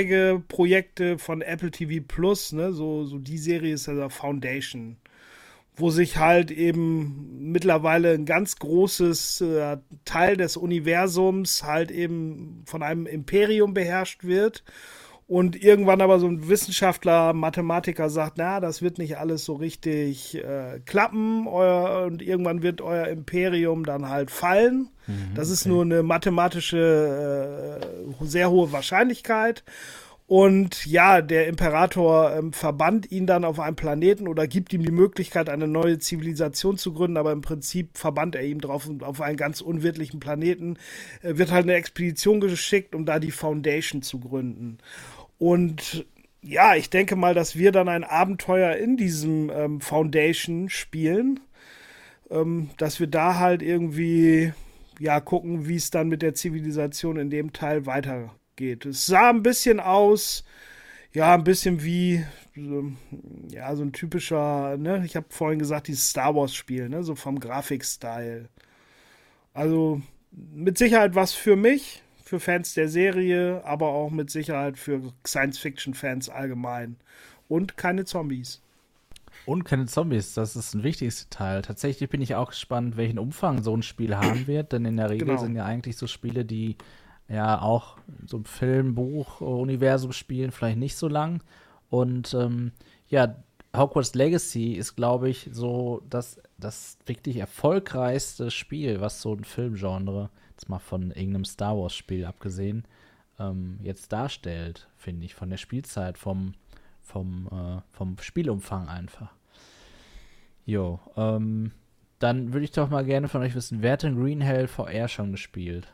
S2: Vorzeigeprojekte von Apple T V Plus, ne, so, so die Serie ist ja Foundation, wo sich halt eben mittlerweile ein ganz großes äh, Teil des Universums halt eben von einem Imperium beherrscht wird. Und irgendwann aber so ein Wissenschaftler, Mathematiker sagt, na, das wird nicht alles so richtig äh, klappen euer, und irgendwann wird euer Imperium dann halt fallen. Mhm, das ist okay. nur eine mathematische, äh, sehr hohe Wahrscheinlichkeit. Und ja, der Imperator ähm, verbannt ihn dann auf einen Planeten oder gibt ihm die Möglichkeit, eine neue Zivilisation zu gründen, aber im Prinzip verbannt er ihn drauf auf einen ganz unwirtlichen Planeten. Äh, wird halt eine Expedition geschickt, um da die Foundation zu gründen. Und ja, ich denke mal, dass wir dann ein Abenteuer in diesem ähm, Foundation spielen, ähm, dass wir da halt irgendwie ja gucken, wie es dann mit der Zivilisation in dem Teil weitergeht. Es sah ein bisschen aus, ja, ein bisschen wie so, ja, so ein typischer, ne, ich habe vorhin gesagt, dieses Star Wars Spiel, ne, so vom Grafikstyle. Also mit Sicherheit was für mich, für Fans der Serie, aber auch mit Sicherheit für Science-Fiction-Fans allgemein. Und keine Zombies.
S1: Und keine Zombies, das ist ein wichtiges Detail. Tatsächlich bin ich auch gespannt, welchen Umfang so ein Spiel haben wird, denn in der Regel genau. sind ja eigentlich so Spiele, die ja auch so ein Film, Buch, Universum spielen, vielleicht nicht so lang. Und ähm, ja, Hogwarts Legacy ist, glaube ich, so das, das wirklich erfolgreichste Spiel, was so ein Filmgenre, jetzt mal von irgendeinem Star Wars Spiel abgesehen, ähm, jetzt darstellt, finde ich, von der Spielzeit, vom, vom, äh, vom Spielumfang einfach. Jo, ähm, dann würde ich doch mal gerne von euch wissen, wer hat denn Green Hell V R schon gespielt?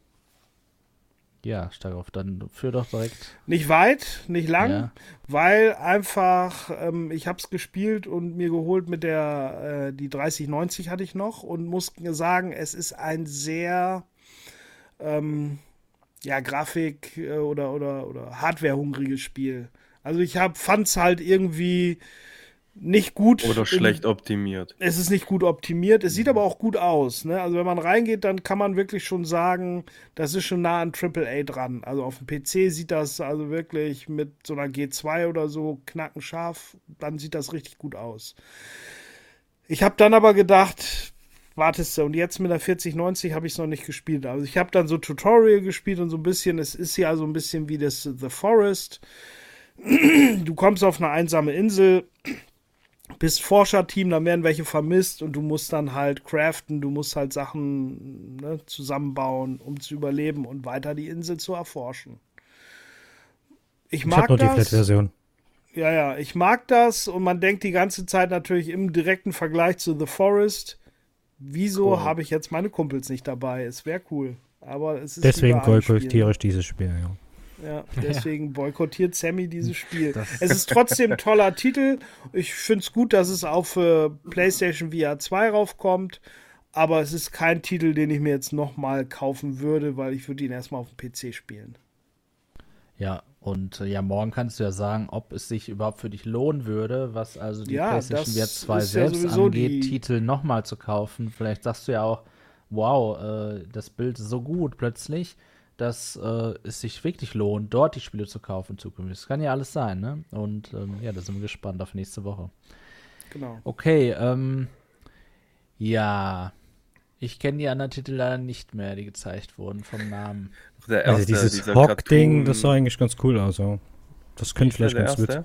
S1: Ja, stark auf, dann führ doch direkt.
S2: Nicht weit, nicht lang,
S1: ja.
S2: weil einfach, ähm, ich habe es gespielt und mir geholt mit der, äh, die dreißig neunzig hatte ich noch und muss sagen, es ist ein sehr, ähm, ja, Grafik- äh, oder, oder, oder Hardware-hungriges Spiel. Also ich fand es halt irgendwie nicht gut.
S4: Oder schlecht in, optimiert.
S2: Es ist nicht gut optimiert. Es sieht aber auch gut aus. Ne? Also wenn man reingeht, dann kann man wirklich schon sagen, das ist schon nah an Triple A dran. Also auf dem P C sieht das also wirklich mit so einer G zwei oder so knackenscharf. Dann sieht das richtig gut aus. Ich habe dann aber gedacht, wartest du, und jetzt mit der vierzig neunzig habe ich es noch nicht gespielt. Also ich habe dann so Tutorial gespielt und so ein bisschen, es ist ja so ein bisschen wie das The Forest. Du kommst auf eine einsame Insel, bist Forscherteam, dann werden welche vermisst und du musst dann halt craften, du musst halt Sachen ne, zusammenbauen, um zu überleben und weiter die Insel zu erforschen. Ich mag
S3: ich hab noch
S2: das.
S3: die Flat-Version.
S2: Ja, ja, ich mag das und man denkt die ganze Zeit natürlich im direkten Vergleich zu The Forest, wieso cool. habe ich jetzt meine Kumpels nicht dabei? Es wäre cool, aber es ist
S3: deswegen boykottiere ich dieses Spiel, ja.
S2: Ja, deswegen boykottiert Sammy dieses Spiel. Das es ist trotzdem ein toller Titel. Ich finde es gut, dass es auf äh, PlayStation V R zwei raufkommt, aber es ist kein Titel, den ich mir jetzt nochmal kaufen würde, weil ich würde ihn erstmal auf dem P C spielen.
S1: Ja, und äh, ja, morgen kannst du ja sagen, ob es sich überhaupt für dich lohnen würde, was also die
S2: ja,
S1: PlayStation V R zwei selbst
S2: ja
S1: angeht,
S2: die...
S1: Titel nochmal zu kaufen. Vielleicht sagst du ja auch, wow, äh, das Bild ist so gut plötzlich, dass äh, es sich wirklich lohnt, dort die Spiele zu kaufen zukünftig. Das kann ja alles sein, ne? Und ähm, ja, da sind wir gespannt auf nächste Woche.
S2: Genau.
S1: Okay, ähm, ja, ich kenne die anderen Titel leider nicht mehr, die gezeigt wurden vom Namen.
S4: Der erste,
S3: also dieses Hawk-Ding, das sah eigentlich ganz cool aus. Also. Das könnte vielleicht ganz gut.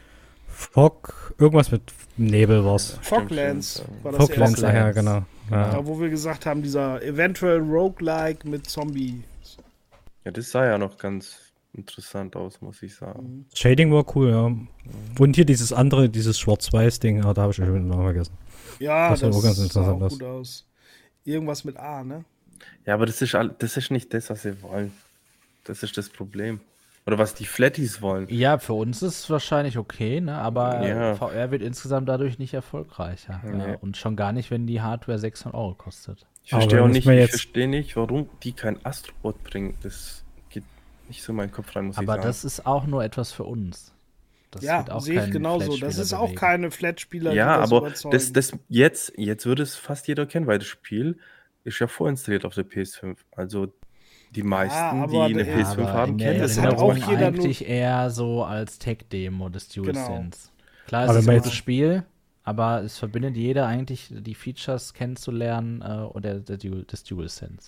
S3: Fog, irgendwas mit Nebel war's.
S2: Foglands war das
S3: Foglands,
S2: erste.
S3: ja, genau. Ja.
S2: Da, wo wir gesagt haben, dieser eventuell Roguelike mit Zombie.
S4: Ja, das sah ja noch ganz interessant aus, muss ich sagen.
S3: Shading war cool, ja. Und hier dieses andere, dieses Schwarz-Weiß-Ding, ah, da habe ich schon wieder noch vergessen.
S2: Ja, das, das
S3: sah auch ganz
S2: interessant
S3: interessant
S2: auch
S3: aus.
S2: gut aus. Irgendwas mit A, ne?
S4: Ja, aber das ist, all, das ist nicht das, was sie wollen. Das ist das Problem. Oder was die Flatties wollen.
S1: Ja, für uns ist es wahrscheinlich okay, ne? Aber
S4: ja.
S1: V R wird insgesamt dadurch nicht erfolgreicher. Nee. Ja. Und schon gar nicht, wenn die Hardware sechshundert Euro kostet.
S4: Ich verstehe auch nicht, ich verstehe nicht, warum die kein Astrobot bringen. Das geht nicht so in meinen Kopf rein, muss
S1: aber
S4: ich sagen.
S1: Aber das ist auch nur etwas für uns. Das
S2: ja, sehe ich genauso. Das ist auch keine Flat-Spieler,
S4: ja, die das aber das, das jetzt, jetzt würde es fast jeder kennen, weil das Spiel ist ja vorinstalliert auf der P S fünf. Also die meisten,
S2: ja,
S4: die eine
S2: ja,
S4: P S fünf haben, kennen
S1: das.
S2: Das hat auch
S1: jeder
S2: jeder
S1: eigentlich nur... eher so als Tech-Demo des DualSense.
S2: Genau.
S1: Klar, es
S3: aber
S1: ist ein gutes Spiel, aber es verbindet jeder eigentlich, die Features kennenzulernen äh, oder der, der, des DualSense.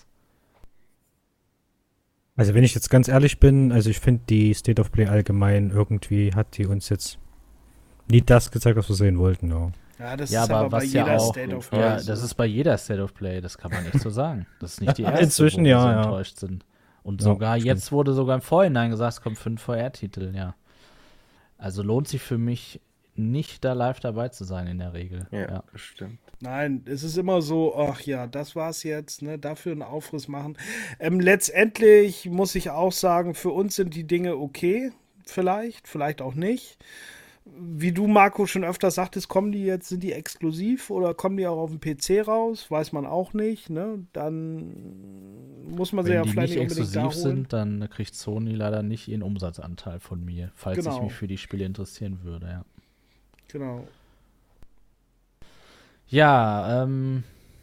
S3: Also wenn ich jetzt ganz ehrlich bin, also ich finde die State of Play allgemein irgendwie hat die uns jetzt nie das gezeigt, was wir sehen wollten. Ja,
S2: Ja, das
S1: Ja,
S2: ist
S1: aber
S2: aber bei
S1: was ja
S2: jeder
S1: auch-
S2: State of
S1: Ja,
S2: Play.
S1: das
S2: so.
S1: ist bei jeder State of Play, das kann man nicht so sagen. Das ist nicht die erste,
S3: Inzwischen
S1: wo wir
S3: ja,
S1: so
S3: ja.
S1: enttäuscht sind. Und
S3: Ja,
S1: sogar
S3: stimmt.
S1: jetzt wurde sogar im Vorhinein gesagt, es kommen fünf V R-Titel, ja. Also lohnt sich für mich nicht, da live dabei zu sein in der Regel.
S4: Ja,
S1: Ja.
S4: das stimmt.
S2: Nein, es ist immer so, ach ja, das war's jetzt, ne, dafür einen Aufriss machen. Ähm, letztendlich muss ich auch sagen, für uns sind die Dinge okay, vielleicht, vielleicht auch nicht. Wie du, Marco, schon öfter sagtest, kommen die jetzt, sind die exklusiv oder kommen die auch auf dem P C raus? Weiß man auch nicht, ne? Dann muss man sie
S1: Wenn
S2: ja
S1: die
S2: vielleicht
S1: nicht
S2: nicht unbedingt da
S1: exklusiv
S2: holen.
S1: sind, dann kriegt Sony leider nicht ihren Umsatzanteil von mir, falls
S2: Genau.
S1: ich mich für die Spiele interessieren würde, ja.
S2: Genau.
S1: Ja, ähm,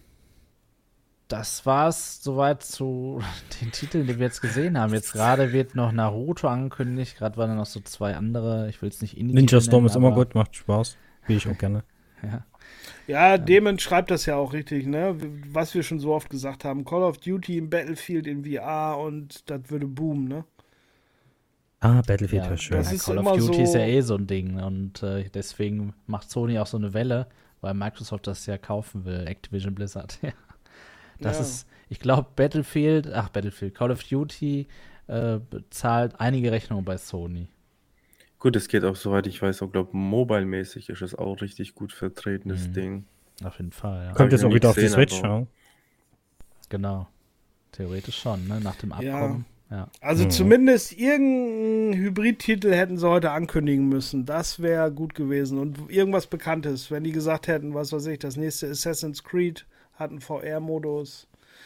S1: das war's soweit zu den Titeln, die wir jetzt gesehen haben. Jetzt gerade wird noch Naruto angekündigt, gerade waren da noch so zwei andere, ich will es nicht Indie
S3: Ninja Storm ist immer
S1: aber-
S3: gut, macht Spaß. Will ich auch gerne.
S1: Ja.
S2: Ja, Demon schreibt das ja auch richtig, ne? Was wir schon so oft gesagt haben. Call of Duty im Battlefield in V R und das würde boomen, ne?
S3: Ah, Battlefield
S1: Ja,
S3: wäre schön.
S2: das
S1: ja,
S2: ist
S1: Call of
S2: immer
S1: Duty
S2: so-
S1: ist ja eh so ein Ding und äh, deswegen macht Sony auch so eine Welle, weil Microsoft das ja kaufen will, Activision Blizzard. Ja. Das
S2: Ja.
S1: ist, ich glaube, Battlefield, ach Battlefield, Call of Duty äh, bezahlt einige Rechnungen bei Sony.
S4: Gut, es geht auch, soweit ich weiß, auch, glaube mobile-mäßig ist es auch richtig gut vertreten, das
S1: Mhm.
S4: Ding.
S1: Auf jeden Fall, ja.
S4: Hab
S3: Kommt
S4: ich
S3: jetzt
S4: noch
S3: auch
S4: nie
S3: wieder auf die
S4: gesehen,
S3: Switch,
S4: aber-
S3: ja.
S1: Genau. Theoretisch schon, ne? Nach dem Abkommen. Ja.
S2: Also
S3: Mhm.
S2: zumindest irgendeinen Hybrid-Titel hätten sie heute ankündigen müssen. Das wäre gut gewesen. Und irgendwas Bekanntes, wenn die gesagt hätten, was weiß ich, das nächste Assassin's Creed hat einen V R-Modus.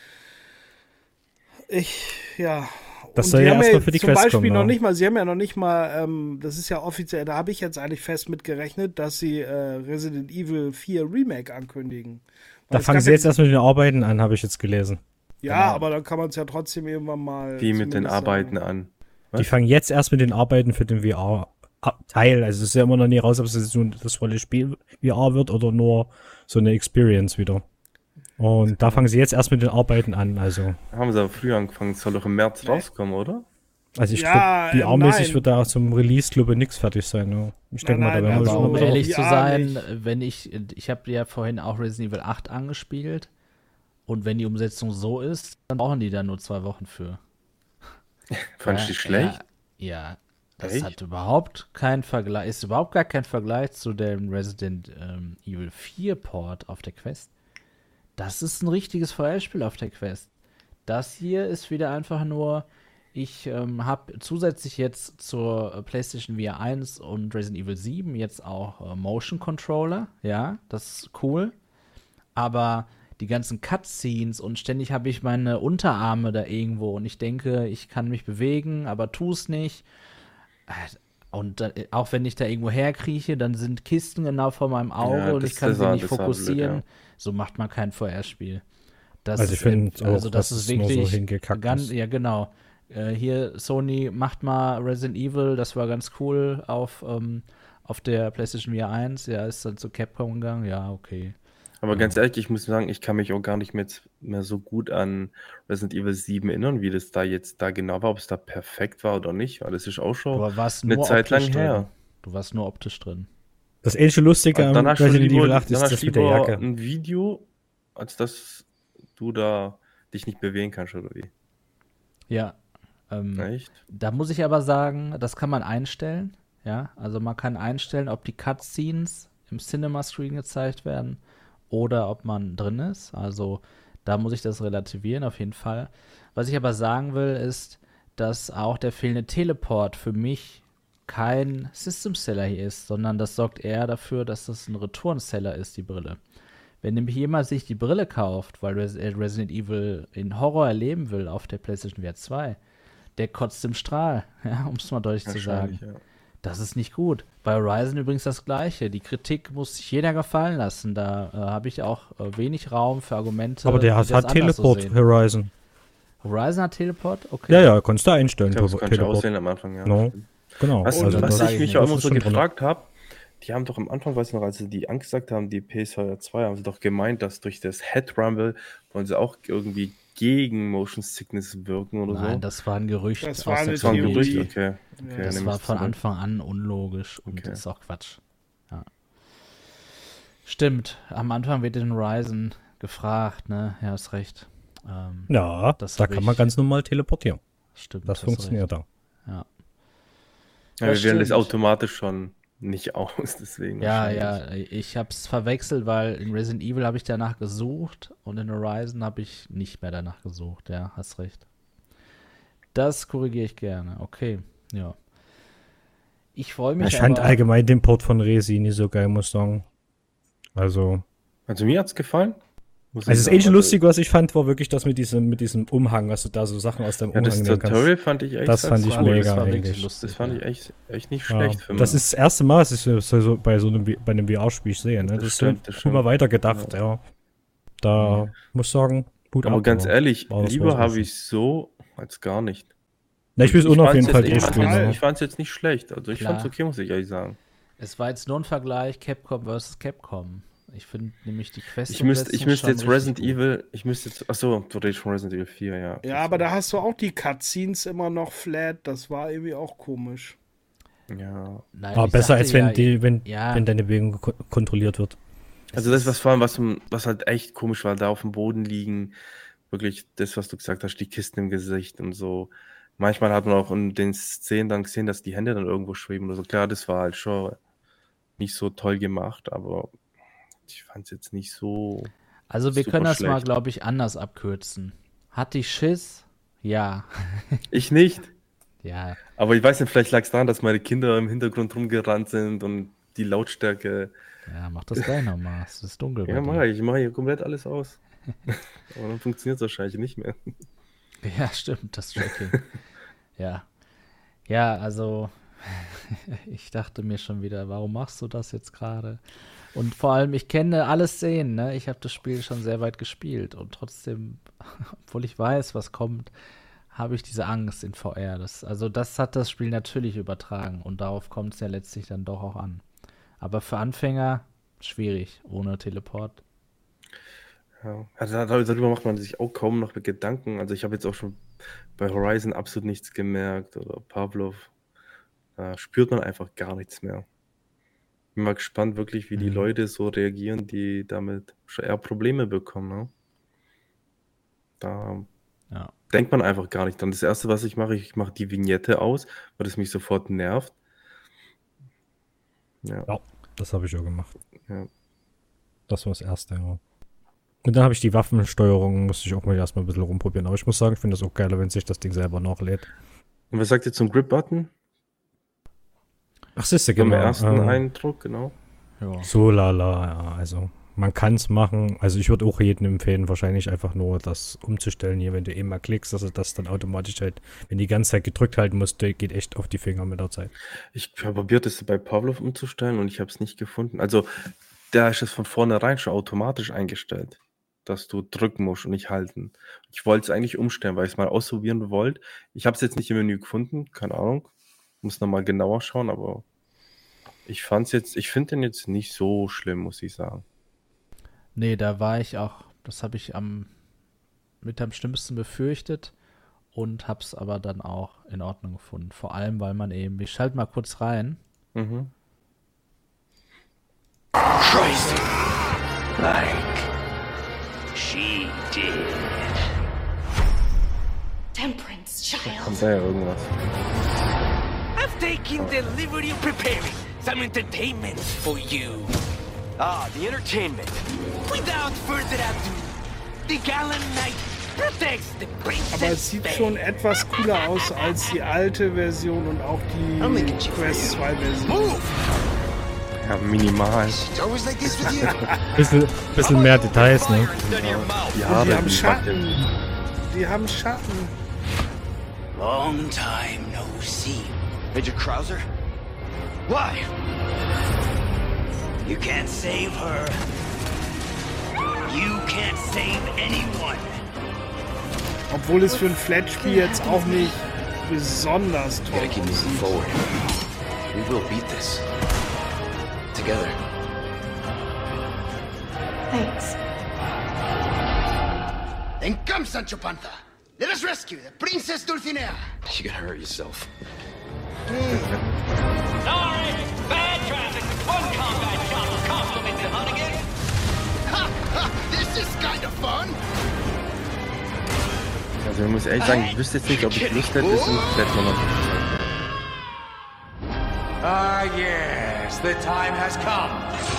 S2: Ich, ja.
S3: Das
S2: Und
S3: soll
S2: die
S3: ja
S2: haben
S3: erstmal für die
S2: zum
S3: Quest
S2: Beispiel
S3: kommen,
S2: noch
S3: ja.
S2: nicht mal, sie haben ja noch nicht mal, ähm, das ist ja offiziell, da habe ich jetzt eigentlich fest mit gerechnet, dass sie äh, Resident Evil vier Remake ankündigen. Weil
S3: Da
S2: es
S3: fangen
S2: gab
S3: sie
S2: ja
S3: jetzt erst mit den Arbeiten an, habe ich jetzt gelesen.
S2: Ja,
S1: Genau.
S2: aber dann kann man es ja trotzdem irgendwann mal.
S4: Wie mit den
S2: zumindest
S4: Arbeiten
S2: sagen.
S4: an.
S3: Die
S4: Was?
S3: fangen jetzt erst mit den Arbeiten für den V R-Teil. Also es ist ja immer noch nie raus, ob es jetzt nun das volle Spiel V R wird oder nur so eine Experience wieder. Und da fangen sie jetzt erst mit den Arbeiten an. Also,
S4: Haben sie aber früher angefangen, es soll doch im März
S2: Nee.
S4: rauskommen, oder?
S3: also ich
S2: Ja,
S3: glaube,
S2: ähm,
S3: V R-mäßig
S2: nein.
S3: wird da zum Release, glaube ich, nichts fertig sein. Ja. Ich denke mal,
S2: Nein,
S3: da
S2: nein,
S3: werden wir
S2: also
S3: schon
S1: um
S3: noch
S2: Ja,
S1: ehrlich zu
S2: ja,
S1: sein,
S2: nicht.
S1: wenn ich, ich habe ja vorhin auch Resident Evil acht angespielt und wenn die Umsetzung so ist, dann brauchen die da nur zwei Wochen für.
S4: Fand ich
S1: Ja,
S4: die schlecht?
S1: Ja, ja. Das
S4: Echt?
S1: hat überhaupt keinen Vergleich, ist überhaupt gar kein Vergleich zu dem Resident ähm, Evil vier Port auf der Quest. Das ist ein richtiges V R-Spiel auf der Quest. Das hier ist wieder einfach nur, ich ähm, habe zusätzlich jetzt zur äh, PlayStation V R eins und Resident Evil sieben jetzt auch äh, Motion Controller. Ja, das ist cool. Aber die ganzen Cutscenes und ständig habe ich meine Unterarme da irgendwo und ich denke, ich kann mich bewegen, aber tu es nicht. Und äh, auch wenn ich da irgendwo herkrieche, dann sind Kisten genau vor meinem Auge
S4: Ja,
S1: und
S4: das-
S1: ich kann
S4: das
S1: sie
S4: war-
S1: nicht
S4: das war blöd,
S1: fokussieren.
S4: ja.
S1: So macht man kein V R-Spiel. Das
S3: Also ich
S1: ist,
S3: finde
S1: äh, also
S3: auch,
S1: das
S3: dass
S1: ist
S3: es nur so
S1: wirklich
S3: hingekackt
S1: ganz,
S3: ist.
S1: ja genau. Äh, hier Sony macht mal Resident Evil, das war ganz cool auf, ähm, auf der PlayStation V R eins. Ja, ist dann zu Capcom gegangen. Ja, okay.
S4: Aber ganz ehrlich, ich muss sagen, ich kann mich auch gar nicht mehr, mehr so gut an Resident Evil sieben erinnern, wie das da jetzt da genau war, ob es da perfekt war oder nicht. Weil das ist auch schon
S1: Du warst
S4: eine
S1: nur
S4: Zeit lang
S1: optisch drin.
S4: her.
S1: Du warst nur optisch drin.
S3: Das ähnliche Lustige
S4: Und
S3: am
S4: dann hast du
S3: Resident
S4: lieber,
S3: Evil acht
S4: dann
S3: ist
S4: hast
S3: das
S4: du
S3: mit der
S4: lieber
S3: Jacke.
S4: ein Video, als dass du da dich nicht bewegen kannst, oder wie?
S1: Ja. Ähm,
S4: Echt?
S1: Da muss ich aber sagen, das kann man einstellen. Ja, also man kann einstellen, ob die Cutscenes im Cinema-Screen gezeigt werden oder ob man drin ist. Also da muss ich das relativieren, auf jeden Fall. Was ich aber sagen will, ist, dass auch der fehlende Teleport für mich kein System-Seller hier ist, sondern das sorgt eher dafür, dass das ein Return-Seller ist, die Brille. Wenn nämlich jemand sich die Brille kauft, weil Res- äh, Resident Evil in Horror erleben will auf der PlayStation V R zwei, der kotzt im Strahl, ja, um es mal deutlich zu sagen.
S4: Wahrscheinlich, ja.
S1: Das ist nicht gut. Bei Horizon übrigens das Gleiche. Die Kritik muss sich jeder gefallen lassen. Da äh, habe ich auch äh, wenig Raum für Argumente.
S3: Aber der
S1: die
S3: hat,
S1: das
S3: hat
S1: anders so
S3: Teleport,
S1: sehen.
S3: Horizon.
S1: Horizon hat Teleport? Okay.
S3: Ja, ja, kannst du einstellen.
S4: Ich glaube, das
S3: Tele-
S4: kann ich
S3: Teleport.
S4: auswählen am Anfang, ja.
S3: No. Genau.
S4: Was,
S1: Also
S4: was
S1: das sag
S4: ich
S1: ich
S4: mich
S1: nicht.
S4: auch
S3: das
S4: immer
S3: ist
S4: so
S3: schon drin.
S4: gefragt habe, die haben doch am Anfang, weiß ich noch, als sie die angesagt haben, die P S V R zwei, haben sie doch gemeint, dass durch das Head Rumble wollen sie auch irgendwie gegen Motion Sickness wirken oder
S1: Nein,
S4: so.
S1: das war ein Gerücht.
S2: Das
S1: aus
S2: war
S1: der
S2: eine
S4: Das war ein
S1: Community.
S4: Gerücht, okay. okay
S2: Ja,
S1: Das
S4: nehme
S1: war
S4: ich
S1: von
S4: zurück.
S1: Anfang an unlogisch und
S4: Okay.
S1: ist auch Quatsch. Ja. Stimmt, am Anfang wird in Horizon gefragt, ne? Ja, hast recht. Ähm,
S3: Ja,
S1: Das
S3: da
S1: hab
S3: kann
S1: ich-
S3: man ganz normal teleportieren.
S1: stimmt.
S3: Das
S1: hast
S3: funktioniert da.
S1: recht. Ja,
S4: Ja,
S1: Das
S4: wir wählen das
S1: stimmt.
S4: automatisch schon nicht aus, deswegen.
S1: ja,
S4: wahrscheinlich.
S1: ja, ich hab's verwechselt, weil in Resident Evil habe ich danach gesucht und in Horizon habe ich nicht mehr danach gesucht. Ja, hast recht. Das korrigiere ich gerne. Okay, ja. Ich freue mich
S3: Ich fand
S1: aber,
S3: allgemein den Port von Resi nicht so geil, muss ich sagen. Also,
S4: Also mir hat's gefallen. Muss ich
S3: also das
S4: sagen.
S3: einzige
S4: Also,
S3: lustig, was ich fand, war wirklich das mit diesem, mit diesem Umhang, was du da so Sachen aus deinem
S4: Ja, das
S3: Umhang nehmen kannst.
S4: Tutorial fand ich echt
S3: Das
S4: ganz
S3: fand ich
S4: cool.
S3: mega
S1: das war
S3: eigentlich.
S1: wirklich lustig.
S4: Das fand
S1: ja.
S4: ich echt, echt nicht
S3: Ja,
S4: schlecht. für
S3: das
S4: mich.
S3: ist das erste Mal, dass ich so, so bei so einem, bei einem V R-Spiel sehe. Ne? Das,
S4: Das
S3: ist
S4: stimmt,
S3: so
S4: das
S3: cool mal
S4: stimmt.
S3: weitergedacht, ja. Da muss ich sagen, gut
S4: Aber
S3: ab,
S4: ganz
S3: aber-
S4: ehrlich,
S3: war das
S4: lieber
S3: was
S4: habe
S3: wissen.
S4: ich so als gar nicht.
S3: Na, ich will es auch auf
S4: fand's
S3: jeden
S4: jetzt
S3: Fall
S4: nicht-
S3: durchspielen.
S2: total-
S3: aber-
S4: Ich fand es jetzt nicht schlecht. Also ich
S1: Klar.
S4: fand es okay, muss ich ehrlich sagen.
S1: Es war jetzt nur ein Vergleich Capcom versus Capcom. Ich finde nämlich die Quest
S4: Ich müsste, ich müsste jetzt Resident Evil, ich müsste jetzt, achso, du redest von Resident Evil vier, ja.
S2: Ja, aber da hast du auch die Cutscenes immer noch flat. Das war irgendwie auch komisch.
S4: Ja.
S1: Nein,
S3: Aber
S1: ich
S3: besser
S1: sagte
S3: als wenn,
S1: ja,
S3: die, wenn,
S1: ja.
S3: wenn deine Bewegung ko kontrolliert wird.
S4: Also das, was vor allem, was, was halt echt komisch war, da auf dem Boden liegen, wirklich das, was du gesagt hast, die Kisten im Gesicht und so. Manchmal hat man auch in den Szenen dann gesehen, dass die Hände dann irgendwo schweben oder so. Klar, das war halt schon nicht so toll gemacht, aber ich fand es jetzt nicht so...
S1: Also wir
S4: super
S1: können das mal,
S4: schlecht.
S1: glaube ich, anders abkürzen. Hat die Schiss? Ja.
S4: Ich nicht.
S1: Ja.
S4: Aber ich weiß nicht, vielleicht lag es daran, dass meine Kinder im Hintergrund rumgerannt sind und die Lautstärke...
S1: Ja, mach das gleich nochmal. Es ist dunkel.
S4: Ja,
S1: bei
S4: mach
S1: dir.
S4: ich. Ich mache hier komplett alles aus. Aber dann funktioniert es wahrscheinlich nicht mehr.
S1: Ja, stimmt, das Tracking. Ja. Ja, also ich dachte mir schon wieder, warum machst du das jetzt gerade? Und vor allem, ich kenne alle Szenen, ne? Ich habe das Spiel schon sehr weit gespielt und trotzdem, obwohl ich weiß, was kommt, habe ich diese Angst in V R. Das, also das hat das Spiel natürlich übertragen und darauf kommt es ja letztlich dann doch auch an. Aber für Anfänger schwierig, ohne Teleport.
S4: Ja, also darüber macht man sich auch kaum noch Gedanken. Also ich habe jetzt auch schon bei Horizon absolut nichts gemerkt oder Pavlov. Da spürt man einfach gar nichts mehr. Bin mal gespannt wirklich, wie die
S1: Mhm.
S4: Leute so reagieren, die damit schon eher Probleme bekommen. Ne? Da
S1: Ja.
S4: denkt man einfach gar nicht dran. Das Erste, was ich mache, ich mache die Vignette aus, weil das mich sofort nervt. Ja,
S3: Ja, das habe ich auch gemacht.
S4: ja.
S3: Das war das Erste, ja. Und dann habe ich die Waffensteuerung, musste ich auch mal erstmal ein bisschen rumprobieren. Aber ich muss sagen, ich finde das auch geiler, wenn sich das Ding selber nachlädt.
S4: Und was sagt ihr zum Grip-Button?
S3: Ach, siehst du,
S4: Beim
S3: genau.
S4: ersten
S3: ähm,
S4: Eindruck, genau.
S1: Ja.
S3: So lala, ja, also man kann es machen. Also ich würde auch jedem empfehlen, wahrscheinlich einfach nur das umzustellen hier, wenn du eben mal klickst, dass er das dann automatisch halt, wenn die ganze Zeit gedrückt halten musst, der geht echt auf die Finger mit der Zeit.
S4: Ich habe probiert, das bei Pavlov umzustellen und ich habe es nicht gefunden. Also, da ist es von vornherein schon automatisch eingestellt, dass du drücken musst und nicht halten. Ich wollte es eigentlich umstellen, weil ich es mal ausprobieren wollte. Ich habe es jetzt nicht im Menü gefunden, keine Ahnung. Muss nochmal genauer schauen, aber ich fand's jetzt, ich finde den jetzt nicht so schlimm, muss ich sagen.
S1: Nee, da war ich auch, das habe ich am mit am schlimmsten befürchtet und hab's aber dann auch in Ordnung gefunden. Vor allem, weil man eben, ich schalte mal kurz rein.
S4: Mhm.
S6: Christ! Like she did.
S5: Temperance, child.
S4: Kommt da ja irgendwas.
S6: I've taken the liberty of preparing some entertainment for you. Ah, the entertainment. Without further ado, the gallant knight protects the princess.
S2: Aber es sieht schon etwas cooler aus als die alte Version und auch die Quest zwei Version.
S6: Move!
S4: Ja, minimal.
S6: Always like this with you.
S3: Bisschen, bisschen mehr Details, ne?
S4: Die
S2: Die
S4: Haare,
S2: haben
S4: die
S2: Schatten.
S4: wackeln.
S2: Die haben Schatten.
S6: Long time no see. Major Krauser? Why? You can't save her. You can't save anyone.
S2: Obwohl es für ein Flat-Spiel jetzt auch nicht besonders toll
S6: Gotta keep moving
S2: aussieht.
S6: forward. We will beat this. together.
S9: Thanks.
S10: Then come, Sancho Panza. Let us rescue the Princess Dulcinea.
S6: You're gonna hurt yourself.
S11: Sorry, bad traffic. One combat shot will compliment the hunt again.
S10: Ha, ha, this is kind of fun.
S4: Also ich muss ehrlich sagen, ich wüsste jetzt nicht, ob ich Lust hätte, es in Batman noch zu spielen.
S12: Ah, yes, the time has come.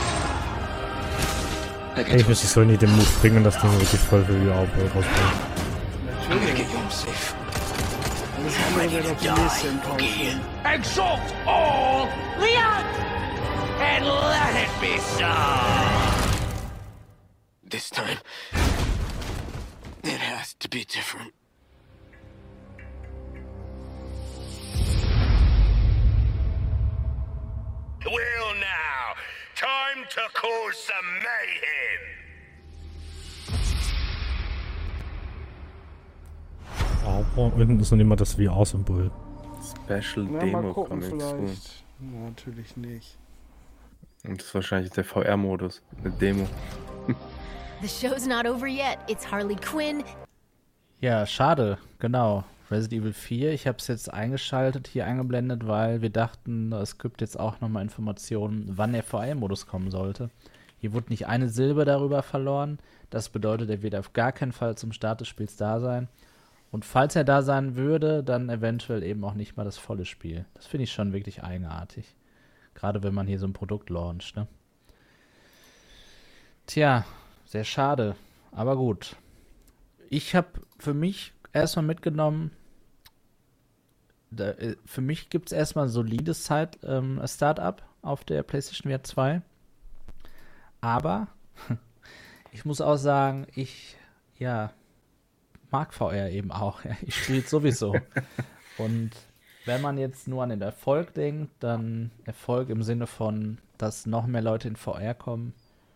S3: Ich müsste so nie den Move bringen, dass das wirklich voll für die Arbeit rausbringt.
S6: I'm gonna get you home safe.
S2: Alles andere wäre doch die nächste Enttäuschung.
S11: Exalt all Leon! And let it be so!
S6: This time, it has to be different.
S11: Well now, time to cause some mayhem!
S3: Aber unten ist noch nicht mal das V R-Symbol.
S4: Special
S2: Na,
S4: Demo
S2: mal gucken
S4: Coming soon.
S2: vielleicht. Na, natürlich nicht.
S4: Und das ist wahrscheinlich der V R-Modus, eine Demo.
S5: The show's not over yet. It's Harley Quinn.
S1: Ja, schade, genau. Resident Evil vier, ich habe es jetzt eingeschaltet, hier eingeblendet, weil wir dachten, es gibt jetzt auch nochmal Informationen, wann der V R-Modus kommen sollte. Hier wurde nicht eine Silbe darüber verloren. Das bedeutet, er wird auf gar keinen Fall zum Start des Spiels da sein. Und falls er da sein würde, dann eventuell eben auch nicht mal das volle Spiel. Das finde ich schon wirklich eigenartig. Gerade wenn man hier so ein Produkt launcht, ne? Tja, sehr schade. Aber gut. Ich habe für mich erstmal mitgenommen, da, für mich gibt es erstmal ein solides Zeit, ähm, Start-up auf der PlayStation V R zwei. Aber ich muss auch sagen, ich, ja, mag V R eben auch. Ja. Ich spiele es sowieso. Und wenn man jetzt nur an den Erfolg denkt, dann Erfolg im Sinne von, dass noch mehr Leute in V R kommen.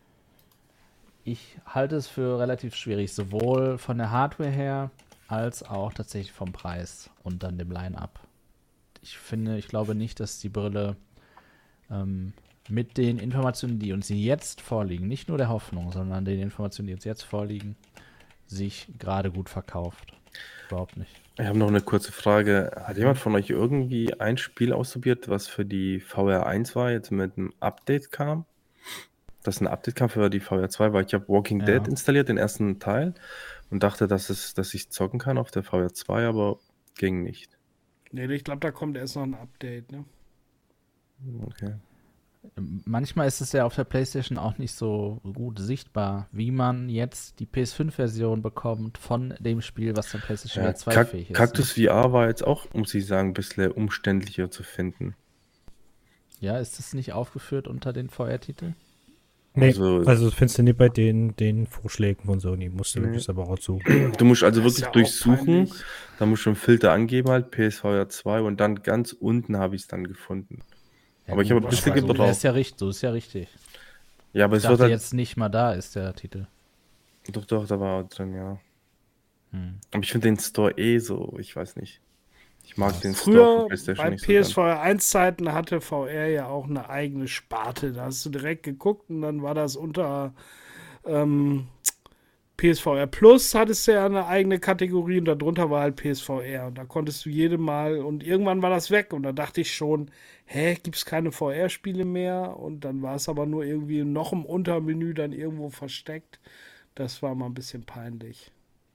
S1: Ich halte es für relativ schwierig, sowohl von der Hardware her, als auch tatsächlich vom Preis und dann dem Line-Up. Ich finde, ich glaube nicht, dass die Brille ähm, mit den Informationen, die uns jetzt vorliegen, nicht nur der Hoffnung, sondern den Informationen, die uns jetzt vorliegen, sich gerade gut verkauft. Überhaupt nicht.
S4: Ich habe noch eine kurze Frage. Hat jemand von euch irgendwie ein Spiel ausprobiert, was für die V R eins war, jetzt mit einem Update kam? Das ein Update kam für die V R zwei, weil ich habe Walking
S1: Ja.
S4: Dead installiert, den ersten Teil, und dachte, dass, es, dass ich zocken kann auf der V R zwei, aber ging nicht.
S2: Nee, ich glaube, da kommt erst noch ein Update, ne?
S4: Okay.
S1: Manchmal ist es ja auf der PlayStation auch nicht so gut sichtbar, wie man jetzt die P S fünf Version bekommt von dem Spiel, was dann PlayStation
S4: Ja,
S1: V R zwei
S4: Kak-
S1: fähig ist.
S4: Cactus V R war jetzt auch, muss ich sagen, ein bisschen umständlicher zu finden.
S1: Ja, ist das nicht aufgeführt unter den V R-Titeln?
S3: Nee,
S4: Also-
S3: also, das findest du nicht bei den, den Vorschlägen von Sony. Musst du
S4: Nee.
S3: wirklich separat suchen.
S4: Du musst also
S2: Das ist
S4: wirklich
S2: ja auch
S4: durchsuchen,
S2: peinlich.
S4: da musst du einen Filter angeben, halt P S V R zwei, und dann ganz unten habe ich es dann gefunden.
S1: Ja,
S4: Aber ich
S1: gut,
S4: habe ein bisschen
S1: also,
S4: gebraucht.
S1: das ist ja richtig, so ist ja richtig.
S4: Ja, aber
S1: Ich
S4: es wird
S1: dachte
S4: halt,
S1: jetzt nicht mal da ist der Titel.
S4: doch, doch, da war auch drin, ja.
S1: Hm.
S4: Aber ich finde den Store eh so, ich weiß nicht. Ich mag den Store
S2: Früher
S4: von PlayStation
S2: bei
S4: nicht
S2: P S
S4: so
S2: V R eins Zeiten hatte V R ja auch eine eigene Sparte. Da hast du direkt geguckt und dann war das unter ähm, P S V R Plus hattest du ja eine eigene Kategorie und darunter war halt P S V R. Und da konntest du jede Mal und irgendwann war das weg und da dachte ich schon, hä, gibt es keine V R-Spiele mehr? Und dann war es aber nur irgendwie noch im Untermenü dann irgendwo versteckt. Das war mal ein bisschen peinlich.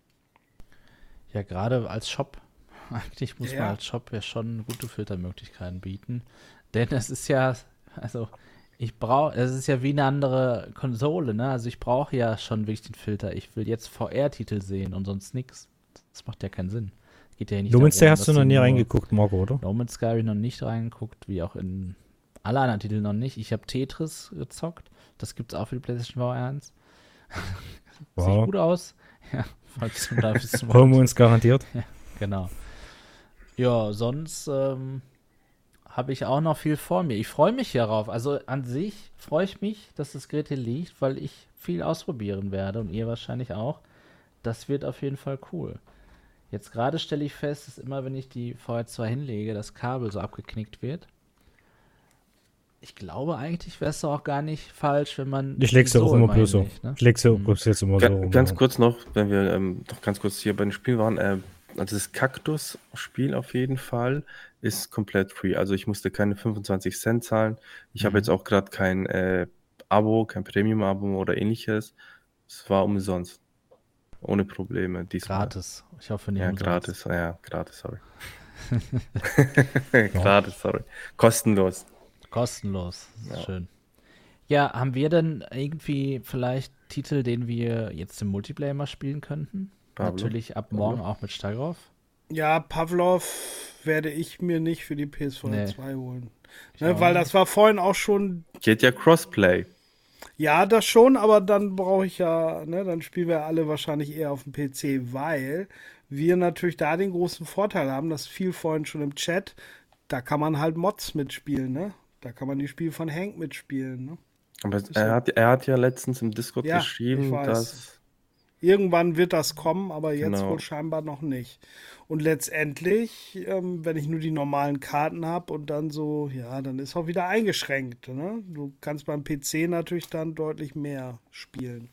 S1: Ja, gerade als Shop. Eigentlich muss
S2: Ja.
S1: man als Shop ja schon gute Filtermöglichkeiten bieten. Denn es ist ja, also ich brauche, es ist ja wie eine andere Konsole, ne? Also ich brauche ja schon wirklich den Filter. Ich will jetzt V R-Titel sehen und sonst nichts. Das macht ja keinen Sinn. Geht ja nicht
S3: No Man's Sky
S1: darum,
S3: hast du
S1: dass
S3: noch nie
S1: nur-
S3: reingeguckt, Marco, oder?
S1: No Man's Sky habe ich noch nicht reingeguckt, wie auch in alle anderen Titeln noch nicht. Ich habe Tetris gezockt. Das gibt's auch für die PlayStation V R eins. Sieht
S3: Wow.
S1: gut aus. Ja, falls du da wissen
S3: Holen wir
S1: wolltest.
S3: uns garantiert.
S1: Ja, genau. Ja, sonst ähm, habe ich auch noch viel vor mir. Ich freue mich hierauf. Also an sich freue ich mich, dass das Gerät hier liegt, weil ich viel ausprobieren werde und ihr wahrscheinlich auch. Das wird auf jeden Fall cool. Jetzt gerade stelle ich fest, dass immer, wenn ich die V R zwei hinlege, das Kabel so abgeknickt wird. ich glaube, eigentlich wäre es auch gar nicht falsch, wenn man.
S3: Ich leg's ja auch immer bloß so.
S1: Nicht, ne?
S3: Ich leg's ja auch bloß jetzt immer so.
S4: Ga-
S3: rum,
S4: Ganz
S3: ja.
S4: kurz noch, wenn wir ähm, noch ganz kurz hier bei den Spielen waren, äh, also das Kaktus-Spiel auf jeden Fall ist komplett free. Also ich musste keine fünfundzwanzig Cent zahlen. Ich habe
S1: Mhm.
S4: jetzt auch gerade kein äh, Abo, kein Premium-Abo oder ähnliches. Es war umsonst. Ohne Probleme. Diesmal.
S1: Gratis. Ich hoffe nicht
S4: Ja,
S1: umsonst.
S4: gratis. Ja, gratis, sorry. Gratis, sorry. Kostenlos.
S1: Kostenlos.
S4: Ja.
S1: Schön. Ja, haben wir denn irgendwie vielleicht Titel, den wir jetzt im Multiplayer mal spielen könnten?
S4: Pavlov.
S1: Natürlich ab morgen auch mit Stagroff.
S2: Ja, Pavlov werde ich mir nicht für die P S V
S1: Nee.
S2: zwei holen.
S1: Ich
S2: Ne,
S1: auch
S2: weil
S1: nicht.
S2: das war vorhin auch schon,
S4: Geht ja Crossplay.
S2: ja, das schon, aber dann brauche ich ja, ne, dann spielen wir alle wahrscheinlich eher auf dem P C, weil wir natürlich da den großen Vorteil haben, das fiel vorhin schon im Chat, da kann man halt Mods mitspielen, ne? Da kann man die Spiele von Hank mitspielen, ne?
S4: Aber
S2: Ist
S4: er
S2: ja-
S4: hat, er hat ja letztens im Discord
S2: Ja, ich
S4: geschrieben,
S2: weiß.
S4: dass.
S2: Irgendwann wird das kommen, aber jetzt
S4: Genau.
S2: wohl scheinbar noch nicht. Und letztendlich, ähm, wenn ich nur die normalen Karten habe und dann so, ja, dann ist auch wieder eingeschränkt. Ne? Du kannst beim P C natürlich dann deutlich mehr spielen.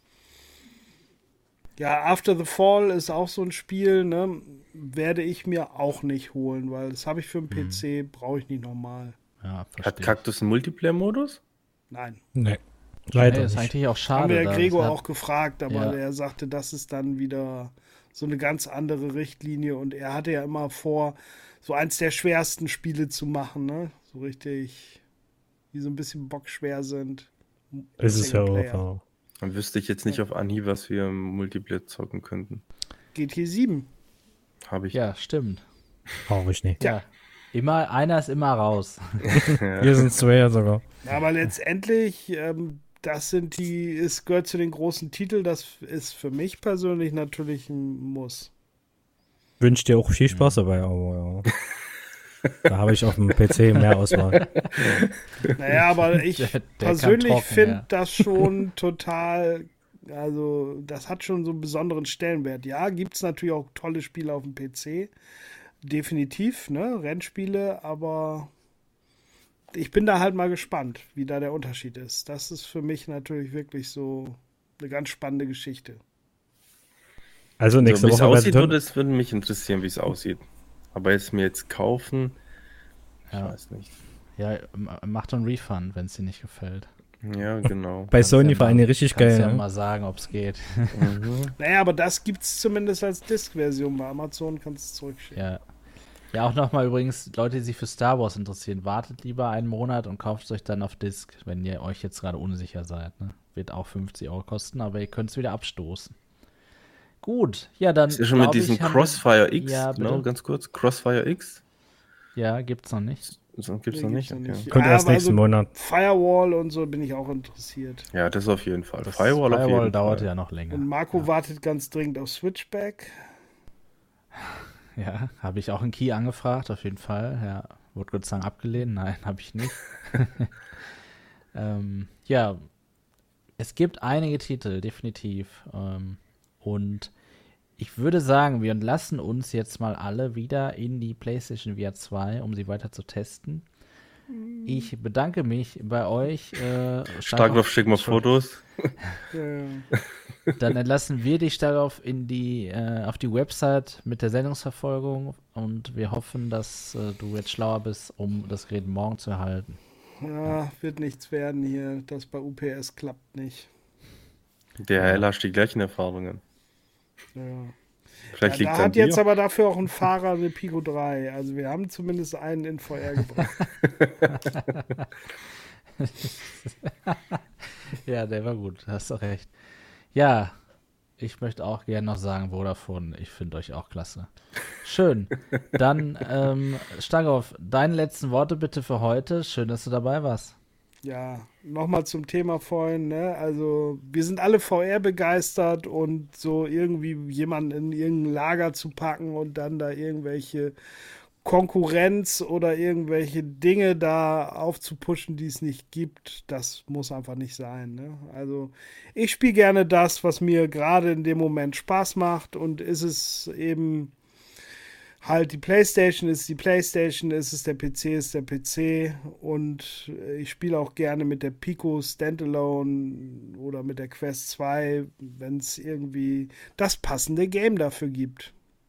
S2: Ja, After the Fall ist auch so ein Spiel, ne? Werde ich mir auch nicht holen, weil das habe ich für den P C, brauche ich nicht normal.
S1: Ja,
S4: Hat
S1: verstehe.
S4: Kaktus einen Multiplayer-Modus?
S2: Nein.
S3: Nee.
S1: Nee,
S3: Leider
S1: ist
S3: nicht.
S1: eigentlich auch schade.
S2: Haben wir ja
S1: da-
S2: Gregor
S1: hat-
S2: auch gefragt, aber
S1: Ja.
S2: er sagte, das ist dann wieder so eine ganz andere Richtlinie und er hatte ja immer vor, so eins der schwersten Spiele zu machen, ne? So richtig, die so ein bisschen bockschwer sind.
S3: Ist es ja auch.
S2: Singleplayer.
S3: Ja.
S4: Dann wüsste ich jetzt nicht auf Anhieb, was wir im Multiplayer zocken könnten.
S2: G T sieben.
S4: Habe ich.
S1: Ja, stimmt.
S3: Brauche ich nicht.
S1: Ja. Immer, einer ist immer raus.
S3: Wir sind zwei ja sogar.
S2: Aber letztendlich, ähm, das sind die, es gehört zu den großen Titeln, das ist für mich persönlich natürlich ein Muss.
S3: Wünsche dir auch viel Spaß dabei, aber ja. Da habe ich auf dem P C mehr Auswahl.
S2: Naja, aber ich
S1: Der- der kann
S2: persönlich
S1: trocken,
S2: finde
S1: ja.
S2: das schon total, also das hat schon so einen besonderen Stellenwert. Ja, gibt es natürlich auch tolle Spiele auf dem P C, definitiv, ne, Rennspiele, aber ich bin da halt mal gespannt, wie da der Unterschied ist. Das ist für mich natürlich wirklich so eine ganz spannende Geschichte.
S3: Also nächste
S4: so, wie es
S3: Woche
S4: aussieht,
S3: werden
S4: würde es würde mich interessieren, wie es aussieht. Aber jetzt mir jetzt kaufen, ich
S1: Ja.
S4: weiß nicht.
S1: Ja, m- macht doch einen Refund, wenn es dir nicht gefällt.
S4: Ja, genau.
S3: bei
S1: Kannst
S3: Sony
S1: ja
S3: war
S1: mal-
S3: eine richtig
S1: kannst
S3: geil.
S1: ja
S3: Ne?
S1: mal sagen, ob es geht.
S4: Mhm.
S2: Naja, aber das gibt es zumindest als Disk-Version. Bei Amazon kannst du es zurückschicken.
S1: Ja. Ja, auch nochmal übrigens, Leute, die sich für Star Wars interessieren, wartet lieber einen Monat und kauft es euch dann auf Disc, wenn ihr euch jetzt gerade unsicher seid. Ne? Wird auch fünfzig Euro kosten, aber ihr könnt es wieder abstoßen. Gut, ja, dann.
S4: Ist ja schon mit
S1: glaub ich,
S4: diesem
S1: haben wir-
S4: Crossfire X,
S1: Ja,
S4: genau,
S1: bitte.
S4: ganz kurz. Crossfire X?
S1: Ja, gibt's noch nicht.
S4: So, gibt's
S2: Nee,
S4: noch nicht?
S2: gibt's noch
S4: Okay.
S2: nicht.
S3: Kommt
S2: Ja,
S3: erst
S2: aber
S3: nächsten
S2: also
S3: Monat.
S2: Firewall und so bin ich auch interessiert.
S4: Ja, das auf jeden Fall.
S1: Das
S4: Firewall, auf jeden
S1: dauert
S4: Fall.
S1: ja noch länger.
S2: Und Marco wartet ganz dringend auf Switchback.
S1: Ja, habe ich auch einen Key angefragt, auf jeden Fall. Ja, wurde Gott sei Dank abgelehnt. Nein, habe ich nicht. ähm, ja, es gibt einige Titel, definitiv. Ähm, und ich würde sagen, wir entlassen uns jetzt mal alle wieder in die PlayStation V R zwei, um sie weiter zu testen. Ich bedanke mich bei euch. Äh,
S4: Starkloff, schick mal Fotos.
S2: Ja.
S1: Dann entlassen wir dich darauf in die, äh, auf die Website mit der Sendungsverfolgung und wir hoffen, dass äh, du jetzt schlauer bist, um das Gerät morgen zu erhalten.
S2: Ja, wird nichts werden hier. Das bei U P S klappt nicht.
S4: Der Herr Heller hat die gleichen Erfahrungen.
S2: Ja.
S4: Vielleicht
S2: Ja,
S4: liegt
S2: da
S4: es an
S2: hat jetzt
S4: dir.
S2: aber dafür auch ein Fahrer eine Pico drei. Also wir haben zumindest einen in V R gebracht.
S1: Ja, der war gut, hast du recht. Ja, ich möchte auch gerne noch sagen, Vodafone, ich finde euch auch klasse. Schön. Dann, ähm, Stagoff, deine letzten Worte bitte für heute. Schön, dass du dabei warst.
S2: Ja, nochmal zum Thema vorhin, ne? Also wir sind alle V R begeistert und so irgendwie jemanden in irgendein Lager zu packen und dann da irgendwelche Konkurrenz oder irgendwelche Dinge da aufzupushen, die es nicht gibt, das muss einfach nicht sein. Ne? Also ich spiele gerne das, was mir gerade in dem Moment Spaß macht und ist es eben halt die PlayStation ist die PlayStation, ist es der P C, ist der P C und ich spiele auch gerne mit der Pico Standalone oder mit der Quest zwei, wenn es irgendwie das passende Game dafür gibt.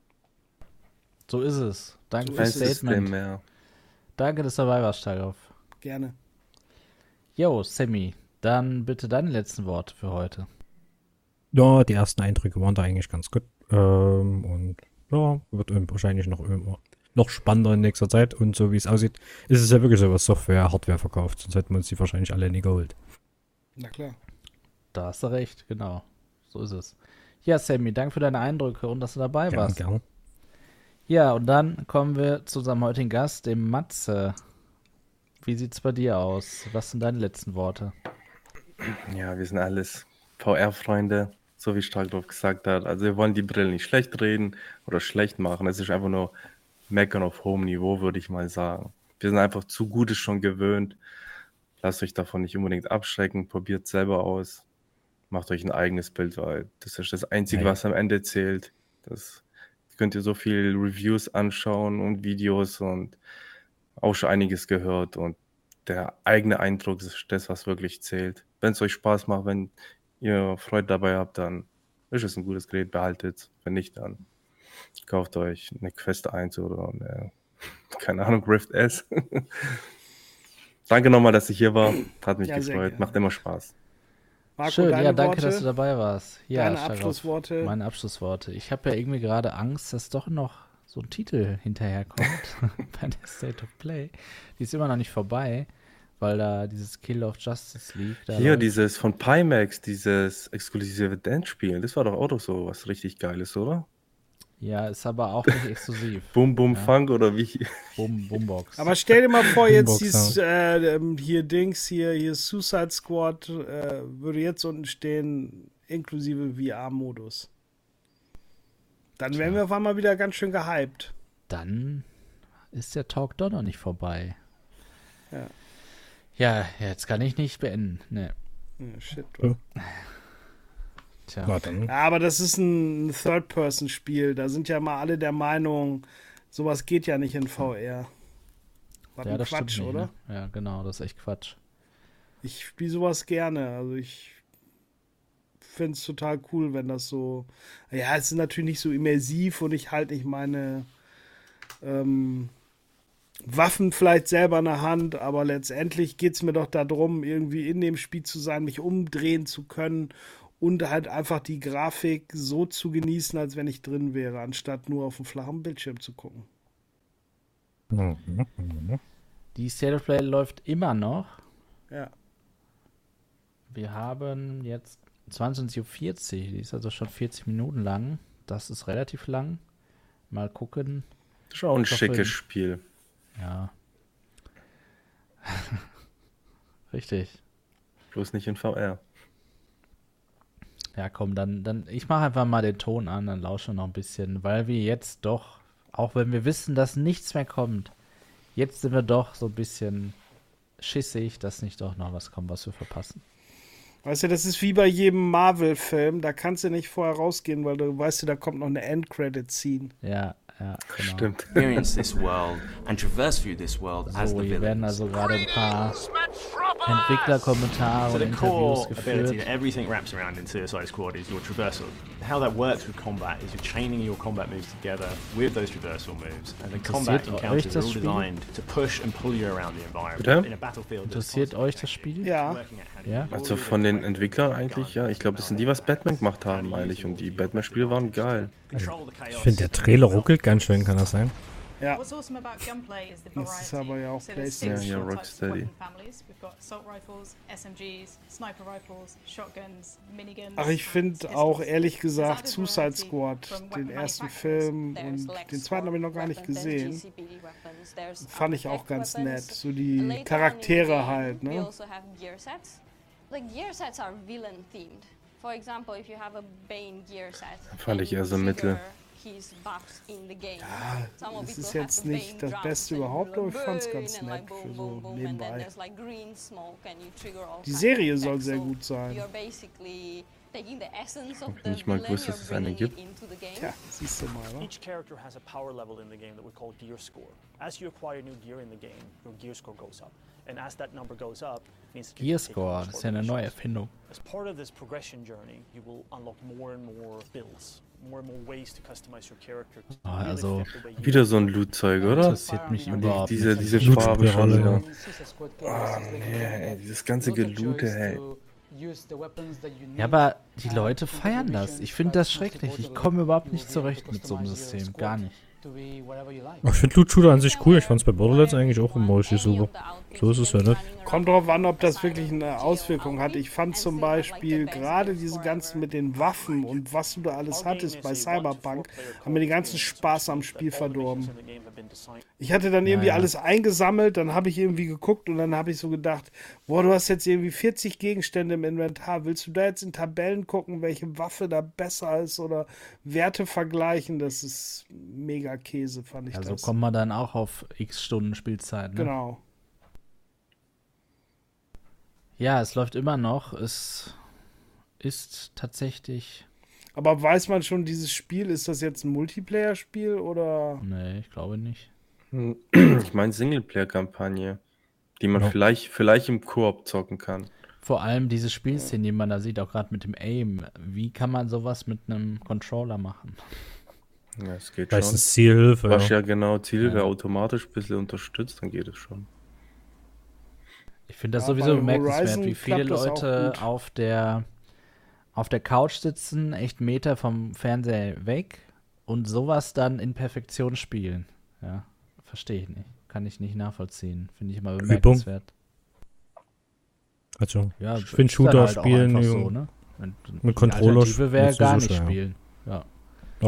S1: So ist es. Danke
S2: So
S1: fürs
S2: ist es.
S1: Statement.
S4: System, ja.
S1: Danke, dass du dabei warst, Steigauf.
S2: Gerne.
S1: Jo, Sammy, dann bitte deine letzten Worte für heute.
S3: Ja, die ersten Eindrücke waren da eigentlich ganz gut. Ähm, und ja, wird ähm, wahrscheinlich noch immer noch spannender in nächster Zeit. Und so wie es aussieht, ist es ja wirklich so, was Software, Hardware verkauft. Sonst hätten wir uns die wahrscheinlich alle nie geholt.
S2: Na klar.
S1: Da hast du recht, genau. So ist es. Ja, Sammy, danke für deine Eindrücke und dass du dabei
S3: Gern,
S1: warst.
S3: gern.
S1: Ja, und dann kommen wir zu unserem heutigen Gast, dem Matze. Wie sieht's bei dir aus? Was sind deine letzten Worte?
S4: Ja, wir sind alles V R-Freunde, so wie Starkdorf gesagt hat. Also wir wollen die Brille nicht schlecht reden oder schlecht machen. Es ist einfach nur Meckern auf hohem Niveau, würde ich mal sagen. Wir sind einfach zu Gutes schon gewöhnt. Lasst euch davon nicht unbedingt abschrecken. Probiert selber aus. Macht euch ein eigenes Bild, weil das ist das Einzige,
S3: Ja, ja.
S4: was am Ende zählt. Das könnt ihr so viel Reviews anschauen und Videos und auch schon einiges gehört. Und der eigene Eindruck ist das, was wirklich zählt. Wenn es euch Spaß macht, wenn ihr Freude dabei habt, dann ist es ein gutes Gerät, behaltet es. Wenn nicht, dann kauft euch eine Quest eins oder eine, keine Ahnung, Rift S. Danke nochmal, dass ich hier war. Hat mich
S2: Ja, sehr
S4: gefreut.
S2: gerne.
S4: Macht immer Spaß.
S2: Marco,
S1: Schön,
S2: deine
S1: ja, danke,
S2: Worte?
S1: dass du dabei warst. Ja,
S2: Deine
S1: Steigauf,
S2: Abschlussworte?
S1: Meine Abschlussworte. Ich habe ja irgendwie gerade Angst, dass doch noch so ein Titel hinterherkommt bei der State of Play. Die ist immer noch nicht vorbei, weil da dieses Kill of Justice League da
S4: Hier,
S1: läuft.
S4: dieses von Pimax, dieses exklusive Dance-Spiel, das war doch auch doch so was richtig Geiles, oder?
S1: Ja, ist aber auch nicht exklusiv.
S4: Boom Boom
S1: Ja.
S4: Funk oder wie?
S1: Boom, Boombox.
S2: Aber stell dir mal vor, jetzt
S3: Boombox,
S2: dieses, äh, ähm, hier Dings, hier, hier Suicide Squad, äh, würde jetzt unten stehen, inklusive V R-Modus. Dann wären wir auf einmal wieder ganz schön gehypt.
S1: Dann ist der Talk doch noch nicht vorbei.
S2: Ja.
S1: Ja, jetzt kann ich nicht beenden. Ne.
S2: Ja, shit.
S3: Ja.
S1: Tja.
S3: Na dann.
S2: Ja, aber das ist ein Third-Person-Spiel. Da sind ja mal alle der Meinung, sowas geht ja nicht in V R. Was
S1: Ja,
S2: ein
S1: das
S2: Quatsch,
S1: stimmt nicht,
S2: oder?
S1: Ne? Ja, genau, das ist echt Quatsch.
S2: Ich spiele sowas gerne. Also ich finde es total cool, wenn das so. Ja, es ist natürlich nicht so immersiv und ich halte nicht meine ähm, Waffen vielleicht selber in der Hand, aber letztendlich geht es mir doch darum, irgendwie in dem Spiel zu sein, mich umdrehen zu können und halt einfach die Grafik so zu genießen, als wenn ich drin wäre, anstatt nur auf dem flachen Bildschirm zu gucken.
S1: Die State of Play läuft immer noch.
S2: Ja.
S1: Wir haben jetzt zwanzig Uhr vierzig, die ist also schon vierzig Minuten lang. Das ist relativ lang. Mal gucken.
S4: Das ist auch ein
S1: Ich hoffe,
S4: schickes Spiel.
S1: Ja. Richtig.
S4: Bloß nicht in V R.
S1: Ja, komm, dann, dann ich mache einfach mal den Ton an, dann lausche noch ein bisschen, weil wir jetzt doch, auch wenn wir wissen, dass nichts mehr kommt, jetzt sind wir doch so ein bisschen schissig, dass nicht doch noch was kommt, was wir verpassen.
S2: Weißt du, das ist wie bei jedem Marvel-Film, da kannst du nicht vorher rausgehen, weil du weißt, du, da kommt noch eine End-Credit-Scene.
S1: Ja, ja, genau.
S4: Stimmt.
S9: Experience this world and traverse through this world as
S1: So,
S9: the
S1: hier werden
S9: villains.
S1: also gerade ein paar Entwicklerkommentare
S13: So
S1: und
S13: the core
S1: Interviews
S13: ability
S1: geführt.
S13: that everything wraps around in Suicide Squad is your traversal. How that works with combat is you're chaining your combat moves together with those traversal moves, and the combat
S1: Interessiert euch
S13: encounters
S1: das
S13: are all
S1: Spiel?
S13: designed to push and pull you around the environment.
S4: Bitte?
S13: In a battlefield that's
S1: Interessiert euch das Spiel?
S2: Ja.
S1: Ja?
S4: Also von den Entwicklern eigentlich, ja. Ich glaube, das sind die, was Batman gemacht haben eigentlich. Und die Batman-Spiele waren geil.
S3: Ich finde, der Trailer ruckelt ganz schön, kann das sein?
S2: Ja.
S14: What's awesome about gunplay is the
S2: Das
S14: variety.
S2: ist aber ja auch
S14: So there's
S2: PlayStation.
S14: six
S4: Ja, ja,
S14: different types of
S4: Rocksteady.
S14: weapon families. We've got assault rifles, S M Gs, sniper rifles, shotguns, miniguns.
S2: Ach, ich
S14: and
S2: finde
S14: pistols.
S2: auch ehrlich
S14: There's
S2: gesagt
S14: added
S2: Suicide
S14: variety
S2: Squad,
S14: from
S2: den
S14: weapon
S2: ersten
S14: manufacturers.
S2: Film
S14: There's
S2: und
S14: Lex
S2: den zweiten habe ich noch gar nicht
S14: weapons, there's
S2: gesehen.
S14: G C B D weapons, there's
S2: Fand ich auch
S14: architect
S2: ganz nett.
S14: weapons.
S2: So die
S14: Later on in the
S2: Charaktere
S14: game,
S2: halt,
S14: We
S2: ne?
S14: also have gear sets. Like gear sets are villain themed. For example, if you have a Bane gear set,
S4: Fand ich
S14: then
S4: eher so
S14: you
S4: mittel.
S14: trigger his buffs in the game.
S2: Ja,
S14: Some of
S2: es
S14: it
S2: ist
S14: will
S2: jetzt
S14: have the
S2: nicht
S14: Bane
S2: das
S14: drums
S2: Beste
S14: and
S2: überhaupt,
S14: you'll
S2: aber ich fand's
S14: burn
S2: ganz
S14: and like
S2: nett
S14: boom,
S2: für
S14: boom,
S2: so
S14: boom, and then
S2: nebenbei.
S14: there's like green smoke and you trigger all
S2: Die
S14: kinds of
S2: Serie soll
S14: effects.
S2: sehr
S14: So
S2: gut sein.
S14: You're basically taking the essence of the
S4: Nicht mal
S14: villain,
S4: gewusst,
S14: you're
S4: dass es eine
S14: bringing
S4: gibt.
S14: it into the game.
S2: Ja, siehst du mal, wa?
S15: Each character has a power level in the game that we call gear score. As you acquire new gear in the game, your gear score goes up. And as that number goes up, it means that you
S1: Gear
S15: can take
S1: Score,
S15: more
S1: das ist ja eine
S15: missions.
S1: neue Erfindung.
S15: As part of this progression journey, you will unlock more and more builds, more and more ways to customize your character. to
S1: Ah,
S15: really
S1: also
S15: fit the way you
S4: Wieder so ein Loot-Zeug, oder?
S1: Interessiert mich
S4: Und
S1: überhaupt
S4: die, diese,
S1: nicht.
S4: diese Farbe schon wieder. Oh, nee, ey, dieses ganze Geloote, hey.
S1: Ja, aber die Leute feiern das. Ich finde das schrecklich. Ich komme überhaupt nicht zurecht mit so einem System. Gar nicht.
S3: Ich finde Loot-Shooter an sich cool. Ich fand es bei Borderlands eigentlich auch immer richtig super. So ist es ja nicht.
S2: Kommt drauf an, ob das wirklich eine Auswirkung hat. Ich fand zum Beispiel gerade diese ganzen mit den Waffen und was du da alles hattest bei Cyberpunk, haben mir den ganzen Spaß am Spiel verdorben. Ich hatte dann irgendwie
S1: Naja.
S2: alles eingesammelt, dann habe ich irgendwie geguckt und dann habe ich so gedacht, boah, du hast jetzt irgendwie vierzig Gegenstände im Inventar. Willst du da jetzt in Tabellen gucken, welche Waffe da besser ist oder Werte vergleichen? Das ist mega Käse, fand ich
S1: Ja, so
S2: das.
S1: kommt man dann auch auf x Stunden Spielzeit. Ne?
S2: Genau.
S1: Ja, es läuft immer noch. Es ist tatsächlich.
S2: Aber weiß man schon, dieses Spiel, ist das jetzt ein Multiplayer-Spiel oder?
S1: Nee, ich glaube nicht.
S4: Ich meine Singleplayer-Kampagne, die man
S1: Ja.
S4: vielleicht, vielleicht im Koop zocken kann.
S1: Vor allem diese Spielszenen, die man da sieht, auch gerade mit dem Aim. Wie kann man sowas mit einem Controller machen?
S4: Ja, es geht
S3: Meistens
S4: schon.
S3: Zielhilfe,
S4: Was
S3: ja.
S4: ja genau Zielhilfe
S1: Ja.
S4: automatisch ein bisschen unterstützt, dann geht es schon.
S1: Ich finde das
S2: Ja,
S1: sowieso
S2: bei
S1: bemerkenswert,
S2: Horizon
S1: wie viele
S2: klappt das auch
S1: Leute
S2: gut.
S1: auf der auf der Couch sitzen, echt Meter vom Fernseher weg und sowas dann in Perfektion spielen. Ja, verstehe ich nicht. Kann ich nicht nachvollziehen. Finde ich immer
S3: Übung.
S1: bemerkenswert.
S3: Also,
S1: Ja,
S3: ich
S1: ist
S3: finde
S1: dann
S3: Shooter
S1: halt auch
S3: spielen
S1: einfach
S3: so,
S1: so, ne? Wenn- die
S3: mit Controller
S1: Alternative wäre
S3: ist so
S1: gar nicht
S3: schwer.
S1: spielen. Ja.
S3: Ja.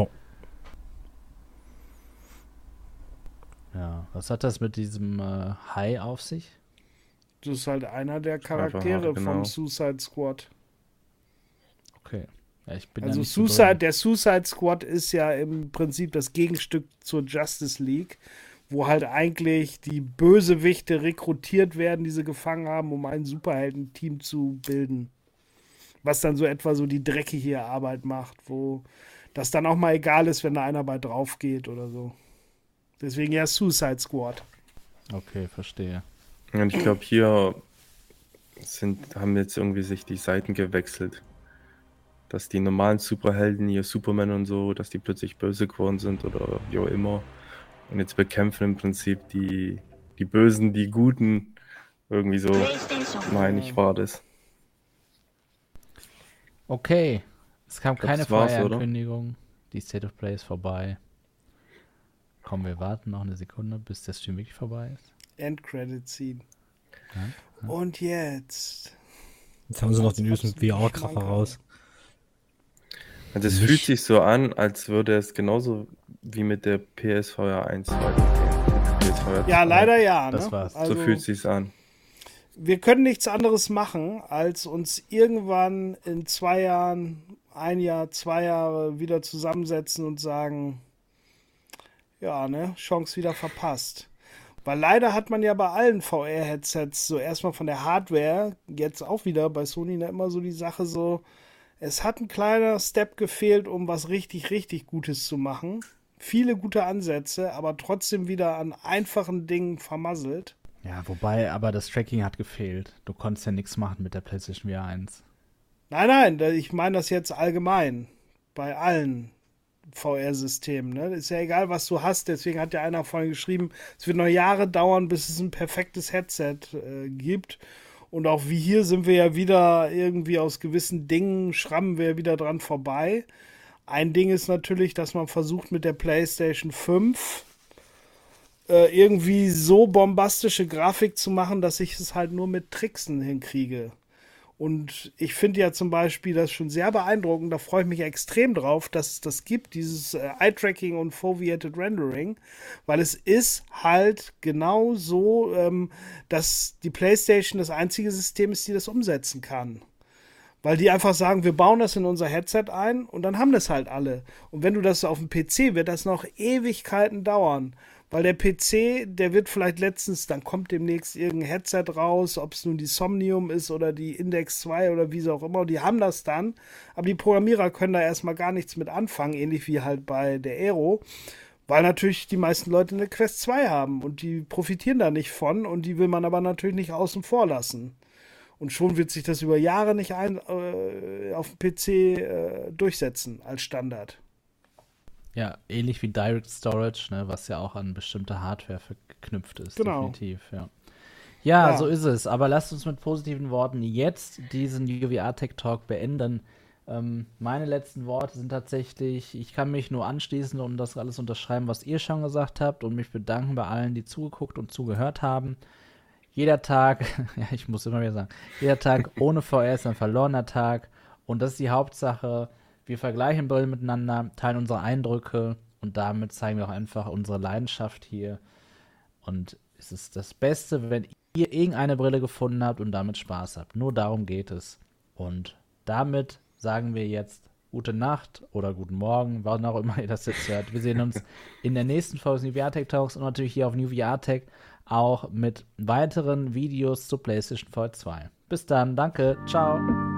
S1: Ja, was hat das mit diesem äh, Hai auf sich?
S2: Das ist halt einer der
S4: Einfach
S2: Charaktere
S4: hart, genau.
S2: vom Suicide Squad.
S1: Okay. Ja, ich bin ja
S2: Also
S1: nicht so
S2: Suicide,
S1: drin.
S2: der Suicide Squad ist ja im Prinzip das Gegenstück zur Justice League, wo halt eigentlich die Bösewichte rekrutiert werden, die sie gefangen haben, um ein Superhelden-Team zu bilden. Was dann so etwa so die dreckige Arbeit macht, wo das dann auch mal egal ist, wenn da einer bei drauf geht oder so. Deswegen ja Suicide Squad.
S1: Okay, verstehe.
S4: Und ich glaube, hier sind, haben jetzt irgendwie sich die Seiten gewechselt. Dass die normalen Superhelden, hier Superman und so, dass die plötzlich böse geworden sind oder wie auch immer. Und jetzt bekämpfen im Prinzip die, die Bösen, die Guten. Irgendwie so, meine ich, war das.
S1: Okay. Es kam
S4: Ich glaub,
S1: keine
S4: das war's,
S1: freie
S4: oder?
S1: Ankündigung. Die State of Play ist vorbei. Komm, wir warten noch eine Sekunde, bis der Stream wirklich vorbei ist.
S2: Endcredit-Scene.
S1: Ja, ja.
S2: Und jetzt.
S3: Jetzt haben sie noch den
S2: Jetzt
S3: übelsten
S2: hat's einen
S3: V R-Kracher
S2: Schmankerl.
S3: raus.
S4: Also es
S3: Wisch.
S4: fühlt sich so an, als würde es genauso wie mit der P S V R eins weitergehen. Mit der P S V R
S2: Ja,
S4: zwei.
S2: leider ja.
S1: Das
S2: ne?
S1: war's.
S4: So
S2: Also,
S4: fühlt sich's an.
S2: wir können nichts anderes machen, als uns irgendwann in zwei Jahren, ein Jahr, zwei Jahre wieder zusammensetzen und sagen, ja, ne, Chance wieder verpasst. Weil leider hat man ja bei allen V R-Headsets so erstmal von der Hardware, jetzt auch wieder bei Sony ne, immer so die Sache so, es hat ein kleiner Step gefehlt, um was richtig, richtig Gutes zu machen. Viele gute Ansätze, aber trotzdem wieder an einfachen Dingen vermasselt.
S1: Ja, wobei, aber das Tracking hat gefehlt. Du konntest ja nichts machen mit der PlayStation V R eins.
S2: Nein, nein, da- ich meine das jetzt allgemein. Bei allen V R-Systemen. Ne? Ist ja egal, was du hast. Deswegen hat ja einer vorhin geschrieben, es wird noch Jahre dauern, bis es ein perfektes Headset äh, gibt. Und auch wie hier sind wir ja wieder irgendwie aus gewissen Dingen, schrammen wir wieder dran vorbei. Ein Ding ist natürlich, dass man versucht mit der PlayStation fünf äh, irgendwie so bombastische Grafik zu machen, dass ich es halt nur mit Tricksen hinkriege. Und ich finde ja zum Beispiel das schon sehr beeindruckend, da freue ich mich extrem drauf, dass es das gibt, dieses äh, Eye-Tracking und Foveated Rendering, weil es ist halt genau so, ähm, dass die PlayStation das einzige System ist, die das umsetzen kann. Weil die einfach sagen, wir bauen das in unser Headset ein und dann haben das halt alle. Und wenn du das auf dem P C, wird das noch Ewigkeiten dauern, Weil der P C, der wird vielleicht letztens, dann kommt demnächst irgendein Headset raus, ob es nun die Somnium ist oder die Index zwei oder wie sie auch immer, die haben das dann, aber die Programmierer können da erstmal gar nichts mit anfangen, ähnlich wie halt bei der Aero, weil natürlich die meisten Leute eine Quest zwei haben und die profitieren da nicht von und die will man aber natürlich nicht außen vor lassen. Und schon wird sich das über Jahre nicht ein, äh, auf dem P C äh, durchsetzen als Standard.
S1: Ja, ähnlich wie Direct Storage, ne, was ja auch an bestimmte Hardware verknüpft ist.
S2: Genau.
S1: Definitiv, ja. Ja,
S2: Ja.
S1: so ist es. Aber lasst uns mit positiven Worten jetzt diesen U V R Tech Talk beenden. Ähm, meine letzten Worte sind tatsächlich, ich kann mich nur anschließen und das alles unterschreiben, was ihr schon gesagt habt und mich bedanken bei allen, die zugeguckt und zugehört haben. Jeder Tag, ja, ich muss immer wieder sagen, jeder Tag ohne V R ist ein verlorener Tag und das ist die Hauptsache. Wir vergleichen Brillen miteinander, teilen unsere Eindrücke und damit zeigen wir auch einfach unsere Leidenschaft hier. Und es ist das Beste, wenn ihr irgendeine Brille gefunden habt und damit Spaß habt. Nur darum geht es. Und damit sagen wir jetzt gute Nacht oder guten Morgen, wann auch immer ihr das jetzt hört. Wir sehen uns in der nächsten Folge des New V R Tech Talks und natürlich hier auf New V R Tech auch mit weiteren Videos zu PlayStation V R zwei. Bis dann, danke, ciao.